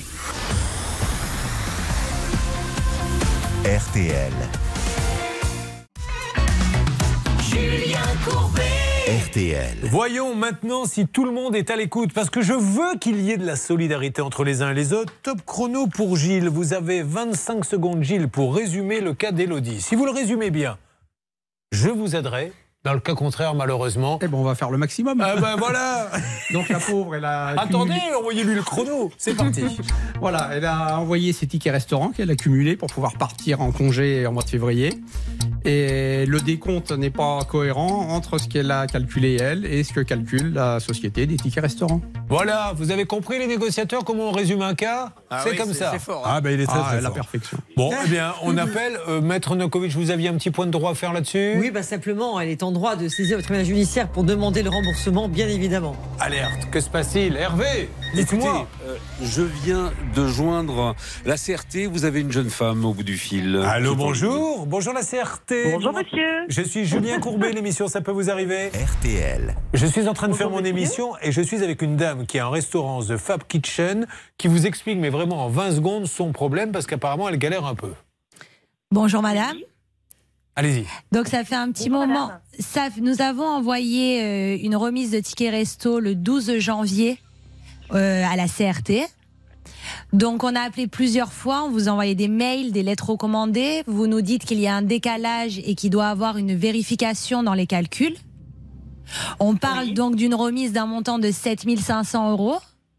RTL. Julien Courbet. RTL. Voyons maintenant si tout le monde est à l'écoute, parce que je veux qu'il y ait de la solidarité entre les uns et les autres. Top chrono pour Gilles. Vous avez 25 secondes, Gilles, pour résumer le cas d'Élodie. Si vous le résumez bien, je vous aiderai. Dans le cas contraire, malheureusement... Eh ben, on va faire le maximum. Ah ben voilà. Donc la pauvre, elle a... Attendez, envoyez-lui le chrono. C'est parti. Voilà, elle a envoyé ses tickets restaurants qu'elle a cumulés pour pouvoir partir en congé en mois de février. Et le décompte n'est pas cohérent entre ce qu'elle a calculé elle et ce que calcule la société des tickets restaurants. Voilà, vous avez compris les négociateurs comment on résume un cas? C'est comme ça. C'est fort. Ah ben il est très la fort. perfection. Bon, eh bien, on appelle Maître Nokovic. Vous aviez un petit point de droit à faire là-dessus? Oui, simplement, elle est en droit de saisir le tribunal judiciaire pour demander le remboursement, bien évidemment. Alerte, que se passe-t-il? Hervé, dites-moi. Je viens de joindre la CRT. Vous avez une jeune femme au bout du fil. Allô, bonjour. Bonjour la CRT. Bonjour monsieur. Je suis Julien Courbet, l'émission Ça peut vous arriver. RTL. Je suis en train de faire mon émission et je suis avec une dame qui a un restaurant The Fab Kitchen qui vous explique, mais vraiment en 20 secondes, son problème parce qu'apparemment elle galère un peu. Bonjour madame. Allez-y. Donc ça fait un petit moment. Nous avons envoyé une remise de tickets resto le 12 janvier à la CRT. Donc on a appelé plusieurs fois, on vous a envoyé des mails, des lettres recommandées. Vous nous dites qu'il y a un décalage et qu'il doit avoir une vérification dans les calculs. On parle donc d'une remise d'un montant de 7 500 €.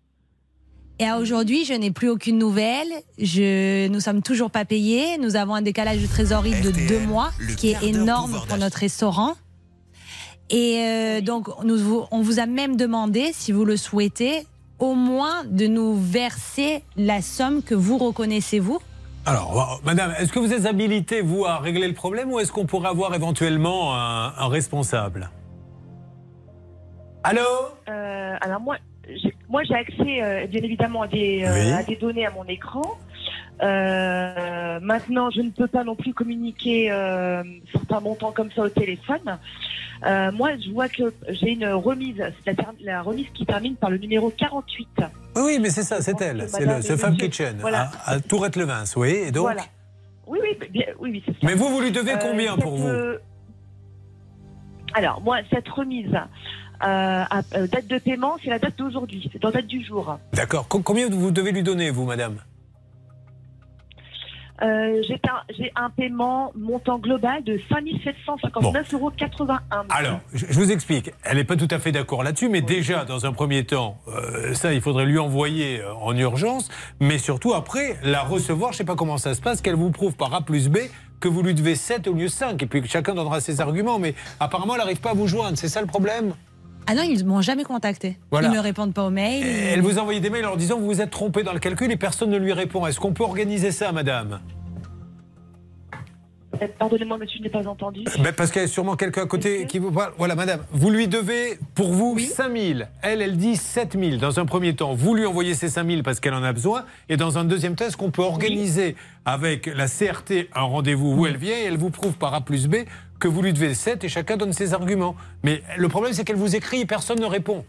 Et à aujourd'hui, je n'ai plus aucune nouvelle. Nous sommes toujours pas payés. Nous avons un décalage de trésorerie de 2 mois, ce qui est énorme pour notre restaurant. Et donc, on vous a même demandé, si vous le souhaitez, au moins de nous verser la somme que vous reconnaissez, vous. Alors, madame, est-ce que vous êtes habilitée, vous, à régler le problème ou est-ce qu'on pourrait avoir éventuellement un responsable? Allô? Alors moi j'ai accès bien évidemment à des données à mon écran. Maintenant, je ne peux pas non plus communiquer certains montants comme ça au téléphone. Moi, je vois que j'ai une remise, c'est la remise qui termine par le numéro 48. Oui, mais c'est ça, c'est elle. C'est le Fab Kitchen, voilà. à Tourette-Levins, oui. Et donc voilà. Oui, c'est ça. Mais vous lui devez combien pour vous? Alors, moi, cette remise... date de paiement, c'est la date d'aujourd'hui, c'est la date du jour. D'accord. Combien vous devez lui donner, vous, madame? J'ai un paiement montant global de 5 759,81 €. Alors, je vous explique. Elle n'est pas tout à fait d'accord là-dessus, mais déjà, dans un premier temps, ça, il faudrait lui envoyer en urgence, mais surtout après, la recevoir, je ne sais pas comment ça se passe, qu'elle vous prouve par A plus B que vous lui devez 7 au lieu de 5, et puis que chacun donnera ses arguments, mais apparemment, elle n'arrive pas à vous joindre. C'est ça le problème? Ah non, ils ne m'ont jamais contacté. Voilà. Ils ne répondent pas aux mails. Elle vous a envoyé des mails en leur disant vous vous êtes trompé dans le calcul et personne ne lui répond. Est-ce qu'on peut organiser ça, madame? Pardonnez-moi, monsieur, je n'ai pas entendu. Parce qu'il y a sûrement quelqu'un à côté qui vous parle. Voilà, madame, vous lui devez, pour vous, 5 000. Elle dit 7 000. Dans un premier temps, vous lui envoyez ces 5 000 parce qu'elle en a besoin. Et dans un deuxième temps, est-ce qu'on peut organiser avec la CRT un rendez-vous où elle vient et elle vous prouve par A plus B que vous lui devez 7 et chacun donne ses arguments. Mais le problème, c'est qu'elle vous écrit et personne ne répond.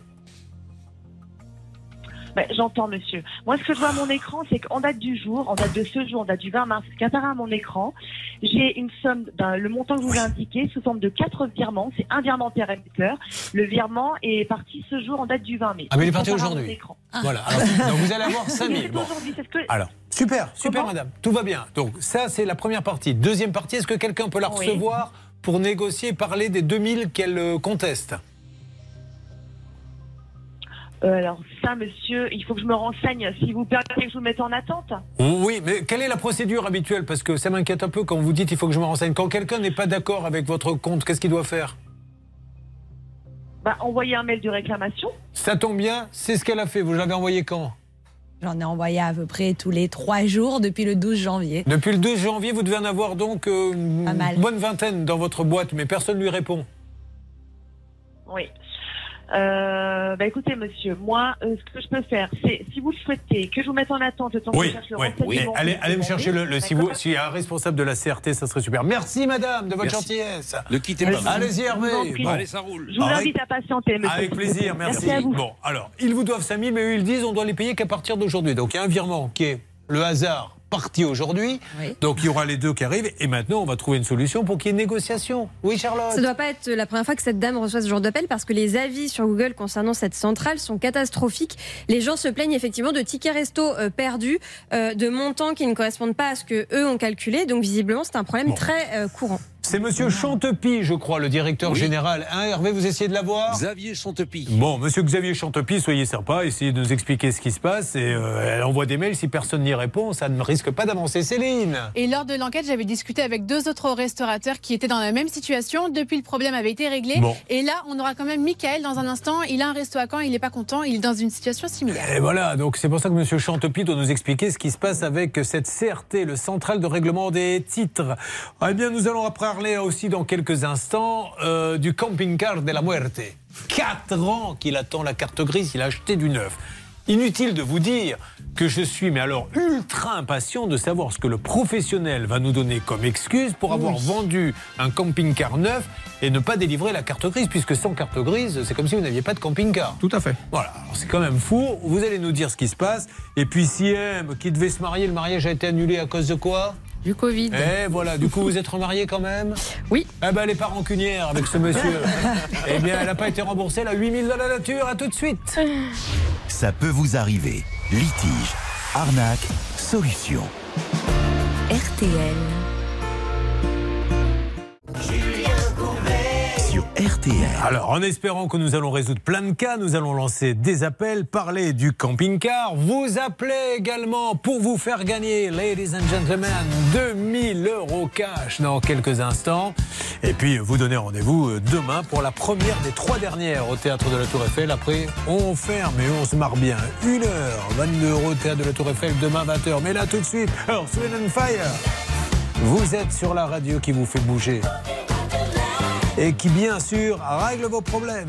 J'entends, monsieur. Moi, ce que je vois à mon écran, c'est qu'en date du jour, en date de ce jour, en date du 20 mars, ce qui apparaît à mon écran, j'ai une somme, le montant que je vous ai indiqué, sous forme de 4 virements. C'est un virement péréquateur. Le virement est parti ce jour en date du 20 mai. Ah, mais il est parti aujourd'hui. Voilà. Alors, donc vous allez avoir 5 000. Bon. Alors, super, madame. Tout va bien. Donc, ça, c'est la première partie. Deuxième partie, est-ce que quelqu'un peut la recevoir pour négocier et parler des 2 000 qu'elle conteste? Alors ça, monsieur, il faut que je me renseigne. Si vous permettez que je vous mette en attente. Oui, mais quelle est la procédure habituelle? Parce que ça m'inquiète un peu quand vous dites il faut que je me renseigne. Quand quelqu'un n'est pas d'accord avec votre compte, qu'est-ce qu'il doit faire? Envoyer un mail de réclamation. Ça tombe bien, c'est ce qu'elle a fait. Vous l'avez envoyé quand? J'en ai envoyé à peu près tous les 3 jours depuis le 12 janvier. Depuis le 12 janvier, vous devez en avoir donc une bonne vingtaine dans votre boîte, mais personne ne lui répond. Oui. Écoutez, monsieur, moi, ce que je peux faire, c'est, si vous le souhaitez, que je vous mette en attente le temps que je cherche le renseignement. Allez me chercher s'il y a un responsable de la CRT, ça serait super. Merci, madame, de votre gentillesse. Ne quittez pas. Allez-y, Hervé. Allez, ça roule. Je vous invite à patienter, monsieur. Avec plaisir, merci. À vous. Bon, alors, ils vous doivent 5 000, mais eux, ils disent on doit les payer qu'à partir d'aujourd'hui. Donc, il y a un virement qui est le hasard parti aujourd'hui. Oui. Donc il y aura les deux qui arrivent. Et maintenant, on va trouver une solution pour qu'il y ait une négociation. Oui, Charlotte. Ça ne doit pas être la première fois que cette dame reçoit ce genre d'appel parce que les avis sur Google concernant cette centrale sont catastrophiques. Les gens se plaignent effectivement de tickets resto perdus, de montants qui ne correspondent pas à ce que eux ont calculé. Donc visiblement, c'est un problème très courant. C'est monsieur Chantepie, je crois, le directeur général. Hein, Hervé, vous essayez de l'avoir ? Xavier Chantepie. Bon, monsieur Xavier Chantepie, soyez sympa, essayez de nous expliquer ce qui se passe. Et elle envoie des mails, si personne n'y répond, ça ne risque pas d'avancer. Céline. Et lors de l'enquête, j'avais discuté avec 2 autres restaurateurs qui étaient dans la même situation. Depuis, le problème avait été réglé. Bon. Et là, on aura quand même Michael dans un instant. Il a un resto à Caen, il n'est pas content, il est dans une situation similaire. Et voilà, donc c'est pour ça que monsieur Chantepie doit nous expliquer ce qui se passe avec cette CRT, le Central de Règlement des Titres. Eh bien, nous allons parler aussi dans quelques instants du camping-car de la Muerte. 4 ans qu'il attend la carte grise, il a acheté du neuf. Inutile de vous dire que je suis, mais alors, ultra impatient de savoir ce que le professionnel va nous donner comme excuse pour avoir vendu un camping-car neuf et ne pas délivrer la carte grise, puisque sans carte grise, c'est comme si vous n'aviez pas de camping-car. Tout à fait. Voilà, alors c'est quand même fou. Vous allez nous dire ce qui se passe. Et puis, Siem, qui devait se marier, le mariage a été annulé à cause de quoi ? Du Covid. Et voilà, du coup, vous êtes remariés quand même ? Oui. Eh ben, elle n'est pas rancunière avec ce monsieur. Eh bien, elle n'a pas été remboursée, elle a 8 000 dans la nature. À tout de suite. Ça peut vous arriver. Litige, arnaque, solution. RTL. Sur RTL. Alors, en espérant que nous allons résoudre plein de cas, nous allons lancer des appels, parler du camping-car. Vous appelez également pour vous faire gagner, ladies and gentlemen, 2000 € cash dans quelques instants. Et puis, vous donnez rendez-vous demain pour la première des 3 dernières au Théâtre de la Tour Eiffel. Après, on ferme et on se marre bien. 1h, 22 € au Théâtre de la Tour Eiffel, demain 20h. Mais là, tout de suite, Earth, Wind and Fire. Vous êtes sur la radio qui vous fait bouger. Et qui, bien sûr, règle vos problèmes.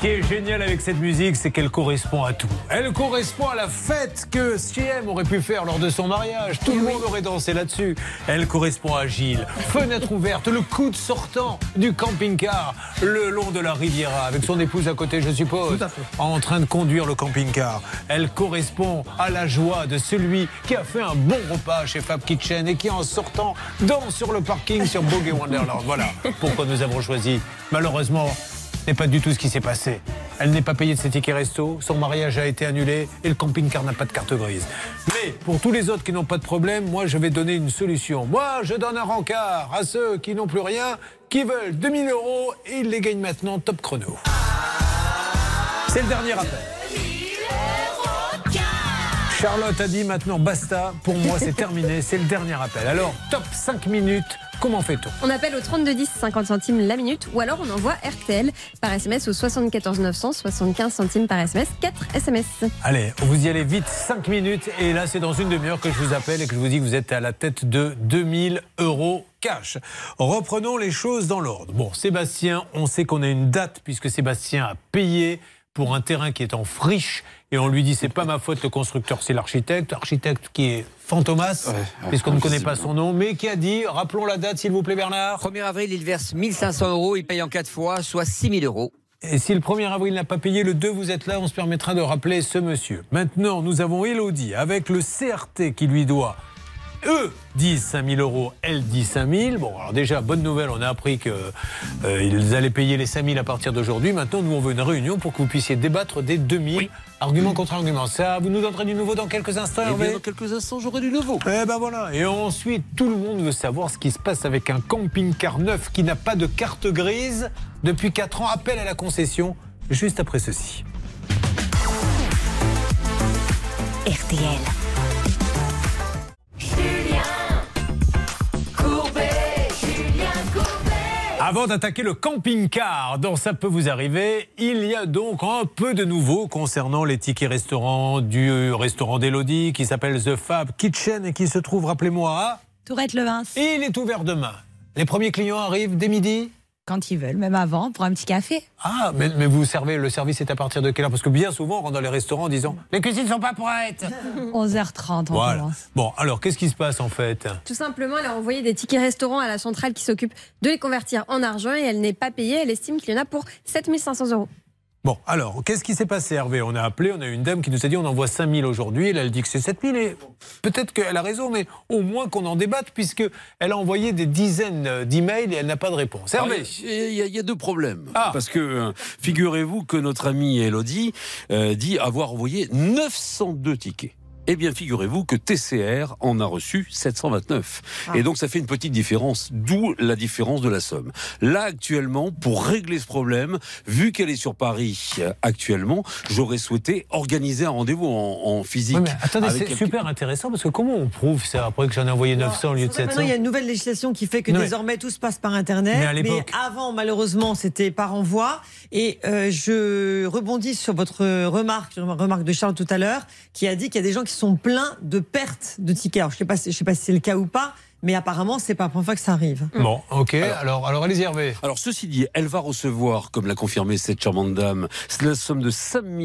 qui est génial avec cette musique, c'est qu'elle correspond à tout. Elle correspond à la fête que CM aurait pu faire lors de son mariage. Tout le monde aurait dansé là-dessus. Elle correspond à Gilles. Fenêtre ouverte, le coude sortant du camping-car le long de la Riviera, avec son épouse à côté, je suppose, en train de conduire le camping-car. Elle correspond à la joie de celui qui a fait un bon repas chez Fab Kitchen et qui, en sortant, danse sur le parking sur Bogey Wonderland. Voilà pourquoi nous avons choisi. Malheureusement, ce n'est pas du tout ce qui s'est passé. Elle n'est pas payée de ses tickets resto, son mariage a été annulé et le camping-car n'a pas de carte grise. Mais pour tous les autres qui n'ont pas de problème, moi je vais donner une solution. Moi je donne un rencard à ceux qui n'ont plus rien, qui veulent 2000 € et ils les gagnent maintenant top chrono. C'est le dernier appel. Charlotte a dit maintenant basta, pour moi c'est terminé, c'est le dernier appel. Alors top 5 minutes. Comment fait-on? On appelle au 3210, 50 centimes la minute, ou alors on envoie RTL par SMS au 74 900, 75 centimes par SMS, 4 SMS. Allez, vous y allez vite, 5 minutes, et là c'est dans une demi-heure que je vous appelle et que je vous dis que vous êtes à la tête de 2000 € cash. Reprenons les choses dans l'ordre. Bon, Sébastien, on sait qu'on a une date puisque Sébastien a payé pour un terrain qui est en friche et on lui dit c'est pas ma faute, le constructeur c'est l'architecte qui est Fantomas, puisqu'on ne connaît pas son nom, mais qui a dit, rappelons la date s'il vous plaît Bernard. 1er avril, il verse 1500 €, il paye en 4 fois, soit 6000 €. Et si le 1er avril n'a pas payé, le 2 vous êtes là, on se permettra de rappeler ce monsieur. Maintenant, nous avons Élodie avec le CRT qui lui doit. Eux disent 5000 €, elle dit 5000. Bon, alors déjà, bonne nouvelle, on a appris qu'ils allaient payer les 5000 à partir d'aujourd'hui. Maintenant, nous, on veut une réunion pour que vous puissiez débattre des 2000. Argument contre argument. Ça, vous nous donnerez du nouveau dans quelques instants, Hervé ? Dans quelques instants, j'aurai du nouveau. Eh ben voilà. Et ensuite, tout le monde veut savoir ce qui se passe avec un camping-car neuf qui n'a pas de carte grise depuis 4 ans. Appel à la concession, juste après ceci. RTL. Avant d'attaquer le camping-car dont ça peut vous arriver, il y a donc un peu de nouveau concernant les tickets restaurants du restaurant d'Élodie qui s'appelle The Fab Kitchen et qui se trouve, rappelez-moi, à Tourette-le-Vin. Et il est ouvert demain. Les premiers clients arrivent dès midi ? Quand ils veulent, même avant, pour un petit café. Ah, mais vous servez, le service est à partir de quelle heure? Parce que bien souvent, on rentre dans les restaurants en disant « Les cuisines ne sont pas prêtes !» 11h30, on voilà. commence. Bon, alors, qu'est-ce qui se passe en fait? Tout simplement, elle a envoyé des tickets restaurants à la centrale qui s'occupe de les convertir en argent et elle n'est pas payée. Elle estime qu'il y en a pour 7500 €. Bon, alors, qu'est-ce qui s'est passé, Hervé? On a appelé, on a eu une dame qui nous a dit on envoie 5000 aujourd'hui. Elle dit que c'est 7000 et peut-être qu'elle a raison, mais au moins qu'on en débatte puisqu'elle a envoyé des dizaines d'emails et elle n'a pas de réponse. Hervé? Il y a deux problèmes. Parce que figurez-vous que notre amie Élodie dit avoir envoyé 902 tickets. Eh bien, figurez-vous que TCR en a reçu 729. Et donc, ça fait une petite différence, d'où la différence de la somme. Là, actuellement, pour régler ce problème, vu qu'elle est sur Paris actuellement, j'aurais souhaité organiser un rendez-vous en physique. Oui, mais attendez, c'est super intéressant, parce que comment on prouve ça, après que j'en ai envoyé 900 au lieu de 700? Maintenant, il y a une nouvelle législation qui fait que désormais, tout se passe par Internet. Mais avant, malheureusement, c'était par envoi. Et je rebondis sur votre remarque de Charles tout à l'heure, qui a dit qu'il y a des gens qui sont pleins de pertes de tickets. Alors, je ne sais pas si c'est le cas ou pas, mais apparemment, c'est pas la première fois que ça arrive. Bon, ok. Alors allez-y, Hervé. Alors, ceci dit, elle va recevoir, comme l'a confirmé cette charmante dame, la somme de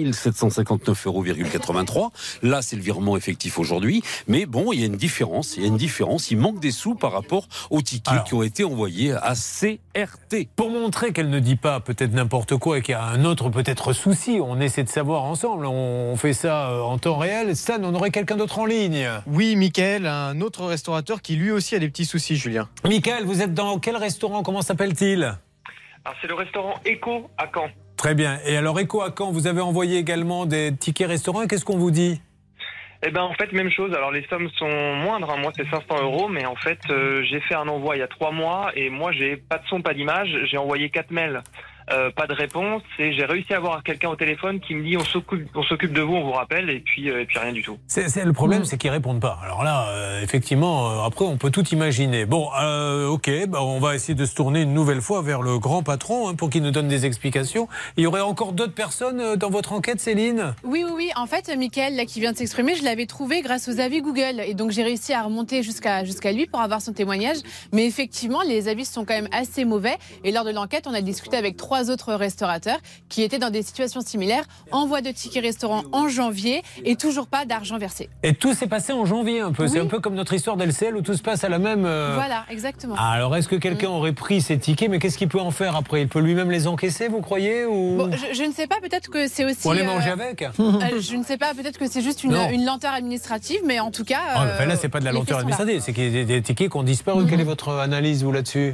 5759,83 €. Là, c'est le virement effectif aujourd'hui. Mais bon, il y a une différence. Il manque des sous par rapport aux tickets qui ont été envoyés à CRT. Pour montrer qu'elle ne dit pas peut-être n'importe quoi et qu'il y a un autre peut-être souci, on essaie de savoir ensemble. On fait ça en temps réel. Stan, on aurait quelqu'un d'autre en ligne? Oui, Mickaël, un autre restaurateur qui lui aussi a des petits soucis, Julien. Mickaël, vous êtes dans quel restaurant? Comment s'appelle-t-il? Alors, c'est le restaurant Echo à Caen. Très bien. Et alors, Echo à Caen, vous avez envoyé également des tickets restaurants. Qu'est-ce qu'on vous dit? Eh ben, en fait, même chose. Alors, les sommes sont moindres. Moi, c'est 500 €. Mais en fait, j'ai fait un envoi il y a 3 mois. Et moi, j'ai pas de son, pas d'image. J'ai envoyé 4 mails. Pas de réponse, et j'ai réussi à avoir quelqu'un au téléphone qui me dit on s'occupe de vous, on vous rappelle, et puis rien du tout. Le problème, c'est qu'ils répondent pas. Alors là, effectivement, après on peut tout imaginer. Bon, ok, on va essayer de se tourner une nouvelle fois vers le grand patron pour qu'il nous donne des explications. Il y aurait encore d'autres personnes dans votre enquête, Céline? Oui. En fait, Mickaël, là, qui vient de s'exprimer, je l'avais trouvé grâce aux avis Google, et donc j'ai réussi à remonter jusqu'à lui pour avoir son témoignage. Mais effectivement, les avis sont quand même assez mauvais, et lors de l'enquête, on a discuté avec 3 3 autres restaurateurs qui étaient dans des situations similaires, envoi de tickets restaurant en janvier et toujours pas d'argent versé. Et tout s'est passé en janvier un peu. Oui. C'est un peu comme notre histoire d'LCL où tout se passe à la même... Voilà, exactement. Alors, est-ce que quelqu'un aurait pris ces tickets, mais qu'est-ce qu'il peut en faire après? Il peut lui-même les encaisser, vous croyez ou... Bon, je ne sais pas, peut-être que c'est aussi... Ou les manger avec je ne sais pas, peut-être que c'est juste une lenteur administrative, mais en tout cas... Enfin, là, c'est pas de la lenteur administrative, c'est qu'il y a des tickets qui ont disparu. Quelle est votre analyse, vous, là-dessus?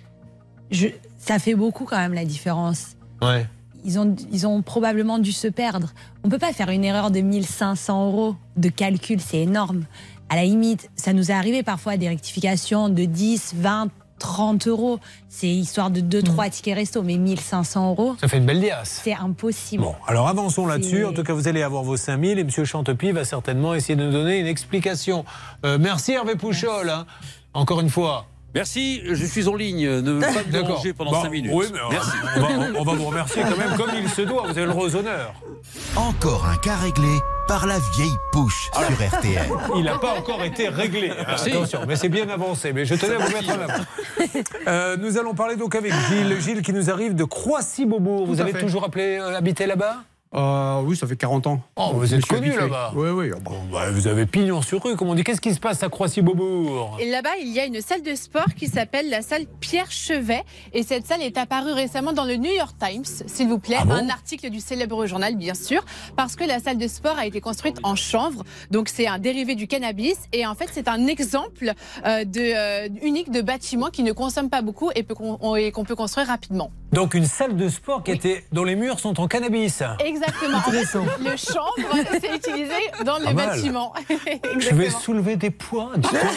Ça fait beaucoup quand même la différence. Ouais. Ils ont probablement dû se perdre. On peut pas faire une erreur de 1 500 € de calcul, c'est énorme. À la limite, ça nous est arrivé parfois des rectifications de 10, 20, 30 €. C'est histoire de 2-3 tickets resto, mais 1 500 €. Ça fait une belle liasse. C'est impossible. Bon, alors avançons là-dessus. En tout cas, vous allez avoir vos 5 000 et M. Chantepie va certainement essayer de nous donner une explication. Merci Hervé Pouchol. Hein. Encore une fois. Merci, je suis en ligne. Ne pas me déranger pendant 5 minutes. Oui, mais merci. On va vous remercier quand même comme il se doit. Vous avez le droit aux honneurs. Encore un cas réglé par la vieille pouche sur RTL. Il n'a pas encore été réglé. Merci. Attention, mais c'est bien avancé. Mais je tenais à vous mettre en avant. Nous allons parler donc avec Gilles. Gilles qui nous arrive de Croissy-Beaubourg. Vous avez toujours habité là-bas? Oui, ça fait 40 ans. Oh, vous êtes connu là-bas. Oui, oui. Bon, vous avez pignon sur rue, comme on dit. Qu'est-ce qui se passe à Croissy-Beaubourg? Et là-bas, il y a une salle de sport qui s'appelle la salle Pierre Chevet. Et cette salle est apparue récemment dans le New York Times, s'il vous plaît. Un article du célèbre journal, bien sûr. Parce que la salle de sport a été construite en chanvre. Donc, c'est un dérivé du cannabis. Et en fait, c'est un exemple unique de bâtiment qui ne consomme pas beaucoup et qu'on peut construire rapidement. Donc, une salle de sport dont les murs sont en cannabis. Exactement. En fait, le chanvre, c'est utilisé dans le bâtiment. Je vais soulever des poids.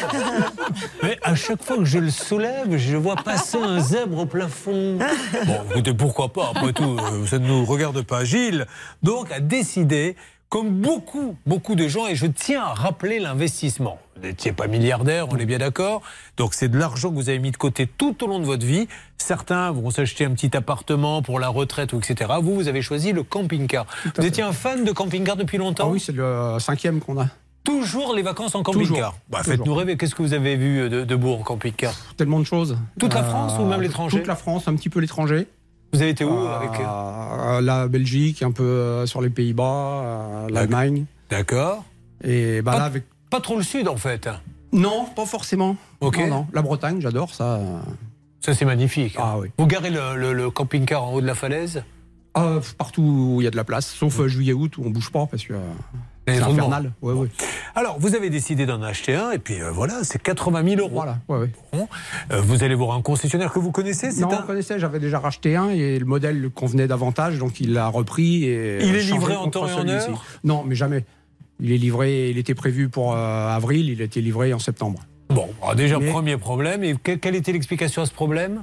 Mais à chaque fois que je le soulève, je vois passer un zèbre au plafond. Bon, écoutez, pourquoi pas? Après tout, ça ne nous regarde pas. Gilles, donc, a décidé, comme beaucoup de gens, et je tiens à rappeler l'investissement. Vous n'étiez pas milliardaire, on est bien d'accord. Donc c'est de l'argent que vous avez mis de côté tout au long de votre vie. Certains vont s'acheter un petit appartement pour la retraite, ou etc. Vous avez choisi le camping-car. Vous étiez un fan de camping-car depuis longtemps? Ah oui, c'est le 5e qu'on a. Toujours les vacances en camping-car? Faites-nous rêver. Qu'est-ce que vous avez vu de beau en camping-car? Tellement de choses. Toute la France ou même l'étranger? Toute la France, un petit peu l'étranger. Vous avez été où avec la Belgique, un peu sur les Pays-Bas, l'Allemagne. D'accord. Et là, avec... Pas trop le sud, en fait. Non, pas forcément. Ok. Non. La Bretagne, j'adore ça. Ça, c'est magnifique. Ah oui. Vous garez le camping-car en haut de la falaise? Partout où il y a de la place, sauf juillet-août où on bouge pas parce que c'est infernal. Ouais. Alors, vous avez décidé d'en acheter un, et puis voilà, c'est 80 000 €. Voilà, ouais. Bon. Vous allez voir un concessionnaire que vous connaissez? Non, on connaissait, j'avais déjà racheté un et le modèle le convenait davantage, donc il l'a repris. Et il est livré en temps et en heure? Non, mais jamais. Il est livré, il était prévu pour avril, il a été livré en septembre. Bon, déjà, premier problème. Et quelle était l'explication à ce problème?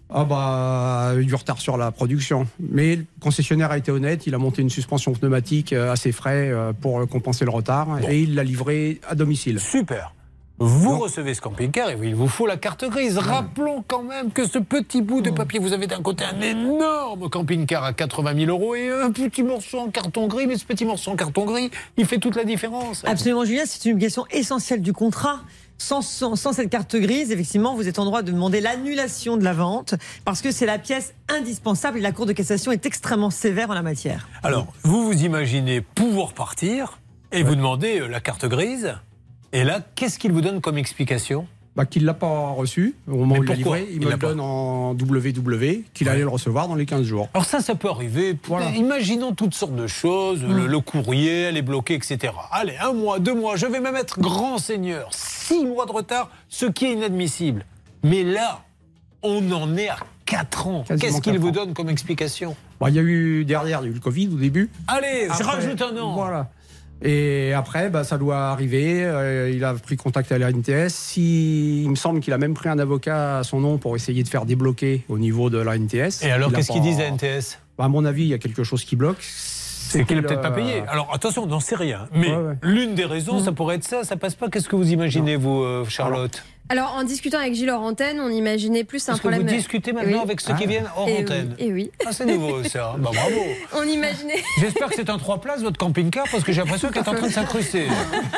Du retard sur la production. Mais le concessionnaire a été honnête, il a monté une suspension pneumatique à ses frais pour compenser le retard et il l'a livré à domicile. Super. Vous recevez ce camping-car et il vous faut la carte grise. Rappelons quand même que ce petit bout de papier, vous avez d'un côté un énorme camping-car à 80 000 € et un petit morceau en carton gris. Mais ce petit morceau en carton gris, il fait toute la différence. Absolument, Julien, c'est une question essentielle du contrat. Sans cette carte grise, effectivement, vous êtes en droit de demander l'annulation de la vente parce que c'est la pièce indispensable et la Cour de cassation est extrêmement sévère en la matière. Alors, vous imaginez pouvoir partir et vous demandez la carte grise. Et là, qu'est-ce qu'il vous donne comme explication? Qu'il ne l'a pas reçu au moment où il l'a livré. Il me le donne en WW, qu'il allait le recevoir dans les 15 jours. Alors ça peut arriver. Voilà. Imaginons toutes sortes de choses. Le courrier, elle est bloquée, etc. Allez, 1 mois, 2 mois, je vais même être grand seigneur. 6 mois de retard, ce qui est inadmissible. Mais là, on en est à 4 ans. Qu'est-ce qu'il vous donne comme explication? Il y a eu le Covid au début. Allez, je rajoute un an. Voilà. Et après, ça doit arriver. Il a pris contact à la NTS. Il me semble qu'il a même pris un avocat à son nom pour essayer de faire débloquer au niveau de la NTS. Et alors, qu'est-ce qu'ils disent à la NTS? À mon avis, il y a quelque chose qui bloque. C'est qu'il n'a peut-être pas payé. Alors, attention, on n'en sait rien. Mais l'une des raisons, ça pourrait être ça passe pas. Qu'est-ce que vous imaginez, vous, Charlotte? Alors, en discutant avec Gilles hors antenne, on imaginait plus un problème... Est-ce que vous discutez maintenant avec ceux qui viennent hors antenne? Et oui. Ah, c'est nouveau, ça. Bravo. On imaginait... J'espère que c'est un 3 places, votre camping-car, parce que j'ai l'impression qu'elle est en train de s'incruster.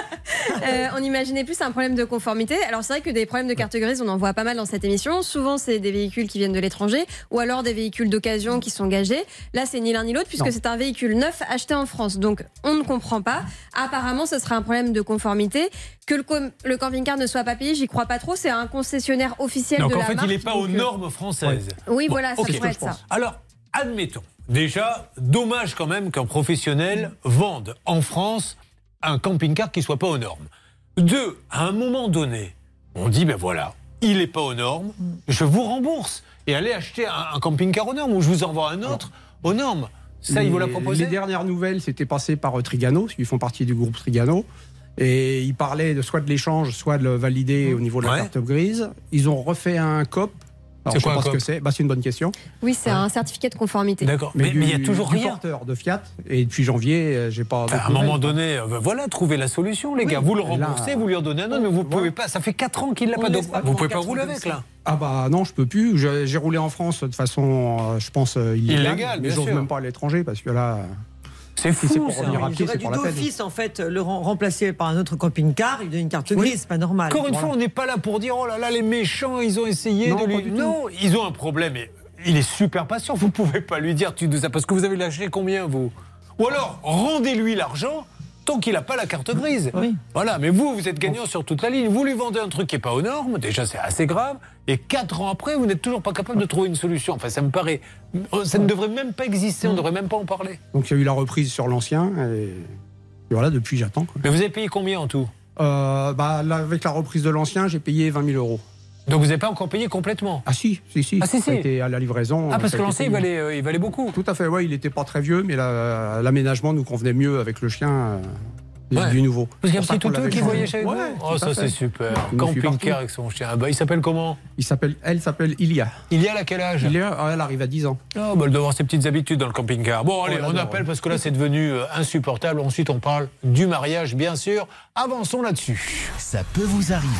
On imaginait plus un problème de conformité. Alors c'est vrai que des problèmes de carte grise, on en voit pas mal dans cette émission. Souvent c'est des véhicules qui viennent de l'étranger ou alors des véhicules d'occasion qui sont gagés. Là c'est ni l'un ni l'autre puisque c'est un véhicule neuf acheté en France. Donc on ne comprend pas. Apparemment ce serait un problème de conformité. Que le camping-car ne soit pas payé, j'y crois pas trop. C'est un concessionnaire officiel de la marque. Donc en fait il n'est pas aux normes françaises. Oui voilà, ça pourrait être ça. Alors admettons. Déjà, dommage quand même qu'un professionnel vende en France un camping-car qui ne soit pas aux normes. 2, à un moment donné, on dit, ben voilà, il n'est pas aux normes, je vous rembourse. Et allez acheter un camping-car aux normes ou je vous envoie un autre aux normes. Ça, il vous l'a proposé ? Les dernières nouvelles, c'était passé par Trigano, parce qu'ils font partie du groupe Trigano. Et ils parlaient soit de l'échange, soit de le valider au niveau de la carte grise. Ils ont refait un COP. Alors, je sais pas ce que c'est. C'est une bonne question. Oui, c'est un certificat de conformité. D'accord. Mais il y a toujours rien. Porteur de Fiat. Et depuis janvier, j'ai pas. À un moment donné, voilà, trouvez la solution, les gars. Vous le remboursez, vous lui en donnez un autre, mais vous pouvez pas. Ça fait 4 ans qu'il l'a pas. Vous pouvez pas rouler avec là. Ah bah non, je peux plus. J'ai roulé en France de façon, je pense, illégale. Mais j'ose même pas à l'étranger parce que là. C'est fou, c'est pour ça. revenir à pied, c'est du pour la peine. d'office, en fait, le remplacer par un autre camping-car, il donne une carte grise, c'est pas normal. Encore une fois, on n'est pas là pour dire, oh là là, les méchants, ils ont essayé de lui... Non, ils ont un problème, et il est super patient, vous pouvez pas lui dire, parce que vous avez lâché combien, vous ? Ou alors, rendez-lui l'argent, tant qu'il n'a pas la carte grise. Oui. Voilà, mais vous êtes gagnant sur toute la ligne. Vous lui vendez un truc qui n'est pas aux normes, déjà c'est assez grave, et 4 ans après, vous n'êtes toujours pas capable de trouver une solution. Enfin, ça me paraît... Ça ne devrait même pas exister, on ne devrait même pas en parler. Donc il y a eu la reprise sur l'ancien, et voilà, depuis j'attends. Mais vous avez payé combien en tout ? Là, avec la reprise de l'ancien, j'ai payé 20 000 €. Donc vous n'avez pas encore payé complètement ? Ah si. Ah si. Ça a été à la livraison. Ah parce que l'ancien, il valait beaucoup. Tout à fait, ouais, il n'était pas très vieux, mais l'aménagement nous convenait mieux avec le chien du nouveau. Parce qu'il y a un petit toutou qui voyage avec vous. Oh, ça c'est super. Camping-car avec son chien. Il s'appelle comment ? Elle s'appelle Ilia. Ilia, elle a quel âge ? Ilia, elle arrive à 10 ans. Oh, elle doit avoir ses petites habitudes dans le camping-car. Bon, allez, on appelle parce que là c'est devenu insupportable. Ensuite, on parle du mariage, bien sûr. Avançons là-dessus. Ça peut vous arriver.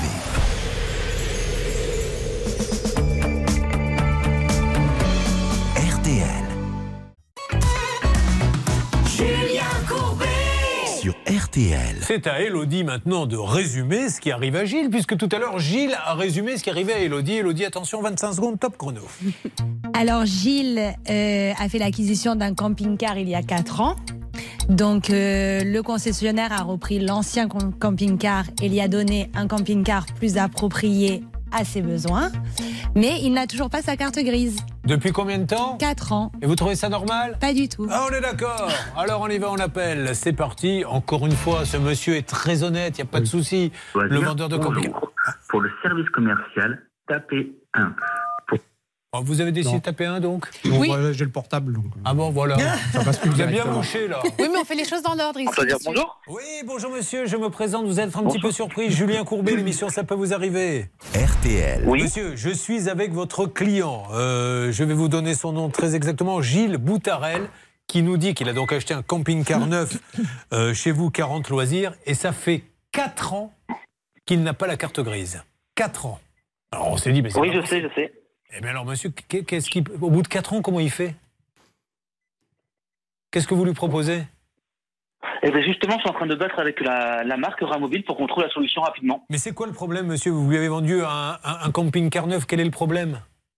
Julien Courbet sur RTL. C'est à Élodie maintenant de résumer ce qui arrive à Gilles, puisque tout à l'heure Gilles a résumé ce qui arrivait à Élodie. Élodie, attention, 25 secondes, top chrono. Alors Gilles a fait l'acquisition d'un camping-car il y a 4 ans. Donc le concessionnaire a repris l'ancien camping-car et lui a donné un camping-car plus approprié à ses besoins. Mais il n'a toujours pas sa carte grise. Depuis combien de temps ? 4 ans. Et vous trouvez ça normal ? Pas du tout. Ah, on est d'accord. Alors on y va, on appelle. C'est parti. Encore une fois, ce monsieur est très honnête, il n'y a pas de souci. Le vendeur de camping-car. Pour le service commercial, tapez 1. Vous avez décidé de taper 1 donc ? Oui. J'ai le portable. Donc... Ah bon, voilà. Ça passe plus vous avez bien mouché là. Oui, mais on fait les choses dans l'ordre ici. On peut dire bonjour ? Oui, bonjour monsieur, je me présente. Vous êtes un petit peu surpris. Julien Courbet, l'émission Ça peut vous arriver. RTL. Oui. Monsieur, je suis avec votre client. Je vais vous donner son nom très exactement. Gilles Boutarel, qui nous dit qu'il a donc acheté un camping-car neuf chez vous, 40 loisirs. Et ça fait 4 ans qu'il n'a pas la carte grise. 4 ans. Alors on s'est dit, mais c'est oui, je sais. Eh bien alors, monsieur, au bout de 4 ans, comment il fait ? Qu'est-ce que vous lui proposez ? Eh bien justement, je suis en train de battre avec la marque Ramobile pour qu'on trouve la solution rapidement. Mais c'est quoi le problème, monsieur ? Vous lui avez vendu un camping-car neuf, quel est le problème ?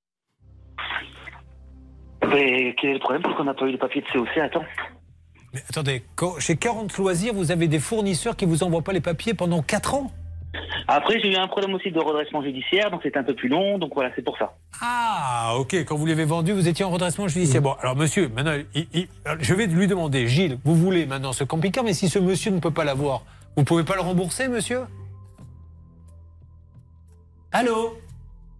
Mais quel est le problème ? Parce qu'on n'a pas eu le papier de COC, attends. Mais attendez, chez 40 loisirs, vous avez des fournisseurs qui ne vous envoient pas les papiers pendant 4 ans ? Après, j'ai eu un problème aussi de redressement judiciaire, donc c'était un peu plus long, donc voilà, c'est pour ça. Ah, ok, quand vous l'avez vendu, vous étiez en redressement judiciaire. Bon, alors monsieur, maintenant, je vais lui demander, Gilles, vous voulez maintenant ce camping-car, mais si ce monsieur ne peut pas l'avoir, vous ne pouvez pas le rembourser, monsieur ? Allô ? Allô ?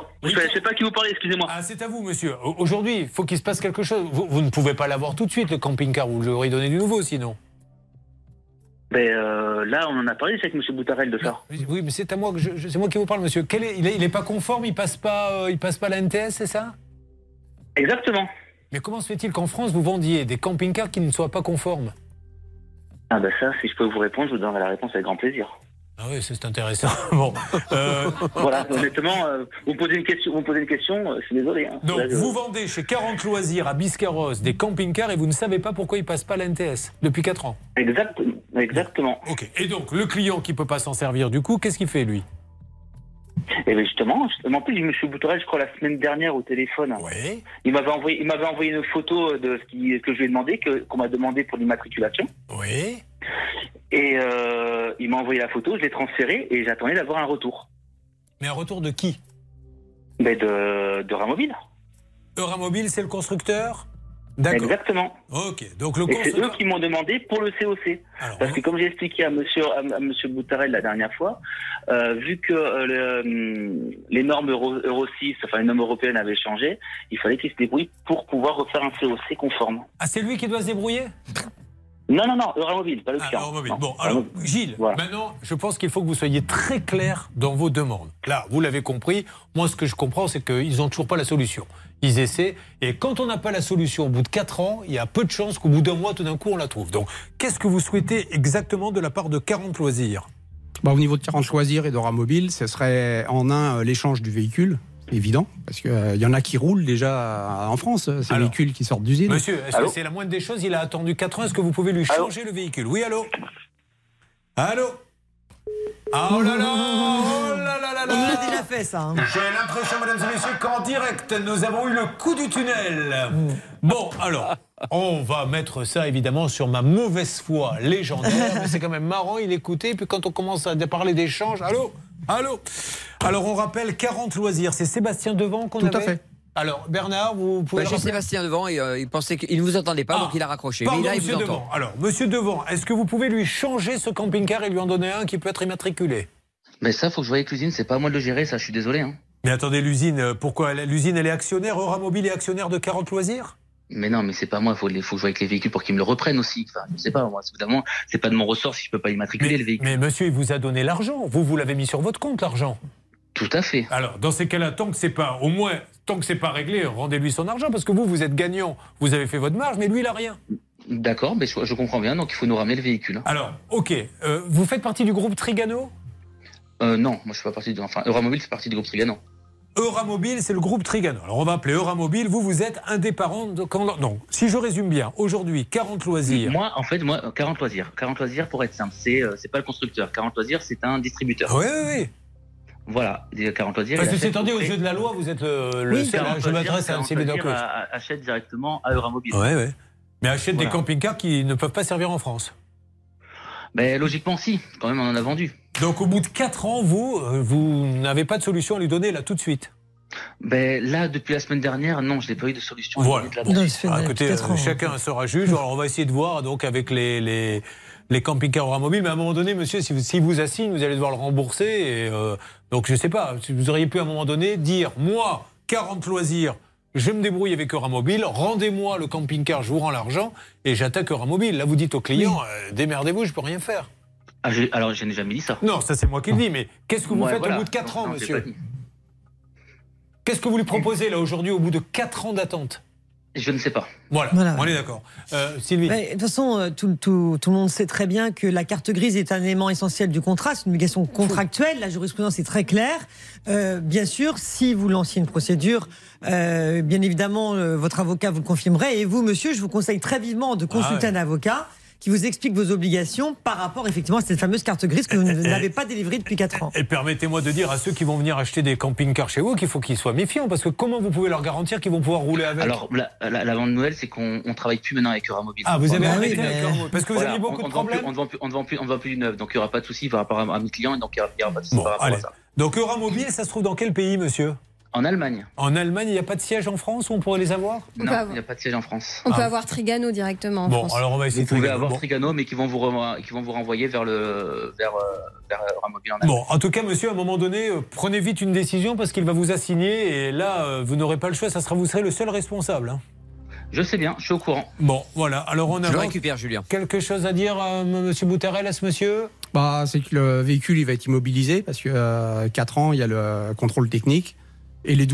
Je ne sais pas qui vous parlez, excusez-moi. Ah, c'est à vous, monsieur. Aujourd'hui, il faut qu'il se passe quelque chose. Vous ne pouvez pas l'avoir tout de suite, le camping-car, vous lui aurez donné du nouveau, sinon. Ben là, on en a parlé avec M. Boutarel de ça. Oui, mais c'est à moi c'est moi qui vous parle, monsieur. Il est pas conforme, il passe pas la NTS, c'est ça ? Exactement. Mais comment se fait-il qu'en France vous vendiez des camping-cars qui ne soient pas conformes ? Ah ben ça, si je peux vous répondre, je vous donnerai la réponse avec grand plaisir. Ah oui, c'est intéressant. Bon, voilà, honnêtement, vous me posez une question, je suis désolé. Hein. Donc là, vous vendez chez 40 loisirs à Biscarrosse des camping-cars et vous ne savez pas pourquoi ils passent pas la NTS depuis 4 ans. Exactement. Exactement. Ok. Et donc, le client qui peut pas s'en servir, du coup, qu'est-ce qu'il fait, lui? Et bien justement, en plus, M. Boutarel, je crois, la semaine dernière au téléphone, il m'avait envoyé une photo de ce que je lui ai demandé, qu'on m'a demandé pour l'immatriculation. Oui. Et il m'a envoyé la photo, je l'ai transférée et j'attendais d'avoir un retour. Mais un retour de qui? De Ramobile. Ramobile, c'est le constructeur? D'accord. Exactement. Ok. Donc le et c'est eux qui m'ont demandé pour le COC. Alors, parce que comme j'ai expliqué à monsieur Boutarel la dernière fois, vu que les normes Euro 6, enfin les normes européennes avaient changé, il fallait qu'il se débrouille pour pouvoir refaire un COC conforme. Ah, c'est lui qui doit se débrouiller? Non, Euramobile, pas le client. Euramobile. Bon, alors, Gilles, maintenant, je pense qu'il faut que vous soyez très clair dans vos demandes. Là, vous l'avez compris, moi, ce que je comprends, c'est qu'ils n'ont toujours pas la solution. Ils essaient, et quand on n'a pas la solution au bout de 4 ans, il y a peu de chances qu'au bout d'un mois, tout d'un coup, on la trouve. Donc, qu'est-ce que vous souhaitez exactement de la part de 40 loisirs? Au niveau de 40 loisirs et d'Euramobile, ce serait en un l'échange du véhicule. Évident, parce qu'il y en a qui roulent déjà en France, ces véhicules qui sortent d'usine. Monsieur, est-ce que c'est la moindre des choses? Il a attendu 4 ans, est-ce que vous pouvez lui changer le véhicule? Oui, allô? Allô? Oh là là! Oh là là là là! On a déjà fait ça. J'ai l'impression, mesdames et messieurs, qu'en direct, nous avons eu le coup du tunnel. Bon, alors, on va mettre ça évidemment sur ma mauvaise foi légendaire, mais c'est quand même marrant, il écoutait, puis quand on commence à parler d'échange, allô? Alors, on rappelle 40 loisirs, c'est Sébastien Devant qu'on avait? Tout à fait. Alors, Bernard, vous pouvez... J'ai Sébastien Devant et il pensait qu'il ne vous entendait pas, donc il a raccroché. Pardon, mais là, il vous Devant. entend. Alors, monsieur Devant, est-ce que vous pouvez lui changer ce camping-car et lui en donner un qui peut être immatriculé? Mais ça, faut que je voie avec l'usine, c'est pas à moi de le gérer, ça, je suis désolé. Hein. Mais attendez, l'usine, pourquoi? L'usine, elle est actionnaire, Euramobile est actionnaire de 40 loisirs? Mais non, mais c'est pas moi, faut que je joue avec les véhicules pour qu'ils me le reprennent aussi. Enfin, je sais pas, moi, évidemment, c'est pas de mon ressort si je peux pas immatriculer le véhicule. Mais monsieur, il vous a donné l'argent, vous l'avez mis sur votre compte, l'argent. Tout à fait. Alors, dans ces cas-là, tant que c'est pas réglé, rendez-lui son argent, parce que vous êtes gagnant, vous avez fait votre marge, mais lui, il a rien. D'accord, mais je comprends bien, donc il faut nous ramener le véhicule. Alors, ok, vous faites partie du groupe Trigano? Non, moi je fais pas partie enfin, Euramobile fait partie du groupe Trigano. Euramobile, c'est le groupe Trigano. Alors on va appeler Euramobile, vous êtes un des parents de... Donc, si je résume bien, aujourd'hui, 40 loisirs... Moi, 40 loisirs. 40 loisirs, pour être simple, c'est pas le constructeur. 40 loisirs, c'est un distributeur. Oui. Voilà, des 40 loisirs... Parce que c'est aux yeux de la loi, vous êtes le seul... Je m'adresse à un civil achète directement à Euramobile. Oui. Mais achète des camping-cars qui ne peuvent pas servir en France. Ben, logiquement, si. Quand même, on en a vendu. Donc, au bout de 4 ans, vous n'avez pas de solution à lui donner là tout de suite? Ben, là, depuis la semaine dernière, non, je n'ai pas eu de solution. Voilà. Écoutez, chacun sera juge. Alors, on va essayer de voir donc avec les camping-cars Euramobile. Mais à un moment donné, monsieur, si vous assigne, vous allez devoir le rembourser. Et, donc, je ne sais pas. Vous auriez pu à un moment donné dire, moi, 40 loisirs, je me débrouille avec Euramobile, rendez-moi le camping-car, je vous rends l'argent et j'attaque Euramobile. Là, vous dites au client, démerdez-vous, je peux rien faire. Alors, je n'ai jamais dit ça. Non, ça c'est moi qui le dis, mais qu'est-ce que vous faites au bout de 4 ans, monsieur? Qu'est-ce que vous lui proposez là aujourd'hui au bout de 4 ans d'attente? Je ne sais pas. Voilà. On est d'accord. Sylvie? De toute façon, tout le monde sait très bien que la carte grise est un élément essentiel du contrat. C'est une obligation contractuelle. La jurisprudence est très claire. Bien sûr, si vous lanciez une procédure, bien évidemment, votre avocat vous le confirmerait. Et vous, monsieur, je vous conseille très vivement de consulter un avocat qui vous explique vos obligations par rapport effectivement à cette fameuse carte grise que vous n'avez pas délivrée depuis 4 ans. Et permettez-moi de dire à ceux qui vont venir acheter des camping-cars chez vous qu'il faut qu'ils soient méfiants, parce que comment vous pouvez leur garantir qu'ils vont pouvoir rouler avec? Alors, la vente de Noël, c'est qu'on ne travaille plus maintenant avec Euramobile. Ah, vous avez arrêté avec Euramobile? Parce que vous avez beaucoup de problèmes? On ne vend plus du neuf, donc il n'y aura pas de souci par rapport à mes clients, et donc il n'y aura pas de souci par rapport à ça. Donc Euramobile, ça se trouve dans quel pays, monsieur? En Allemagne. En Allemagne, il n'y a pas de siège en France où on pourrait les avoir? Non, il n'y a pas de siège en France. On peut avoir Trigano directement en France. Alors on va essayer. Vous pouvez avoir Trigano, mais qui vont vous renvoyer vers Euramobile en Allemagne. Bon, en tout cas, monsieur, à un moment donné, prenez vite une décision parce qu'il va vous assigner et là, vous n'aurez pas le choix, vous serez le seul responsable. Hein. Je sais bien, je suis au courant. Bon, voilà. Alors on a. Je le récupère, Julien. Quelque chose à dire, monsieur Boutarel, à ce monsieur? C'est que le véhicule il va être immobilisé parce que 4 ans, il y a le contrôle technique. Et les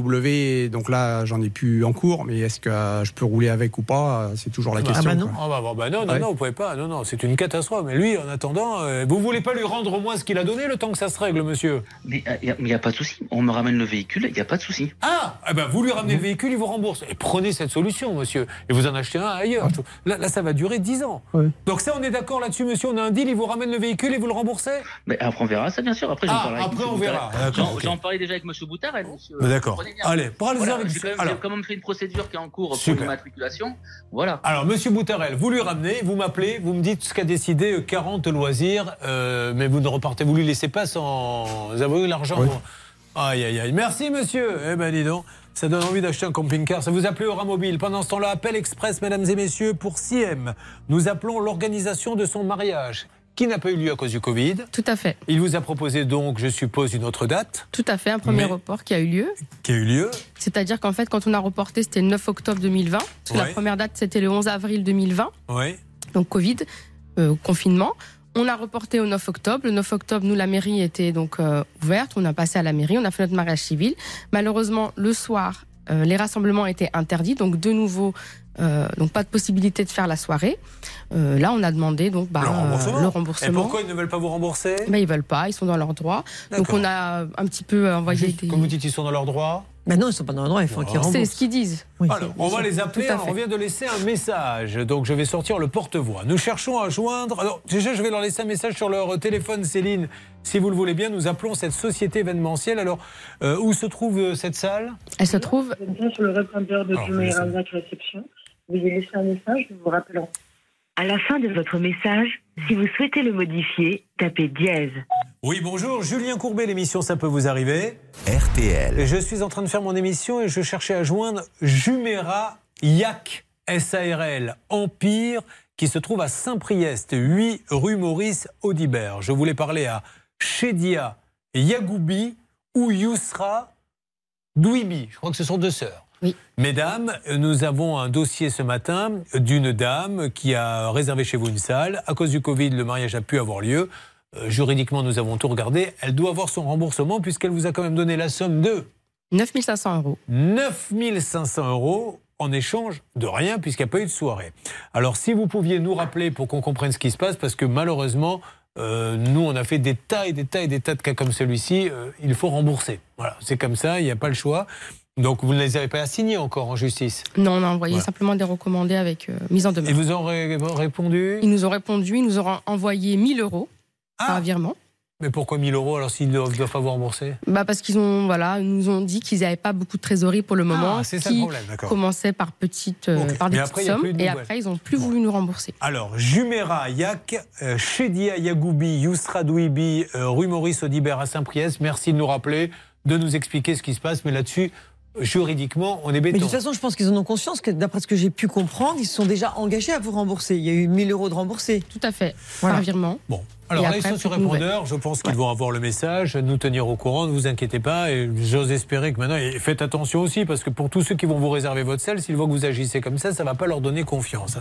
WW, donc là, j'en ai plus en cours, mais est-ce que je peux rouler avec ou pas? C'est toujours la question. non. Quoi. Non, vous pouvez pas. Non, c'est une catastrophe. Mais lui, en attendant, vous voulez pas lui rendre au moins ce qu'il a donné le temps que ça se règle, monsieur? Mais il n'y a pas de souci. On me ramène le véhicule, il n'y a pas de souci. Vous lui ramenez le véhicule, il vous rembourse. Et prenez cette solution, monsieur. Et vous en achetez un ailleurs. Là, ça va durer 10 ans. Ouais. Donc ça, on est d'accord là-dessus, monsieur. On a un deal, il vous ramène le véhicule et vous le remboursez? Mais après, on verra ça, bien sûr. Après, on verra. J'en parlais déjà avec monsieur Boutarel. D'accord. Allez, parlez-en avec J'ai quand même fait une procédure qui est en cours pour l'immatriculation. Voilà. Alors, monsieur Boutarel, vous lui ramenez, vous m'appelez, vous me dites ce qu'a décidé 40 loisirs, mais vous ne repartez, vous lui laissez pas sans avoir eu l'argent. Oui. Aïe. Merci, monsieur. Eh ben, dis donc, ça donne envie d'acheter un camping-car. Ça vous appelez Euramobile. Pendant ce temps-là, appel express, mesdames et messieurs, pour Siem. Nous appelons l'organisation de son mariage, qui n'a pas eu lieu à cause du Covid. Tout à fait. Il vous a proposé donc, je suppose, une autre date. Tout à fait, un premier report qui a eu lieu. C'est-à-dire qu'en fait, quand on a reporté, c'était le 9 octobre 2020. Parce que la première date, c'était le 11 avril 2020. Oui. Donc Covid, confinement. On a reporté au 9 octobre. Le 9 octobre, nous, la mairie était donc ouverte. On a passé à la mairie, on a fait notre mariage civil. Malheureusement, le soir, les rassemblements étaient interdits. Donc de nouveau, donc pas de possibilité de faire la soirée. Là, on a demandé donc le remboursement. Et pourquoi ils ne veulent pas vous rembourser? Ils veulent pas, ils sont dans leurs droits. Donc on a un petit peu envoyé Comme vous dites, ils sont dans leurs droits? Non, ils ne sont pas dans leurs droits, il faut qu'ils remboursent. C'est ce qu'ils disent. Oui, alors, on va les appeler, on vient de laisser un message. Donc je vais sortir le porte-voix. Nous cherchons à joindre... Alors déjà, je vais leur laisser un message sur leur téléphone, Céline. Si vous le voulez bien, nous appelons cette société événementielle. Alors, où se trouve cette salle? Elle se trouve... Sur le répondeur de Jumeirah Réception. Vous avez laissé un message, nous vous rappelons. À la fin de votre message, si vous souhaitez le modifier, tapez dièse. Oui, bonjour, Julien Courbet, l'émission Ça peut vous arriver. RTL. Et je suis en train de faire mon émission et je cherchais à joindre Jumeirah Yak, SARL, Empire, qui se trouve à Saint-Priest, 8 rue Maurice Audibert. Je voulais parler à Chedia Yagoubi ou Yousra Douibi. Je crois que ce sont deux sœurs. Oui. Mesdames, nous avons un dossier ce matin d'une dame qui a réservé chez vous une salle. À cause du Covid, le mariage a pu avoir lieu. Juridiquement, nous avons tout regardé. Elle doit avoir son remboursement puisqu'elle vous a quand même donné la somme de 9 500 €. 9 500 € en échange de rien puisqu'il n'y a pas eu de soirée. Alors, si vous pouviez nous rappeler pour qu'on comprenne ce qui se passe, parce que malheureusement, nous, on a fait des tas et des tas et des tas de cas comme celui-ci. Il faut rembourser. Voilà, c'est comme ça, il n'y a pas le choix. Donc, vous ne les avez pas assignés encore en justice? Non, on a envoyé simplement des recommandés avec mise en demeure. Et vous ont répondu? Ils nous ont répondu, ils nous ont envoyé 1 000 € par virement. Mais pourquoi 1 000 € alors s'ils ne doivent pas vous rembourser? Parce qu'ils ont, nous ont dit qu'ils n'avaient pas beaucoup de trésorerie pour le moment. C'est ça le problème, d'accord. Commençaient par petites sommes et après ils n'ont plus voulu nous rembourser. Alors, Jumeirah Yak, Chedia Yagoubi, Yousra Douibi, rue Maurice Audibert à Saint-Priest. Merci de nous rappeler, de nous expliquer ce qui se passe. Mais là-dessus, juridiquement, on est béton. Mais de toute façon, je pense qu'ils en ont conscience que, d'après ce que j'ai pu comprendre, ils se sont déjà engagés à vous rembourser. Il y a eu 1 000 € de remboursés. Tout à fait, par virement. Bon. Alors là, ils sont sur répondeur. Je pense qu'ils vont avoir le message, nous tenir au courant. Ne vous inquiétez pas. Et j'ose espérer que maintenant, et faites attention aussi, parce que pour tous ceux qui vont vous réserver votre salle, s'ils voient que vous agissez comme ça, ça ne va pas leur donner confiance.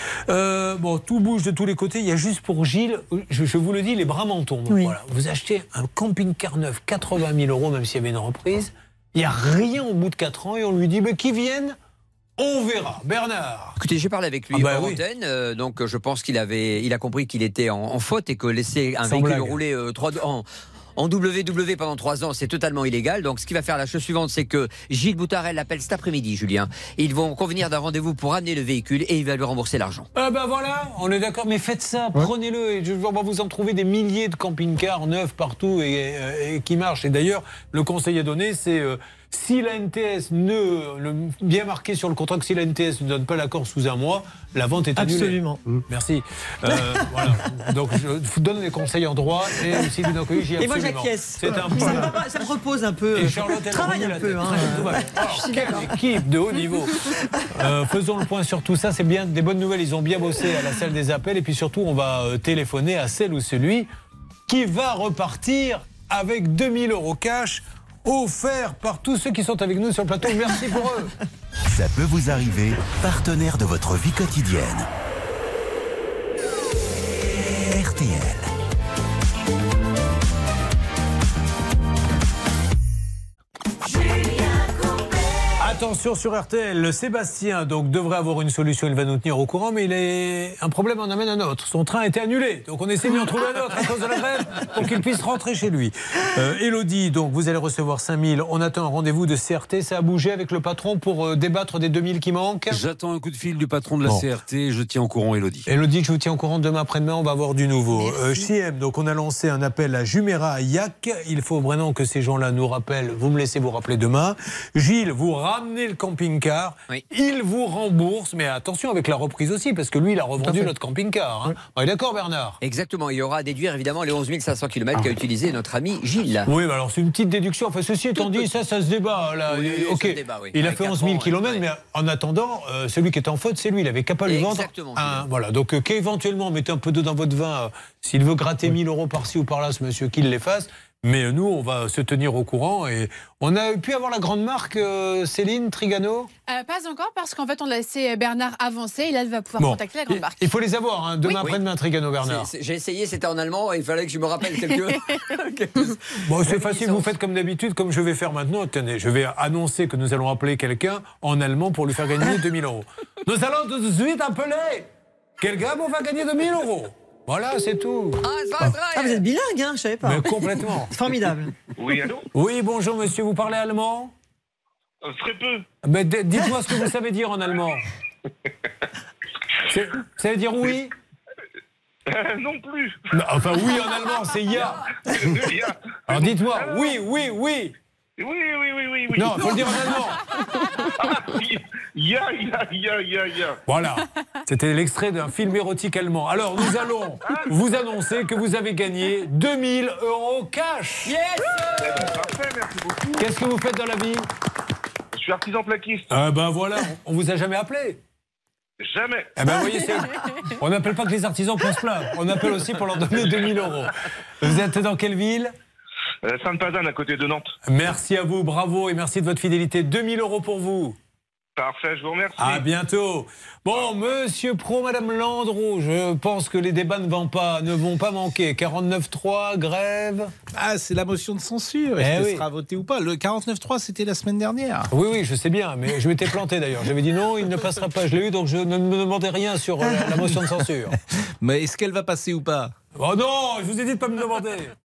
Tout bouge de tous les côtés. Il y a juste pour Gilles, je vous le dis, les bras m'en tombent. Oui. Voilà. Vous achetez un camping-car neuf, 80 000 €, même s'il y avait une reprise. Il n'y a rien au bout de 4 ans et on lui dit qu'ils viennent, on verra. Bernard. Écoutez, j'ai parlé avec lui en antenne, donc je pense qu'il a compris qu'il était en faute et que laisser un véhicule rouler en WW pendant 3 ans, c'est totalement illégal. Donc, ce qu'il va faire la chose suivante, c'est que Gilles Boutarel l'appelle cet après-midi, Julien. Ils vont convenir d'un rendez-vous pour amener le véhicule et il va lui rembourser l'argent. Voilà, on est d'accord. Mais faites ça, prenez-le. Et on va vous en trouver des milliers de camping-cars neufs partout et qui marchent. Et d'ailleurs, le conseil à donner, c'est si la NTS bien marqué sur le contrat que si la NTS ne donne pas l'accord sous 1 mois, la vente est annulée. Absolument. Merci. Voilà. Donc, je vous donne les conseils en droit et aussi du j'y absolument. Et moi, j'acquiesce. C'est un point. Ça me repose un peu. Et Charlotte, elle travaille un peu. Quelle équipe de haut niveau. Faisons le point sur tout ça. C'est bien des bonnes nouvelles. Ils ont bien bossé à la salle des appels. Et puis surtout, on va téléphoner à celle ou celui qui va repartir avec 2 000 € cash offert par tous ceux qui sont avec nous sur le plateau. Merci pour eux. Ça peut vous arriver, partenaire de votre vie quotidienne. RTL. J'ai Attention sur RTL, Sébastien donc devrait avoir une solution, il va nous tenir au courant, mais un problème en amène un autre. Son train a été annulé, donc on essaie d'y en trouver un autre à cause de la grève pour qu'il puisse rentrer chez lui. Élodie, donc vous allez recevoir 5000, on attend un rendez-vous de CRT, ça a bougé avec le patron pour débattre des 2000 qui manquent. J'attends un coup de fil du patron de la CRT, je tiens au courant Élodie. Élodie, je vous tiens au courant, demain après-demain on va avoir du nouveau. CM, donc on a lancé un appel à Jumeirah, à Yac, il faut vraiment que ces gens-là nous rappellent, vous me laissez vous rappeler demain. Gilles, vous ramenez le camping-car, il vous rembourse, mais attention avec la reprise aussi, parce que lui, il a revendu notre camping-car. Hein. On est d'accord, Bernard? Exactement, il y aura à déduire évidemment les 11 500 km qu'a utilisé notre ami Gilles. Oui, bah alors c'est une petite déduction. Enfin, ceci étant dit, ça se débat. Là. Oui, ok, ça se débat, oui. Il a Avec fait 11 000 km, mais en attendant, celui qui est en faute, c'est lui. Il avait qu'à pas lui vendre. Voilà, donc qu'éventuellement, mettez un peu d'eau dans votre vin. S'il veut gratter 1000 euros par-ci ou par-là, ce monsieur, qu'il les fasse. Mais nous, on va se tenir au courant. Et on a pu avoir la grande marque, Céline Trigano? Pas encore, parce qu'en fait, on a laissé Bernard avancer. Et là, il va pouvoir contacter la grande marque. Il faut les avoir, hein, demain après-demain, Trigano, Bernard. J'ai essayé, c'était en allemand. Il fallait que je me rappelle quelques... Bon, c'est facile, vous faites comme d'habitude, comme je vais faire maintenant. Attendez, je vais annoncer que nous allons appeler quelqu'un en allemand pour lui faire gagner 2000 euros. Nous allons tout de suite appeler quelqu'un pour faire gagner 2000 euros. Voilà, c'est tout. Vous êtes bilingue, hein, je savais pas. Mais complètement. Formidable. Oui, allô? Oui, bonjour monsieur, vous parlez allemand? Très peu. Mais dites-moi ce que vous savez dire en allemand. Ça veut dire oui? Non plus. Non, enfin, oui en allemand, c'est ya. Alors dites-moi, oui. Oui. Non, il faut le dire en allemand. Ya. Voilà, c'était l'extrait d'un film érotique allemand. Alors, nous allons vous annoncer que vous avez gagné 2000 euros cash. Yes. Parfait, merci beaucoup. Qu'est-ce que vous faites dans la vie? Je suis artisan plaquiste. Ah ben voilà, on vous a jamais appelé? Jamais. Eh ben voyez, on n'appelle pas que les artisans pour se plaindre. On appelle aussi pour leur donner 2000 euros. Vous êtes dans quelle ville? Sainte-Pazanne, à côté de Nantes. Merci à vous, bravo et merci de votre fidélité. 2000 euros pour vous. Parfait, je vous remercie. À bientôt. Bon, monsieur Pro, madame Landreau, je pense que les débats ne vont pas manquer. 49.3, grève. Ah, c'est la motion de censure. Est-ce que sera voté ou pas? Le 49.3, c'était la semaine dernière. Oui, je sais bien, mais je m'étais planté d'ailleurs. J'avais dit non, il ne passera pas. Je l'ai eu, donc je ne me demandais rien sur la motion de censure. Mais est-ce qu'elle va passer ou pas? Oh non, je vous ai dit de ne pas me demander.